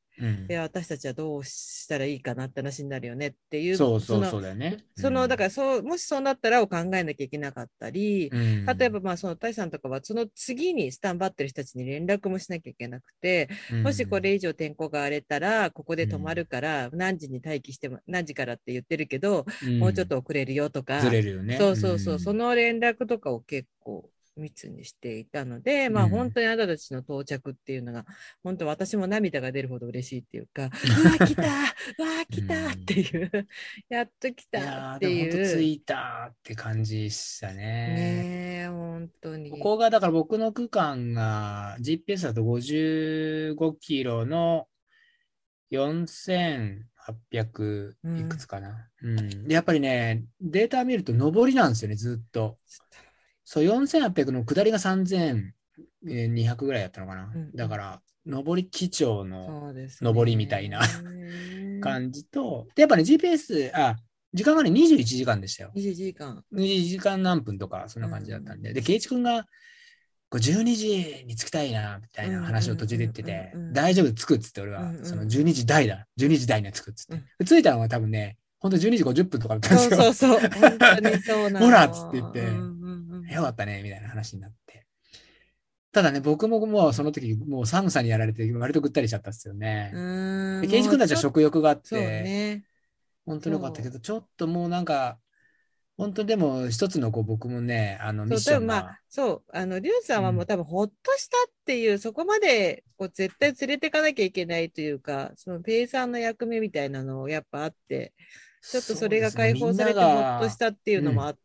うん、いや私たちはどうしたらいいかなって話になるよねっていう、 そうそうそうだよね。 うん、そのだからそうもしそうなったらを考えなきゃいけなかったり、うん、例えばまあそのタイさんとかはその次にスタンバってる人たちに連絡もしなきゃいけなくて、うん、もしこれ以上天候が荒れたらここで止まるから何時に待機しても何時からって言ってるけど、うん、もうちょっと遅れるよとか、 ずれるよね。 そうそうそう、うん、その連絡とかを結構密にしていたので、まあ本当にあなたたちの到着っていうのが、本当私も涙が出るほど嬉しいっていうか、うわ、来たうわ、来たっていう、うん、やっと来たっていう。いや、でも本当着いたって感じでしたね。 ねえ、本当に。 ここが、だから僕の区間が ジーピーエス だとごじゅうごキロのよんせんはっぴゃくいくつかな。うん。うん、でやっぱりね、データ見ると上りなんですよね、ずっと。そう、よんせんはっぴゃくの下りがさんぜんにひゃくぐらいだったのかな。うん、だから、上り基調の上りみたいな、ね、感じと、で、やっぱね、ジーピーエス、あ、時間がね、にじゅういちじかんでしたよ。 にじゅういちじかん。 にじゅういちじかん何分とか、そんな感じだったんで。うん、で、ケイチ君が、じゅうにじに着きたいな、みたいな話を途中で言ってて、大丈夫、着くっつって、俺は、そのじゅうにじ台だ、じゅうにじ台には着くっつって。うん、着いたのは多分ね、本当じゅうにじごじゅっぷんとかだったんですよ。 そうそうそう、本当にそうなの。 ほらっつって言って、よかったね、みたいな話になって。ただね、僕ももうその時、もう寒さにやられて、割とぐったりしちゃったっすよね。で、ケイジ君たちは食欲があって、ね、本当によかったけど、ちょっともうなんか、本当でも一つのこう僕もね、あのミッションが。 まあ、そう、あの、リュウさんはもう多分ほっとしたっていう、うん、そこまでこう絶対連れていかなきゃいけないというか、そのペイさんの役目みたいなのをやっぱあって、ちょっとそれが解放されてほっとしたっていうのもあって、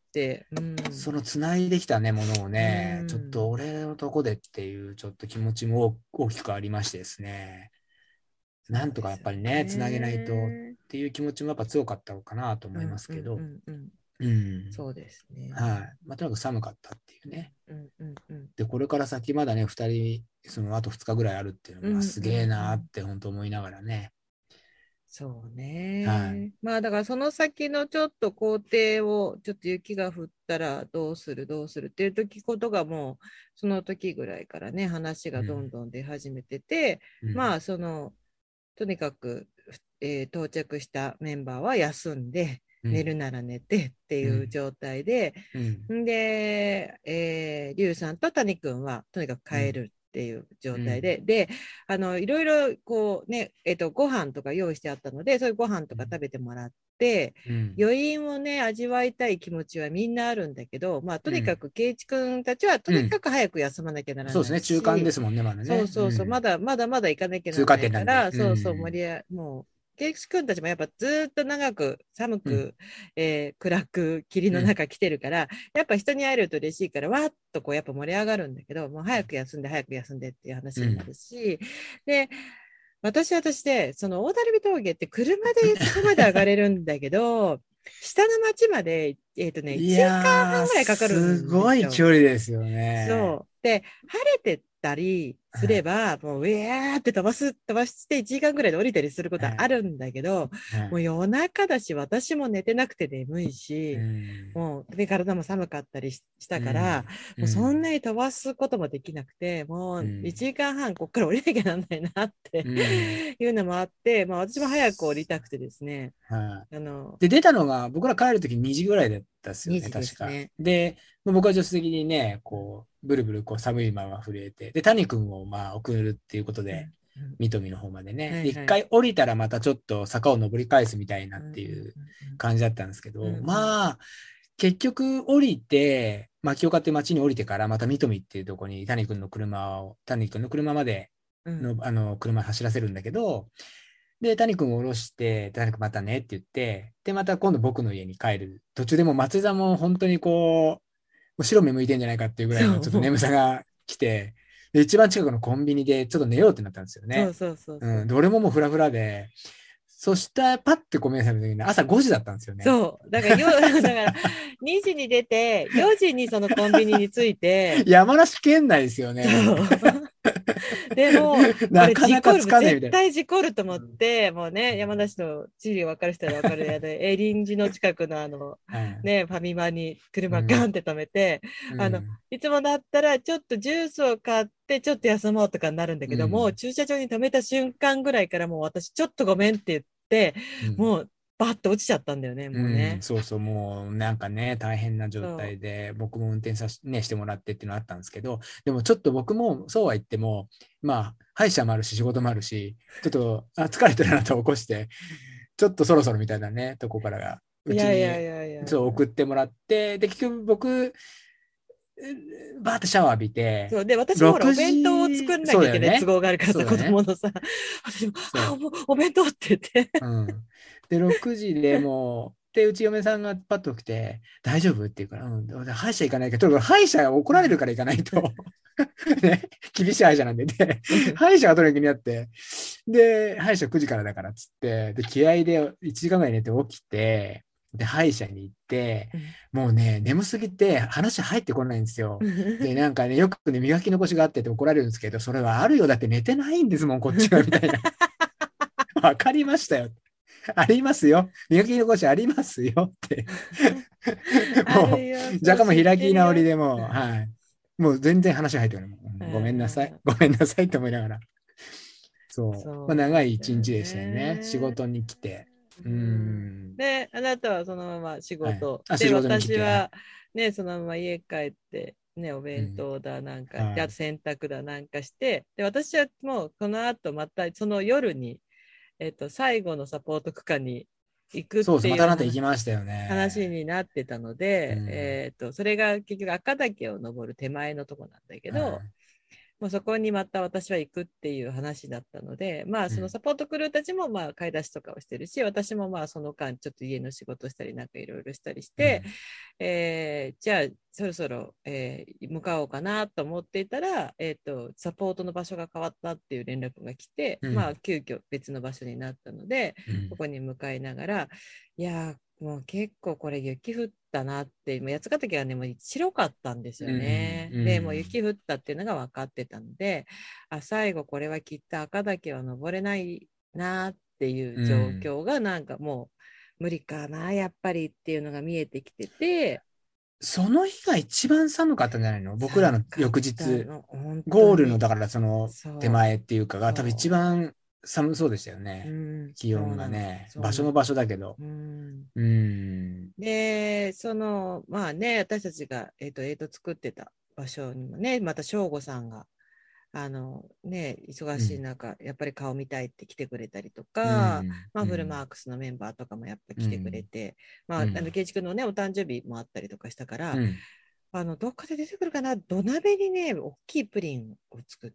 うんうん、その繋いできたね、ものをね、うん、ちょっと俺のとこでっていうちょっと気持ちも大きくありましてですね、なんとかやっぱりね、繋げないとっていう気持ちもやっぱ強かったのかなと思いますけど、 うん、そうですね。 はい。まあ、とにかく寒かったっていうね。 うんうんうん、で、 これから先まだね、ふたり、そのあとふつかぐらいあるっていうのが、すげえなーって本当思いながらね。 そうね。 はい。 まあだからその先のちょっと工程を、ちょっと雪が降ったらどうするどうするっていう時ことがもう、その時ぐらいからね、話がどんどん出始めてて、うん、まあその、とにかく、えー、到着したメンバーは休んで、寝るなら寝てっていう状態で、うんうん、で、えー、リュウさんと谷君はとにかく帰るっっていう状態で、うん、であのいろいろこうね、えーと、ご飯とか用意してあったので、そういうご飯とか食べてもらって、うん、余韻をね味わいたい気持ちはみんなあるんだけど、まあ、とにかく圭一君たちはとにかく早く休まなきゃならないし、うん、 そうですね、中間ですもんね、まだね。 そうそうそう、うん、まだまだまだ行かなきゃならないから、 うん、 そうそう盛り上もう圭一君たちもやっぱずっと長く寒く、うん、えー、暗く霧の中来てるから、うん、やっぱ人に会えると嬉しいからわーっとこうやっぱ盛り上がるんだけど、もう早く休んで早く休んでっていう話になるし、うん、で私は私でその大鳴峠って車でそこまで上がれるんだけど下の町まで、えーとね、いちじかんはんぐらいかかるんですよ。 すごい距離ですよね。 そうで晴れてたりすれば、もうウェーって飛ばす飛ばしていちじかんぐらいで降りたりすることはあるんだけど、はい、もう夜中だし私も寝てなくて眠いし、うん、もうで体も寒かったりしたから、うん、もうそんなに飛ばすこともできなくて、もういちじかんはんこっから降りなきゃなんないなって、うん、いうのもあって、まあ、私も早く降りたくてですね、 はい、あので出たのが僕ら帰るときにじぐらいだったですよね、確か。で僕は助手席にねこうブルブルこう寒いまま震えて、で谷君をまあ送るっていうことで、うん、三富の方までね、はいはい、で一回降りたらまたちょっと坂を登り返すみたいなっていう感じだったんですけど、うんうん、まあ結局降りて牧岡って町に降りてからまた三富っていうところに谷君の車を谷君の車までの、うん、あの車走らせるんだけど、で谷君を降ろして谷君またねって言って、でまた今度僕の家に帰る途中でも松井さんも本当にこう白目向いてんじゃないかっていうぐらいのちょっと眠さが来て、で一番近くのコンビニでちょっと寝ようってなったんですよね。 そうそうそうそう、 うん、で俺ももうフラフラで、そしたらパッてごめんなさいみたいな朝ごじだったんですよね。 そうだからよだからにじに出てよじにそのコンビニに着いて山梨県内ですよね。 でもなかなかつかねえみたいな、絶対事故ると思って、うん、もうね山梨の地理分かる人は分かるやでエリンジの近くのあの、うん、ねファミマに車ガンって止めて、うん、あのいつもだったらちょっとジュースを買ってちょっと休もうとかになるんだけども、うん、駐車場に止めた瞬間ぐらいからもう私ちょっとごめんって言って、うん、もうバッと落ちちゃったんだよね、もうね、 うん、そうそう、もうなんかね大変な状態で僕も運転さし、ね、してもらってっていうのあったんですけど、でもちょっと僕もそうは言ってもまあ歯医者もあるし仕事もあるしちょっとあ疲れてるなと起こしてちょっとそろそろみたいなねとこからがうちにそう送ってもらって、で結局僕バーってシャワー浴びて、 そうで私もほらお弁当を作んなきゃいけない、ね、都合があるからさ、ね、子供のさ私もあもうお弁当って言って、 うん、でろくじでもうでうち嫁さんがパッと来て大丈夫って言うから、うん、歯医者行かないけど歯医者怒られるから行かないとね、厳しい歯医者なんでで歯医者がとにかく気になって、で歯医者くじからだからっつってで気合でいちじかんぐらい寝て起きて、で歯医者に行って、うん、もうね眠すぎて話入ってこないんですよ。でなんかねよくね磨き残しがあってって怒られるんですけど、それはあるよだって寝てないんですもんこっちはみたいなわかりましたよありますよ磨き残しありますよってもう若干も開き直りでもうはいもう全然話入ってこない、うん、ごめんなさいごめんなさいって思いながらそうそう、まあ、長い一日でしたよね仕事に来て。うんであなたはそのまま仕事、はい、で私はねそのまま家帰ってねお弁当だなんか、うん、であと洗濯だなんかして、で私はもうこの後またその夜に、えっと、最後のサポート区間に行くっていうそうそうまたあなた行きましたよね話になってたので、うんえっとそれが結局赤岳を登る手前のとこなんだけど、うんもうそこにまた私は行くっていう話だったので、まあそのサポートクルーたちもまあ買い出しとかをしてるし、私もまあその間ちょっと家の仕事したりなんかいろいろしたりして、うんえー、じゃあそろそろ、えー、向かおうかなと思っていたら、えーと、サポートの場所が変わったっていう連絡が来て、うん、まあ急遽別の場所になったので、うん、ここに向かいながら、いやもう結構これ雪降ったなって、もう八ヶ岳はね、もう白かったんですよね。うんうん、で、もう雪降ったっていうのが分かってたので、あ、最後これはきっと赤岳は登れないなっていう状況がなんかもう無理かな、やっぱりっていうのが見えてきてて、 その日が一番寒かったんじゃないの？僕らの翌日、ゴールのだからその手前っていうかが多分一番寒そうでしたよね、うん、気温がね場所の場所だけど、うんうん、でそのまあね私たちが、えーと、えーと作ってた場所にもねまた省吾さんがあのね、忙しい中、うん、やっぱり顔見たいって来てくれたりとか、うん、まあ、フルマークスのメンバーとかもやっぱ来てくれて、うん、まあ、あの、圭一君のね、お誕生日もあったりとかしたから、うん、あの、どっかで出てくるかな、土鍋にね、大きいプリンを作って、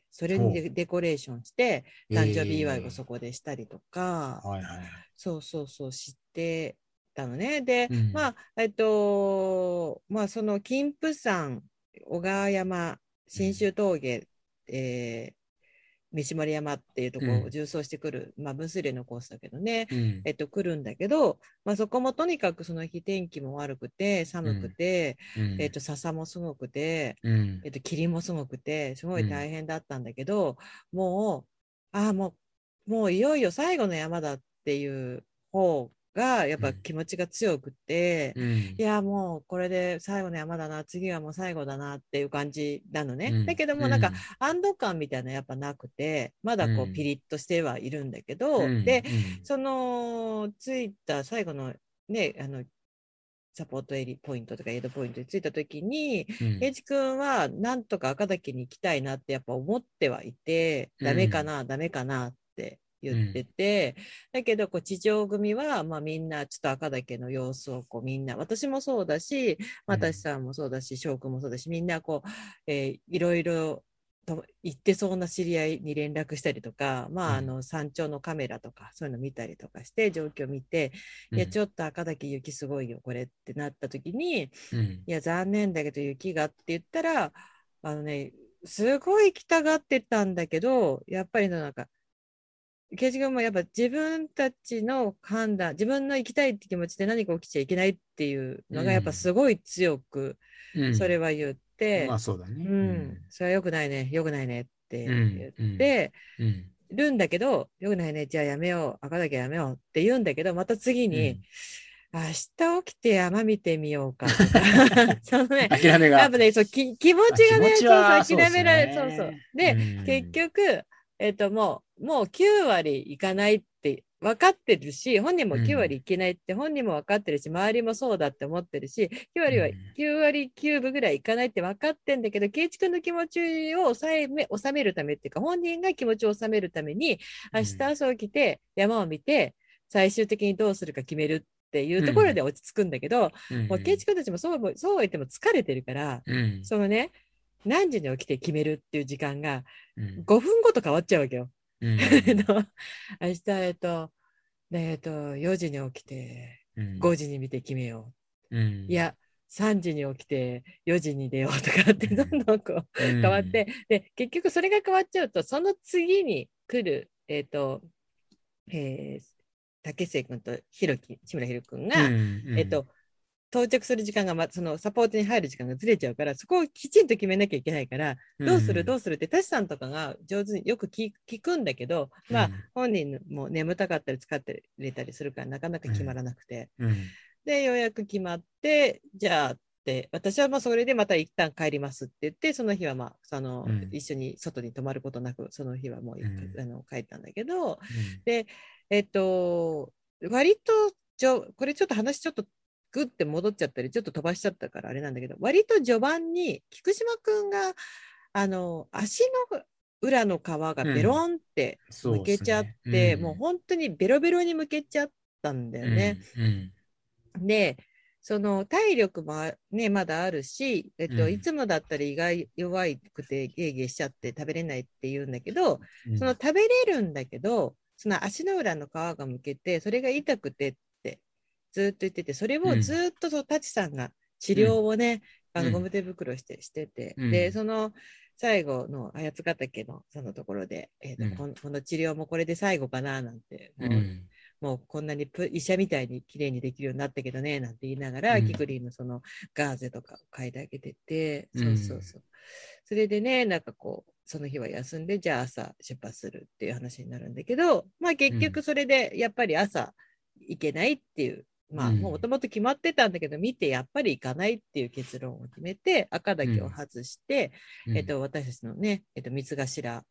それにデコレーションして、誕生日祝いをそこでしたりとか、えーはいはい、そうそうそう、知ってたのね。で、うん、まあ、えっと、まあ、その、金峰山、小川山、信州峠、えー、飯盛山っていうところを縦走してくる、うん、まあ分水嶺のコースだけどね、うん、えっと来るんだけど、まあ、そこもとにかくその日天気も悪くて寒くて、うん、えっと笹もすごくて、うん、えっと霧もすごくてすごい大変だったんだけど、うん、もうああもうもういよいよ最後の山だっていう方がやっぱ気持ちが強くて、うん、いやもうこれで最後の山だな、次はもう最後だなっていう感じなのね、うん、だけどもなんか安堵感みたいなやっぱなくてまだこうピリッとしてはいるんだけど、うん、で、うん、その着いた最後のねあのサポートエリポイントとかエイドポイントに着いた時に、平地君はなんとか赤岳に行きたいなってやっぱ思ってはいて、うん、ダメかなダメかなって言ってて、うん、だけどこう地上組は、まあ、みんなちょっと赤岳の様子をこうみんな私もそうだし私さんもそうだし翔くんもそうだしみんなこう、えー、いろいろと行ってそうな知り合いに連絡したりとか、まあ、あの山頂のカメラとかそういうの見たりとかして状況を見て、うん、いやちょっと赤岳雪すごいよこれってなった時に、うん、いや残念だけど雪がって言ったらあのねすごい行きたがってたんだけどやっぱりなんか圭一君もやっぱ自分たちの判断自分の行きたいって気持ちで何か起きちゃいけないっていうのがやっぱすごい強くそれは言って、 うん、まあそうだね、 うん、それはよくないねよくないねって言ってるんだけど、よくないねじゃあやめよう赤岳やめようって言うんだけどまた次に、うん明日起きて山見てみようかとかそのね諦めがやっぱねそうき気持ちがねそう諦められそうそうで、うん、結局えっともうもうきゅう割いかないって分かってるし本人もきゅう割いけないって本人も分かってるし、うん、周りもそうだって思ってるしきゅう割はきゅう割きゅうぶぐらいいかないって分かってんだけど圭一君の気持ちを抑えめ収めるためっていうか本人が気持ちを収めるために明日朝起きて山を見て最終的にどうするか決めるっていうところで落ち着くんだけど、うん、もう圭一君たちもそうそうは言っても疲れてるから、うん、そのね何時に起きて決めるっていう時間がごふんごと変わっちゃうわけよ。うん、明日えっと、えっとよじに起きてごじに見て決めよう、うん、いやさんじに起きてよじに出ようとかってどんどんこう変わって、うん、で結局それが変わっちゃうとその次に来るえっと、えー竹末君とひろき志村ひろ君が、うんうん、えっと、到着する時間が、ま、そのサポートに入る時間がずれちゃうからそこをきちんと決めなきゃいけないからどうするどうするってタシさんとかが上手によく 聞, 聞くんだけど、うん、まあ本人も眠たかったり使ってれたりするからなかなか決まらなくて、うんうん、でようやく決まってじゃあって私はまあそれでまた一旦帰りますって言ってその日はまあその、うん、一緒に外に泊まることなくその日はもう、うん、あの帰ったんだけど、うん、でえっと割とじょこれちょっと話ちょっとグッて戻っちゃったりちょっと飛ばしちゃったからあれなんだけど割と序盤に菊島くんがあの足の裏の皮がベロンってむけちゃって、うん う, ねうん、もう本当にベロベロにむけちゃったんだよね。うんうん、でその体力も、ね、まだあるし、えっとうん、いつもだったら意外弱くてゲーゲーしちゃって食べれないって言うんだけど、うん、その食べれるんだけどその足の裏の皮がむけてそれが痛くてってずっと言っててそれをずっと舘さんが治療をね、うん、あのゴム手袋して、してて、うん、でその最後の綾津ヶ岳のそのところで、えーとうん、この、この治療もこれで最後かななんてもう、うん、もうこんなにプ医者みたいに綺麗にできるようになったけどねなんて言いながら、うん、キクリンのそのガーゼとかを嗅いであげてて、うん、そうそうそうそれでねなんかこうその日は休んでじゃあ朝出発するっていう話になるんだけどまあ結局それでやっぱり朝行けないっていうまあもともと決まってたんだけど見てやっぱり行かないっていう結論を決めて赤岳を外して、うんえっと、私たちのね、えっと、三頭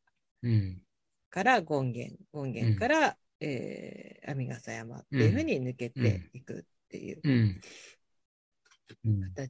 から権現権現から、うんえー、網笠山っていうふうに抜けていくっていう形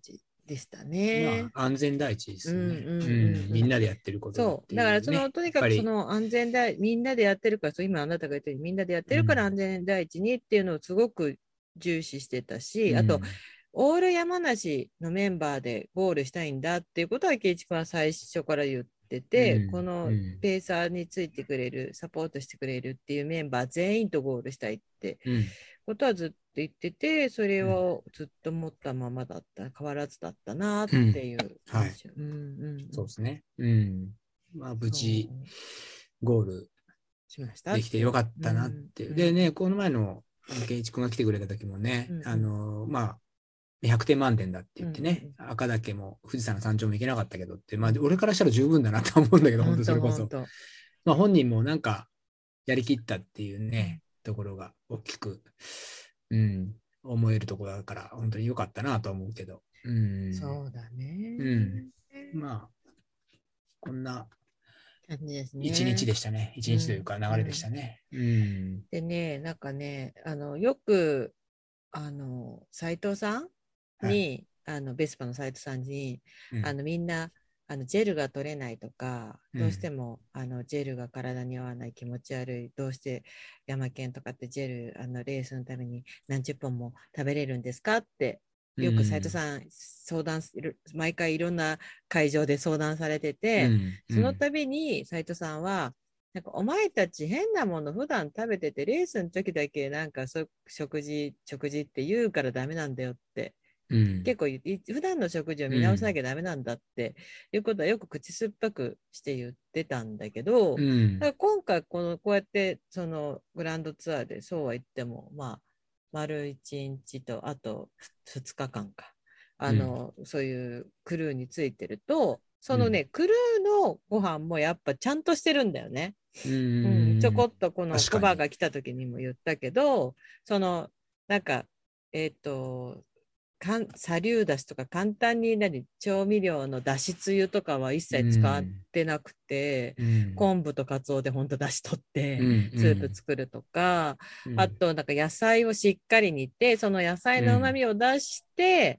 でしたね。 まあ、安全第一ですよね。 うんうんうんうんうんみんなでやってることそう。 っていうねだからその、とにかくそやっの安全第、みんなでやってるから、そう今あなたが言ったようにみんなでやってるから安全第一にっていうのをすごく重視してたし、あと、 うんオール山梨のメンバーでゴールしたいんだっていうことは、圭一君は最初から言ってて、 うんこのうんペーサーについてくれる、サポートしてくれるっていうメンバー全員とゴールしたいってうんことはずっと言ってて、それをずっと持ったままだった、変わらずだったなっていうはい印象。うんうんうんそうですね。うん。まあ、無事、ゴールしましたできてよかったなっていう。でね、この前の健一君が来てくれた時もね、 うんうんあの、まあ、ひゃくてん満点だって言ってね、 うん赤岳も富士山の山頂も行けなかったけどって、まあ、俺からしたら十分だなと思うんだけど、本当それこそ。まあ、本人もなんか、やりきったっていうね、ところが大きく、うん、思えるところだから、本当に良かったなと思うけど。うん、 そうだね。 うん。まあ、こんな感じですね。 一日でしたね。一日というか流れでしたね。うん。うん、 でね、なんかね、あの、よく、あの、斉藤さんに、はい、あの、ベスパの斉藤さんに、うん、あの、みんな、あのジェルが取れないとか、どうしても、うん、あのジェルが体に合わない気持ち悪い、どうして山県とかってジェルあのレースのために何十本も食べれるんですかってよく斉藤さん相談する、毎回いろんな会場で相談されてて、うんうん、その度に斉藤さんはなんかお前たち変なもの普段食べててレースの時だけなんかそ食事食事って言うからダメなんだよってうん、結構普段の食事を見直さなきゃダメなんだっていうことはよく口酸っぱくして言ってたんだけど、うん、だから今回このこうやってそのグランドツアーでそうは言ってもまあ丸いちにちとあとふつかかんかあの、うん、そういうクルーについてるとそのね、うん、クルーのご飯もやっぱちゃんとしてるんだよね。うんうん、ちょこっとこのコバが来た時にも言ったけどそのなんかえっ、ー、とかん顆粒だしとか簡単に何調味料のだしつゆとかは一切使ってなくて、うん、昆布とかつおで本当だし取ってスープ作るとか、うん、あとなんか野菜をしっかり煮てその野菜の旨味を出して、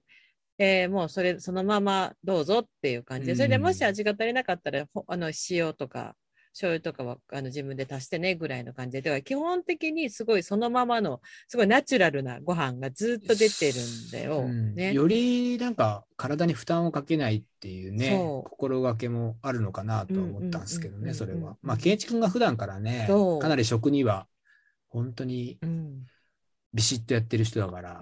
うんえー、もうそれそのままどうぞっていう感じで、それでもし味が足りなかったらあの塩とか醤油とかはあの自分で足してねぐらいの感じで、では基本的にすごいそのままのすごいナチュラルなご飯がずっと出てるんだよ、 うんね、 よりなんか体に負担をかけないっていうね心がけもあるのかなと思ったんですけどね、それはまあ圭一君が普段からねかなり食には本当にビシッとやってる人だから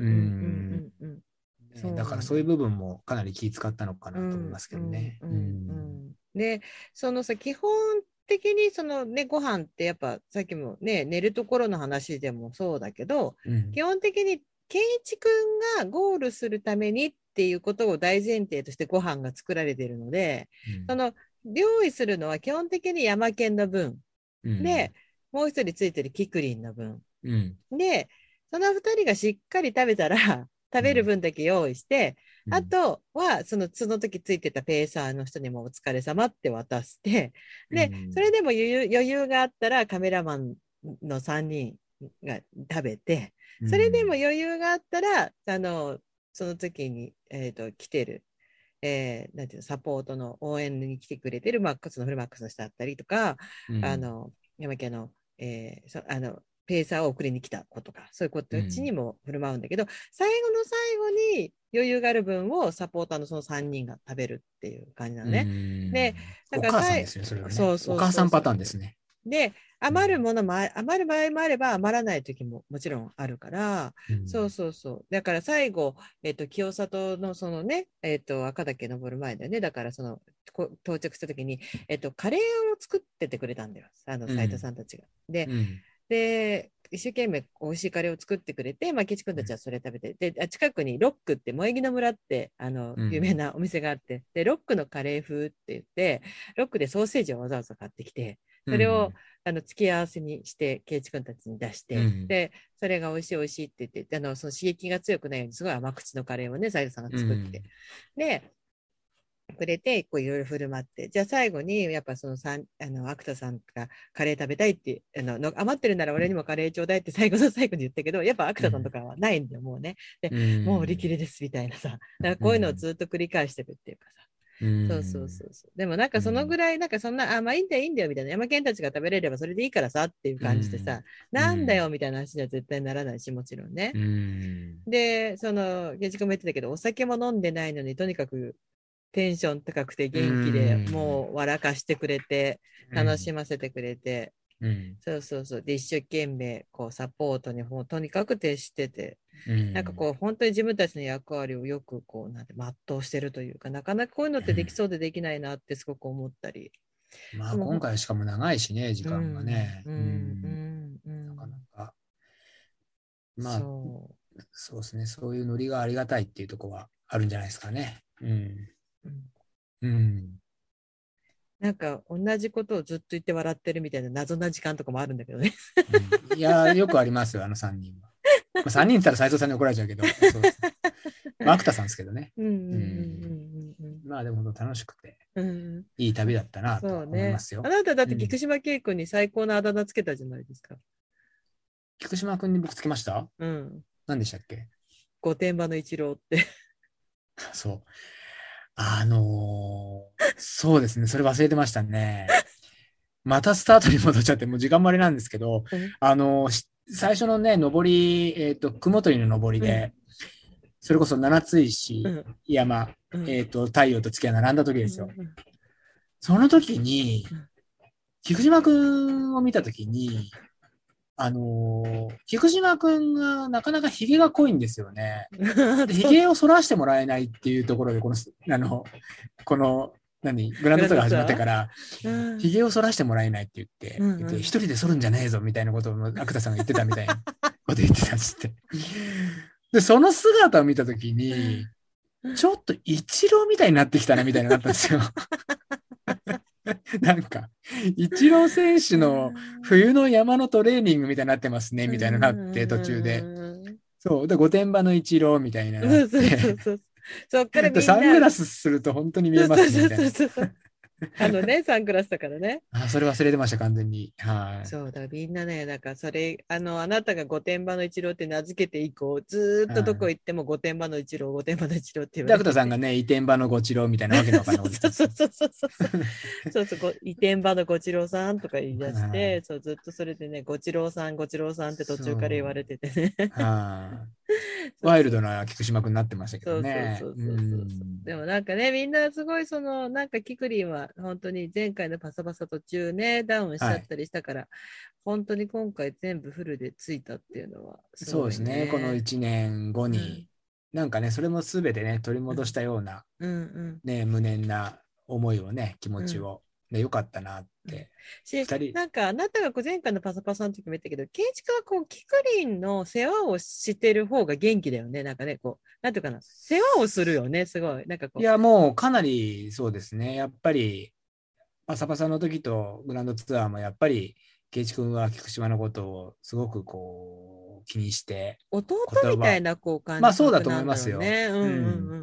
だからそういう部分もかなり気遣ったのかなと思いますけどね。 でそのさ基本的にそのねご飯ってやっぱさっきもね寝るところの話でもそうだけど、うん、基本的に圭一君がゴールするためにっていうことを大前提としてご飯が作られているので、うん、その用意するのは基本的に山県の分、うん、でもう一人ついてるキクリンの分、うん、でそのふたりがしっかり食べたら食べる分だけ用意して、うん、あとはそのその時ついてたペーサーの人にもお疲れ様って渡して、で、うん、それでも余裕、余裕があったらカメラマンのさんにんが食べて、それでも余裕があったら、あのその時に、えーと、来てる、えー、なんていうのサポートの応援に来てくれてるマックスのフルマックスの人だったりとか、うん、あの山家の、えー、そあのペーサーを送りに来た子とかそういう子たちにも振る舞うんだけど、うん、最後の最後に余裕がある分をサポーターのそのさんにんが食べるっていう感じなのね。で、 お母さんですね、それはね。そうそうそうそうお母さんパターンですね。 で、余るものも、うん、余る場合もあれば余らない時ももちろんあるから、うん、そうそうそう。だから最後、えっと、清里のそのね、えっと、赤岳登る前だよね。だからその、到着した時に、えっと、カレーを作っててくれたんだよ。あの、斉藤さんたちが。うん、で、うんで一生懸命美味しいカレーを作ってくれて、まあ、ケチ君たちはそれ食べて、うん、で近くにロックって萌木の村ってあの、うん、有名なお店があってでロックのカレー風って言ってロックでソーセージをわざわざ買ってきてそれを、うん、あの付き合わせにしてケチ君たちに出して、うん、でそれが美味しい美味しいって言ってあのその刺激が強くないようにすごい甘口のカレーをね斉藤さんが作って、うん、でくれて、こういろいろ振る舞って、じゃあ最後に、やっぱそのさん、あの、アクタさんがカレー食べたいって、あの、の余ってるなら俺にもカレーちょうだいって最後の最後に言ったけど、やっぱアクタさんとかはないんだよ、もうね。で、 うん、 もう売り切れですみたいなさ。だからこういうのをずっと繰り返してるっていうかさ。 うん、 そうそうそうそう。でもなんかそのぐらい、なんかそんな、あ、まあいいんだよいいんだよみたいな、山県たちが食べれればそれでいいからさっていう感じでさ、 うん、 なんだよみたいな話には絶対ならないし、もちろんね。 うん、 で、その、ゲジ君も言ってたけど、お酒も飲んでないのに、とにかくテンション高くて元気で、もう笑かしてくれて、楽しませてくれて、うん、そうそうそう。で、一生懸命、こう、サポートにもうとにかく徹してて、うん、なんかこう、本当に自分たちの役割をよく、こう、なんて、全うしてるというか、なかなかこういうのってできそうでできないなってすごく思ったり。 うん、まあ、今回しかも長いしね、時間がね。 うん、うん、うん。 なかなか。まあ、そう、そうですね。そういうノリがありがたいっていうところはあるんじゃないですかね。うん。うん。うんなんか同じことをずっと言って笑ってるみたいな謎な時間とかもあるんだけどね。 うん、いや、よくありますよ、あのさんにんは。まあ、さんにんって言ったら斉藤さんに怒られちゃうけど、そうですね。まあ、芥さんですけどね。まあでも本当楽しくて、うん、いい旅だったなと思いますよ。 ね、あなただって菊島恵子に最高のあだ名つけたじゃないですか。 菊島君に僕つけました？ うん。 何でしたっけ？ 御殿場の一郎って。 そう。あのー、そうですね。それ忘れてましたね。またスタートに戻っちゃって、もう時間もあれなんですけど、うん、あのー、最初のね、上り、えっと、雲取りの上りで、うん、それこそ七ツ石山、うん、えっと、太陽と月が並んだ時ですよ。うん、その時に、菊島くんを見た時に、あのー、菊島くんがなかなか髭が濃いんですよね。髭を剃らしてもらえないっていうところで、この、あの、この、何、グランドツアーが始まってから、髭を剃らしてもらえないって言って、うんうん、言って一人で剃るんじゃねえぞみたいなことを芥田さんが言ってたみたいなこと言ってたっつって。で、その姿を見たときに、ちょっとイチローみたいになってきたなみたいになったんですよ。なんか、イチロー選手の冬の山のトレーニングみたいになってますね、みたいななって、途中で。そう、で、御殿場のイチローみたいななって。そうそうそう。そっからみんな。サングラスすると本当に見えますね、みたいな。そうそうそうそう。あのね、サングラスだからね。あ、それ忘れてました、完全に。はい。そう、だからみんなね、なんかそれ、あの、あなたが御殿場の一郎って名付けて以降、ずーっとどこ行っても御殿場の一郎、御殿場の一郎って言われて。ダクタさんがね、移転場のごちろうみたいなわけのわかんないこと言ってた。そうそうそうそう。そうそう、移転場のごちろうさんとか言い出して、そう、ずっとそれでね、ごちろうさん、ごちろうさんって途中から言われててね。はい。ワイルドな菊島君になってましたけどね。そうそうそうそうそう。でもなんかね、みんなすごいその、なんかキクリンは本当に前回のパサパサ途中ね、ダウンしちゃったりしたから、はい、本当に今回全部フルでついたっていうのはすごい、ね、そうですね、このいちねんごに、うん、なんかね、それもすべてね、取り戻したような、うんうんね、無念な思いをね、気持ちを、うん、でよかったなって。しなんかあなたがこう前回のパサパサの時も言ったけど、ケイチ君はこうキクリンの世話をしてる方が元気だよね。なんかね、こう、なんていうかな、世話をするよね、すごい。なんかこう。いや、もうかなりそうですね。やっぱり、パサパサの時とグランドツアーもやっぱり、ケイチ君は菊島のことをすごくこう、気にして。弟みたいなこう感じ、ね。まあそうだと思いますよ。ね、うんうんうん。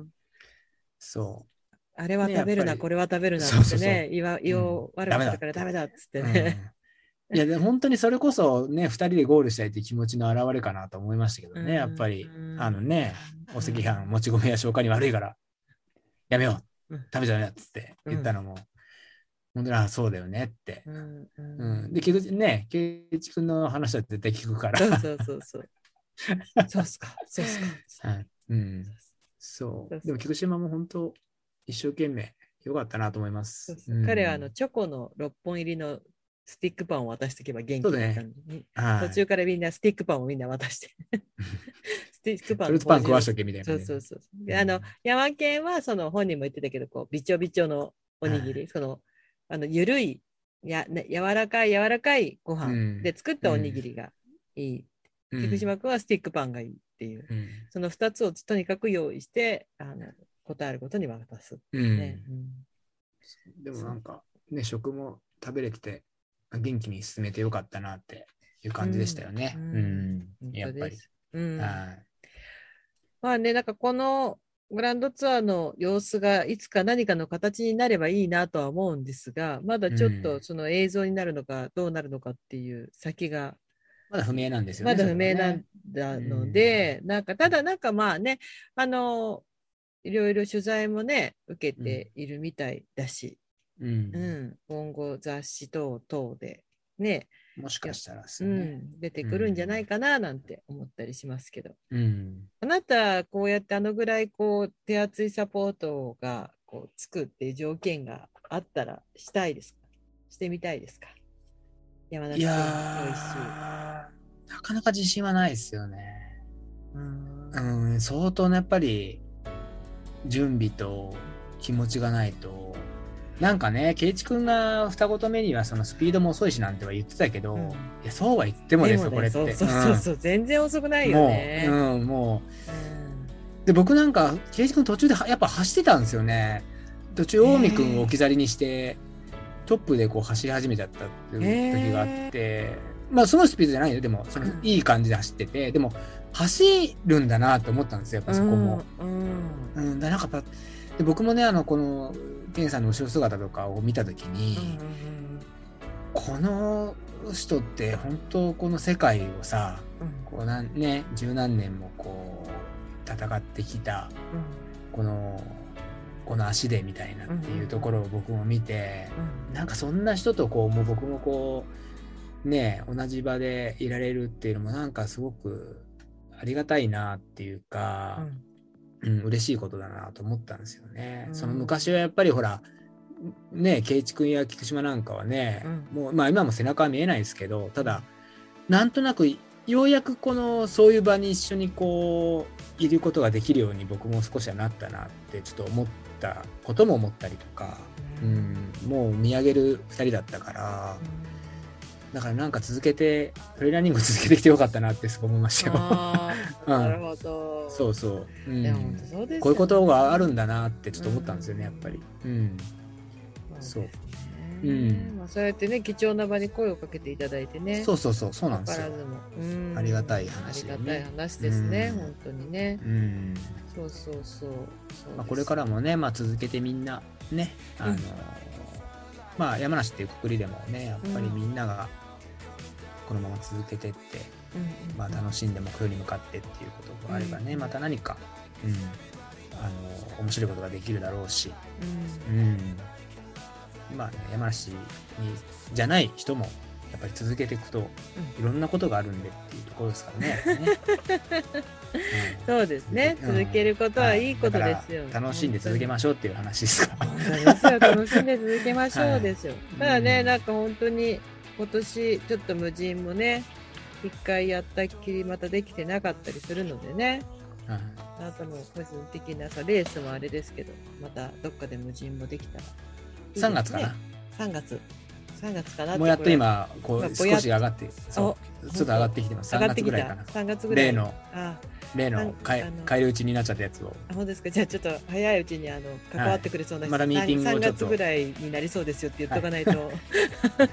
そう。あれは食べるな、ね、これは食べるなってね、そうそうそう言わ、言おう、悪くしたからダメだっつってね。うん、いや、で本当にそれこそね、ふたりでゴールしたいっていう気持ちの表れかなと思いましたけどね、やっぱり、あのね、お赤飯、もち米や消化に悪いから、やめよう、食べちゃダメだっつって言ったのも、うん、本当に、あ、そうだよねって。うんうんうん、で、結局ね、圭一君の話は絶対聞くから。そうそうそうそう。そうっすか、そうっすか。はい。うん。そう。でも、菊島も本当、一生懸命よかったなと思います。そうそう、うん、彼はあのチョコのろっぽん入りのスティックパンを渡しておけば元気な感じに、ね、はい、途中からみんなスティックパンをみんな渡してスティックパンのパン食わしとけみたいな。そうそうそう。うん、あの山県はその本人も言ってたけど、こうビチョビチョのおにぎり、はい、そのあのゆるいや、ね、柔らかい柔らかいご飯で作ったおにぎりがいい。うん、菊島君はスティックパンがいいっていう、うん、そのふたつをとにかく用意してあの答えることに渡す、ね。うんうん、でもなんかね、食も食べれて元気に進めてよかったなっていう感じでしたよね。うん、うん、やっぱり。うん、はい。まあね、なんかこのグランドツアーの様子がいつか何かの形になればいいなとは思うんですが、まだちょっとその映像になるのかどうなるのかっていう先がまだ不明なんですよね。 まだ不明なんだので、なんかただなんかまあね、あのいろいろ取材もね受けているみたいだし、 うんうん、今後雑誌等々でね、 もしかしたらですね、 うん、出てくるんじゃないかななんて思ったりしますけど、 うん、 あなたこうやってあのぐらいこう手厚いサポートがこうつくっていう条件があったらしたいですか？してみたいですか？山梨県の一周。 なかなか自信はないですよね。うん、うん、相当なやっぱり準備と気持ちがないと。なんかね、圭一君が二言目にはそのスピードも遅いしなんては言ってたけど、うん、いやそうは言ってもですよ、ね、これって。 そうそうそうそう、うん、全然遅くないよね。 もう、うん、もう。うん、で、僕なんか、圭一君途中でやっぱ走ってたんですよね。途中、近江君を置き去りにして、トップでこう走り始めちゃったっていう時があって、まあ、すごいスピードじゃないよ。でも、そのいい感じで走ってて、でも、走るんだなと思ったんですよ、やっぱそこも。うん。うん、だなんかやっぱ、で僕もね、あの、この、ケンさんの後ろ姿とかを見たときに、うんうんうん、この人って本当この世界をさ、うん、こうなんね、十何年もこう戦ってきた、うん、このこの足でみたいなっていうところを僕も見て、うんうん、なんかそんな人とこうもう僕もこうね同じ場でいられるっていうのもなんかすごくありがたいなっていうか。うんうん、嬉しいことだなと思ったんですよね。うん、その昔はやっぱりほらね圭一君や菊島なんかはね、うん、もうまあ今も背中は見えないですけど、ただなんとなくようやくこのそういう場に一緒にこういることができるように僕も少しはなったなってちょっと思ったことも思ったりとか、うん、もう見上げるふたりだったから。うんだからなんか続けてトレーラーニング続けてきてよかったなってすごい思いましたよ。 うん、なるほど。 そうそう。うん、 いや本当そうですよね。 こういうことがあるんだなってちょっと思ったんですよね、やっぱり。うん。 そうですね。うん。まあそうやってね貴重な場に声をかけていただいてね。 そうそうそうそうなんですよ。うん、ありがたい話でね。ありがたい話ですね、うん、本当にね。うん。そうそうそう。そうまあこれからもねまあ続けてみんなねあの。うんまあ、山梨っていうくくりでもねやっぱりみんながこのまま続けてって、うんまあ、楽しんで目標に向かってっていうことがあればね、うん、また何か、うん、あの面白いことができるだろうし、うんうん、まあ、ね、山梨にじゃない人もやっぱり続けていくといろんなことがあるんでっていうところですからね。 うん、そうですね、うん、続けることはいいことですよ。 楽しんで続けましょうっていう話ですか。 楽しんで続けましょうですよ。はい、ただね、なんか本当に今年ちょっと無人もね一回やったっきりまたできてなかったりするのでね、はい、あなたの個人的なさレースもあれですけどまたどっかで無人もできたらいいですね。 さんがつかな。 さんがつさんがつかなって。 もうやっと今こう少し上がってそうちょっと上がってきてます。さんがつぐらいかな。 さんがつぐらい。 例の例の返り討ちになっちゃったやつを。 あ、そうですか。じゃあちょっと早いうちにあの関わってくれそうな人、 はい、まだミーティングをちょっとさんがつぐらいになりそうですよって言っとかないと。はい、 そう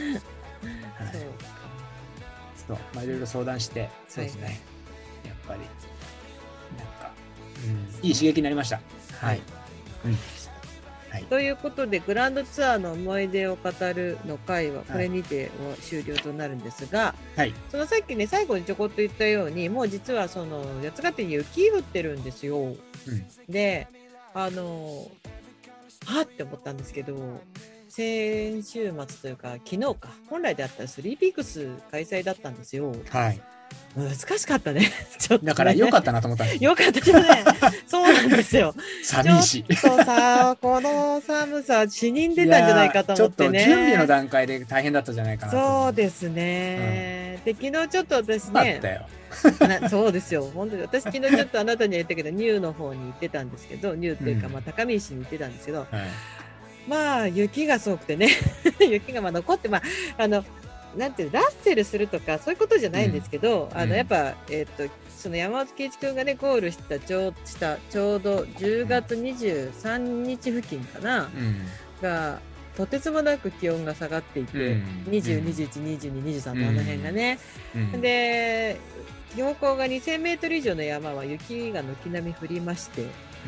そうまあいろいろ相談してそうですね。はい、やっぱりなんか、うん、いい刺激になりました。はい。はい、うんはい、 ということでグランドツアーの思い出を語るの回はこれにて終了となるんですが、はい、そのさっきね最後にちょこっと言ったようにもう実はその八ヶ岳に雪降ってるんですよ、うん、であのはって思ったんですけど先週末というか昨日か本来であったらスリーピークス開催だったんですよ。はい難しかったね。ちょっとねだから良かったなと思ったんですよ。良かったよね。そうなんですよ。 寂しい。 そうさ、この寒さ死人出たんじゃないかと思ってね。 ちょっと準備の段階で大変だったじゃないかなと。 そうですね。うん、で昨日ちょっと私ね。 よそうですよ。本当に私昨日ちょっとあなたに言ったけどニューの方に行ってたんですけど、ニューっていうか、うん、まあ高見石に行ってたんですけど、はい、まあ雪がすごくてね、雪がまあ残ってまああの。なんていうラッセルするとかそういうことじゃないんですけど、うん、あのやっぱ、えー、とその山本圭一君がねゴールしたちょうしたちょうどじゅうがつにじゅうさんにち付近かな、うん、がとてつもなく気温が下がっていて、うん、にじゅう、にじゅういち、にじゅうに、にじゅうさんのあの辺がね、うん、で標高がにせんメートル以上の山は雪が軒並み降りまして、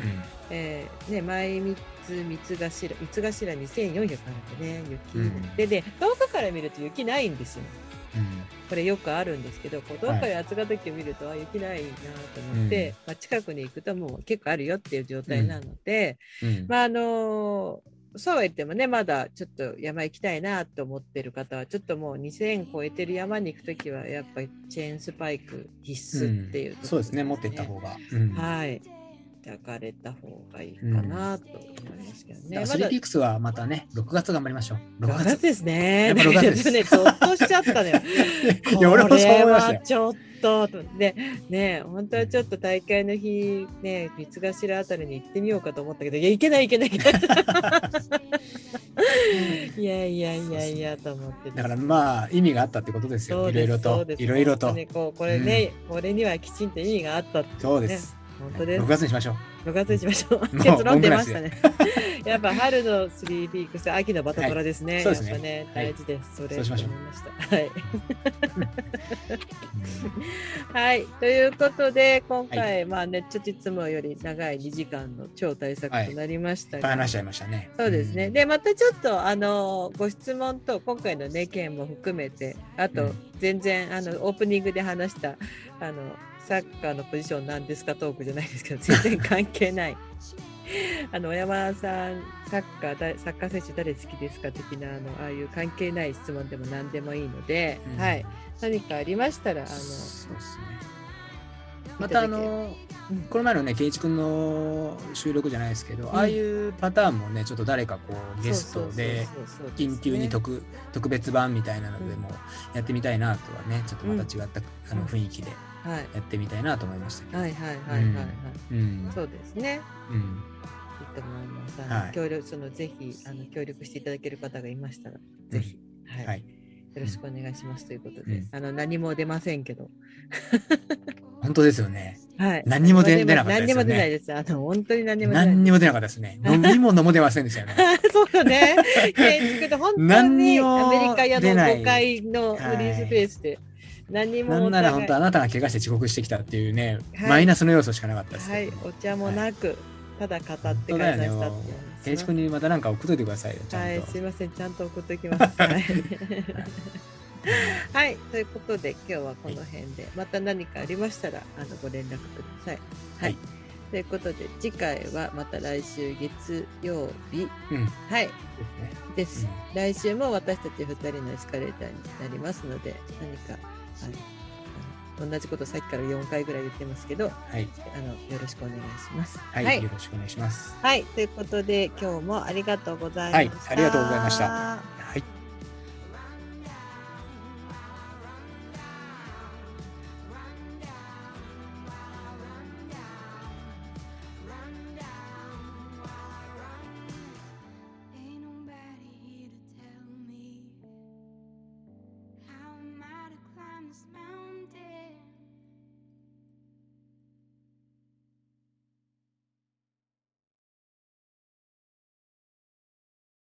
えーね、前三つ三つ頭三つ頭にせんよんひゃくあるんでね雪、うん、でね遠くから見ると雪ないんですよ、うん、これよくあるんですけどこう遠くから八ヶ岳を見ると、はい、あ雪ないなと思って、うんまあ、近くに行くともう結構あるよっていう状態なので、うんうん、まああのーそうは言ってもねまだちょっと山行きたいなと思ってる方はちょっともうにせん超えてる山に行くときはやっぱりチェーンスパイク必須っていうところですね、 うん、そうですね持っていった方が、うん、 はい抱かれた方がいいかなと思いますけどね。 うん、スリーピークスはまたねろくがつ頑張りましょう。 ろくがつですね。 やっぱろくがつです。 ねゾッとしちゃったのよ。 いや俺もそう思いましたよ。 ちょっとでね本当はちょっと大会の日ね三つ頭あたりに行ってみようかと思ったけどいや行けない行けない。いやいやいやいやと思って、ね、 だからまあ意味があったってことですよ。いろいろといろいろと。 こうこれね、うん、これにはきちんと意味があったって、ね、 そうです。 本当です。 ろくがつにしましょう。 ろくがつにしましょう。結論出ましたね。やっぱ春のスリーピークス、秋のバタトラですね。はい、そうですね。やっぱね、大事です。それそうしましょう。 はい。はい。ということで、今回、はい、まあね、ちょっといつもより長いにじかんの超大作となりましたが。 はい、話しちゃいましたね。 そうですね。で、またちょっと、あの、ご質問と、今回のね、件も含めて、あと、うん、全然、あの、オープニングで話した、あの、サッカーのポジションなんですかトークじゃないですけど全然関係ないあの小山さんサッカーサッカー選手誰好きですか的なあのああいう関係ない質問でも何でもいいので、うん、はい何かありましたらあのそうですねまたあのこの前のね圭一君の収録じゃないですけど、うん、ああいうパターンもねちょっと誰かこうゲストで緊急に 特, 特別版みたいなのでもやってみたいなとはねちょっとまた違った、うん、あの雰囲気でやってみたいなと思いましたけど、 はい、はいはいはいはいはい、うん、そうですね、うん、いいと思います。はい、協力そのぜひあの協力していただける方がいましたら、うん、ぜひ、はいはい、よろしくお願いしますということで、うん、あの何も出ませんけど本当ですよね。 はい。 何も 出, 出なかったですよね。 何も出ないです。あの本当に何も出ない。何にも出なかったですね。飲み物も出ませんでしたよね。 そうだね。本当にアメリカ屋のごかいのフリースペースで。何もなんなら本当あなたが怪我して遅刻してきたっていうね、はい、マイナスの要素しかなかったです、 はい、お茶もなく、はい、ただ語って開催したっていう。 圭一君にまた何か送っといてくださいよ。ちゃんと。 はい、すいません、ちゃんと送っときます。はい、はい、ということで今日はこの辺で、はい、また何かありましたらあのご連絡ください。はい。はい、ということで次回はまた来週月曜日、うん、はい。です、うん、来週も私たちふたりのエスカレーターになりますので何かあのあの同じことさっきからよんかいぐらい言ってますけど、はい、あのよろしくお願いします。 はい、はい、よろしくお願いします。 はい、ということで今日もありがとうございました。 はい、ありがとうございました。はい。 Smile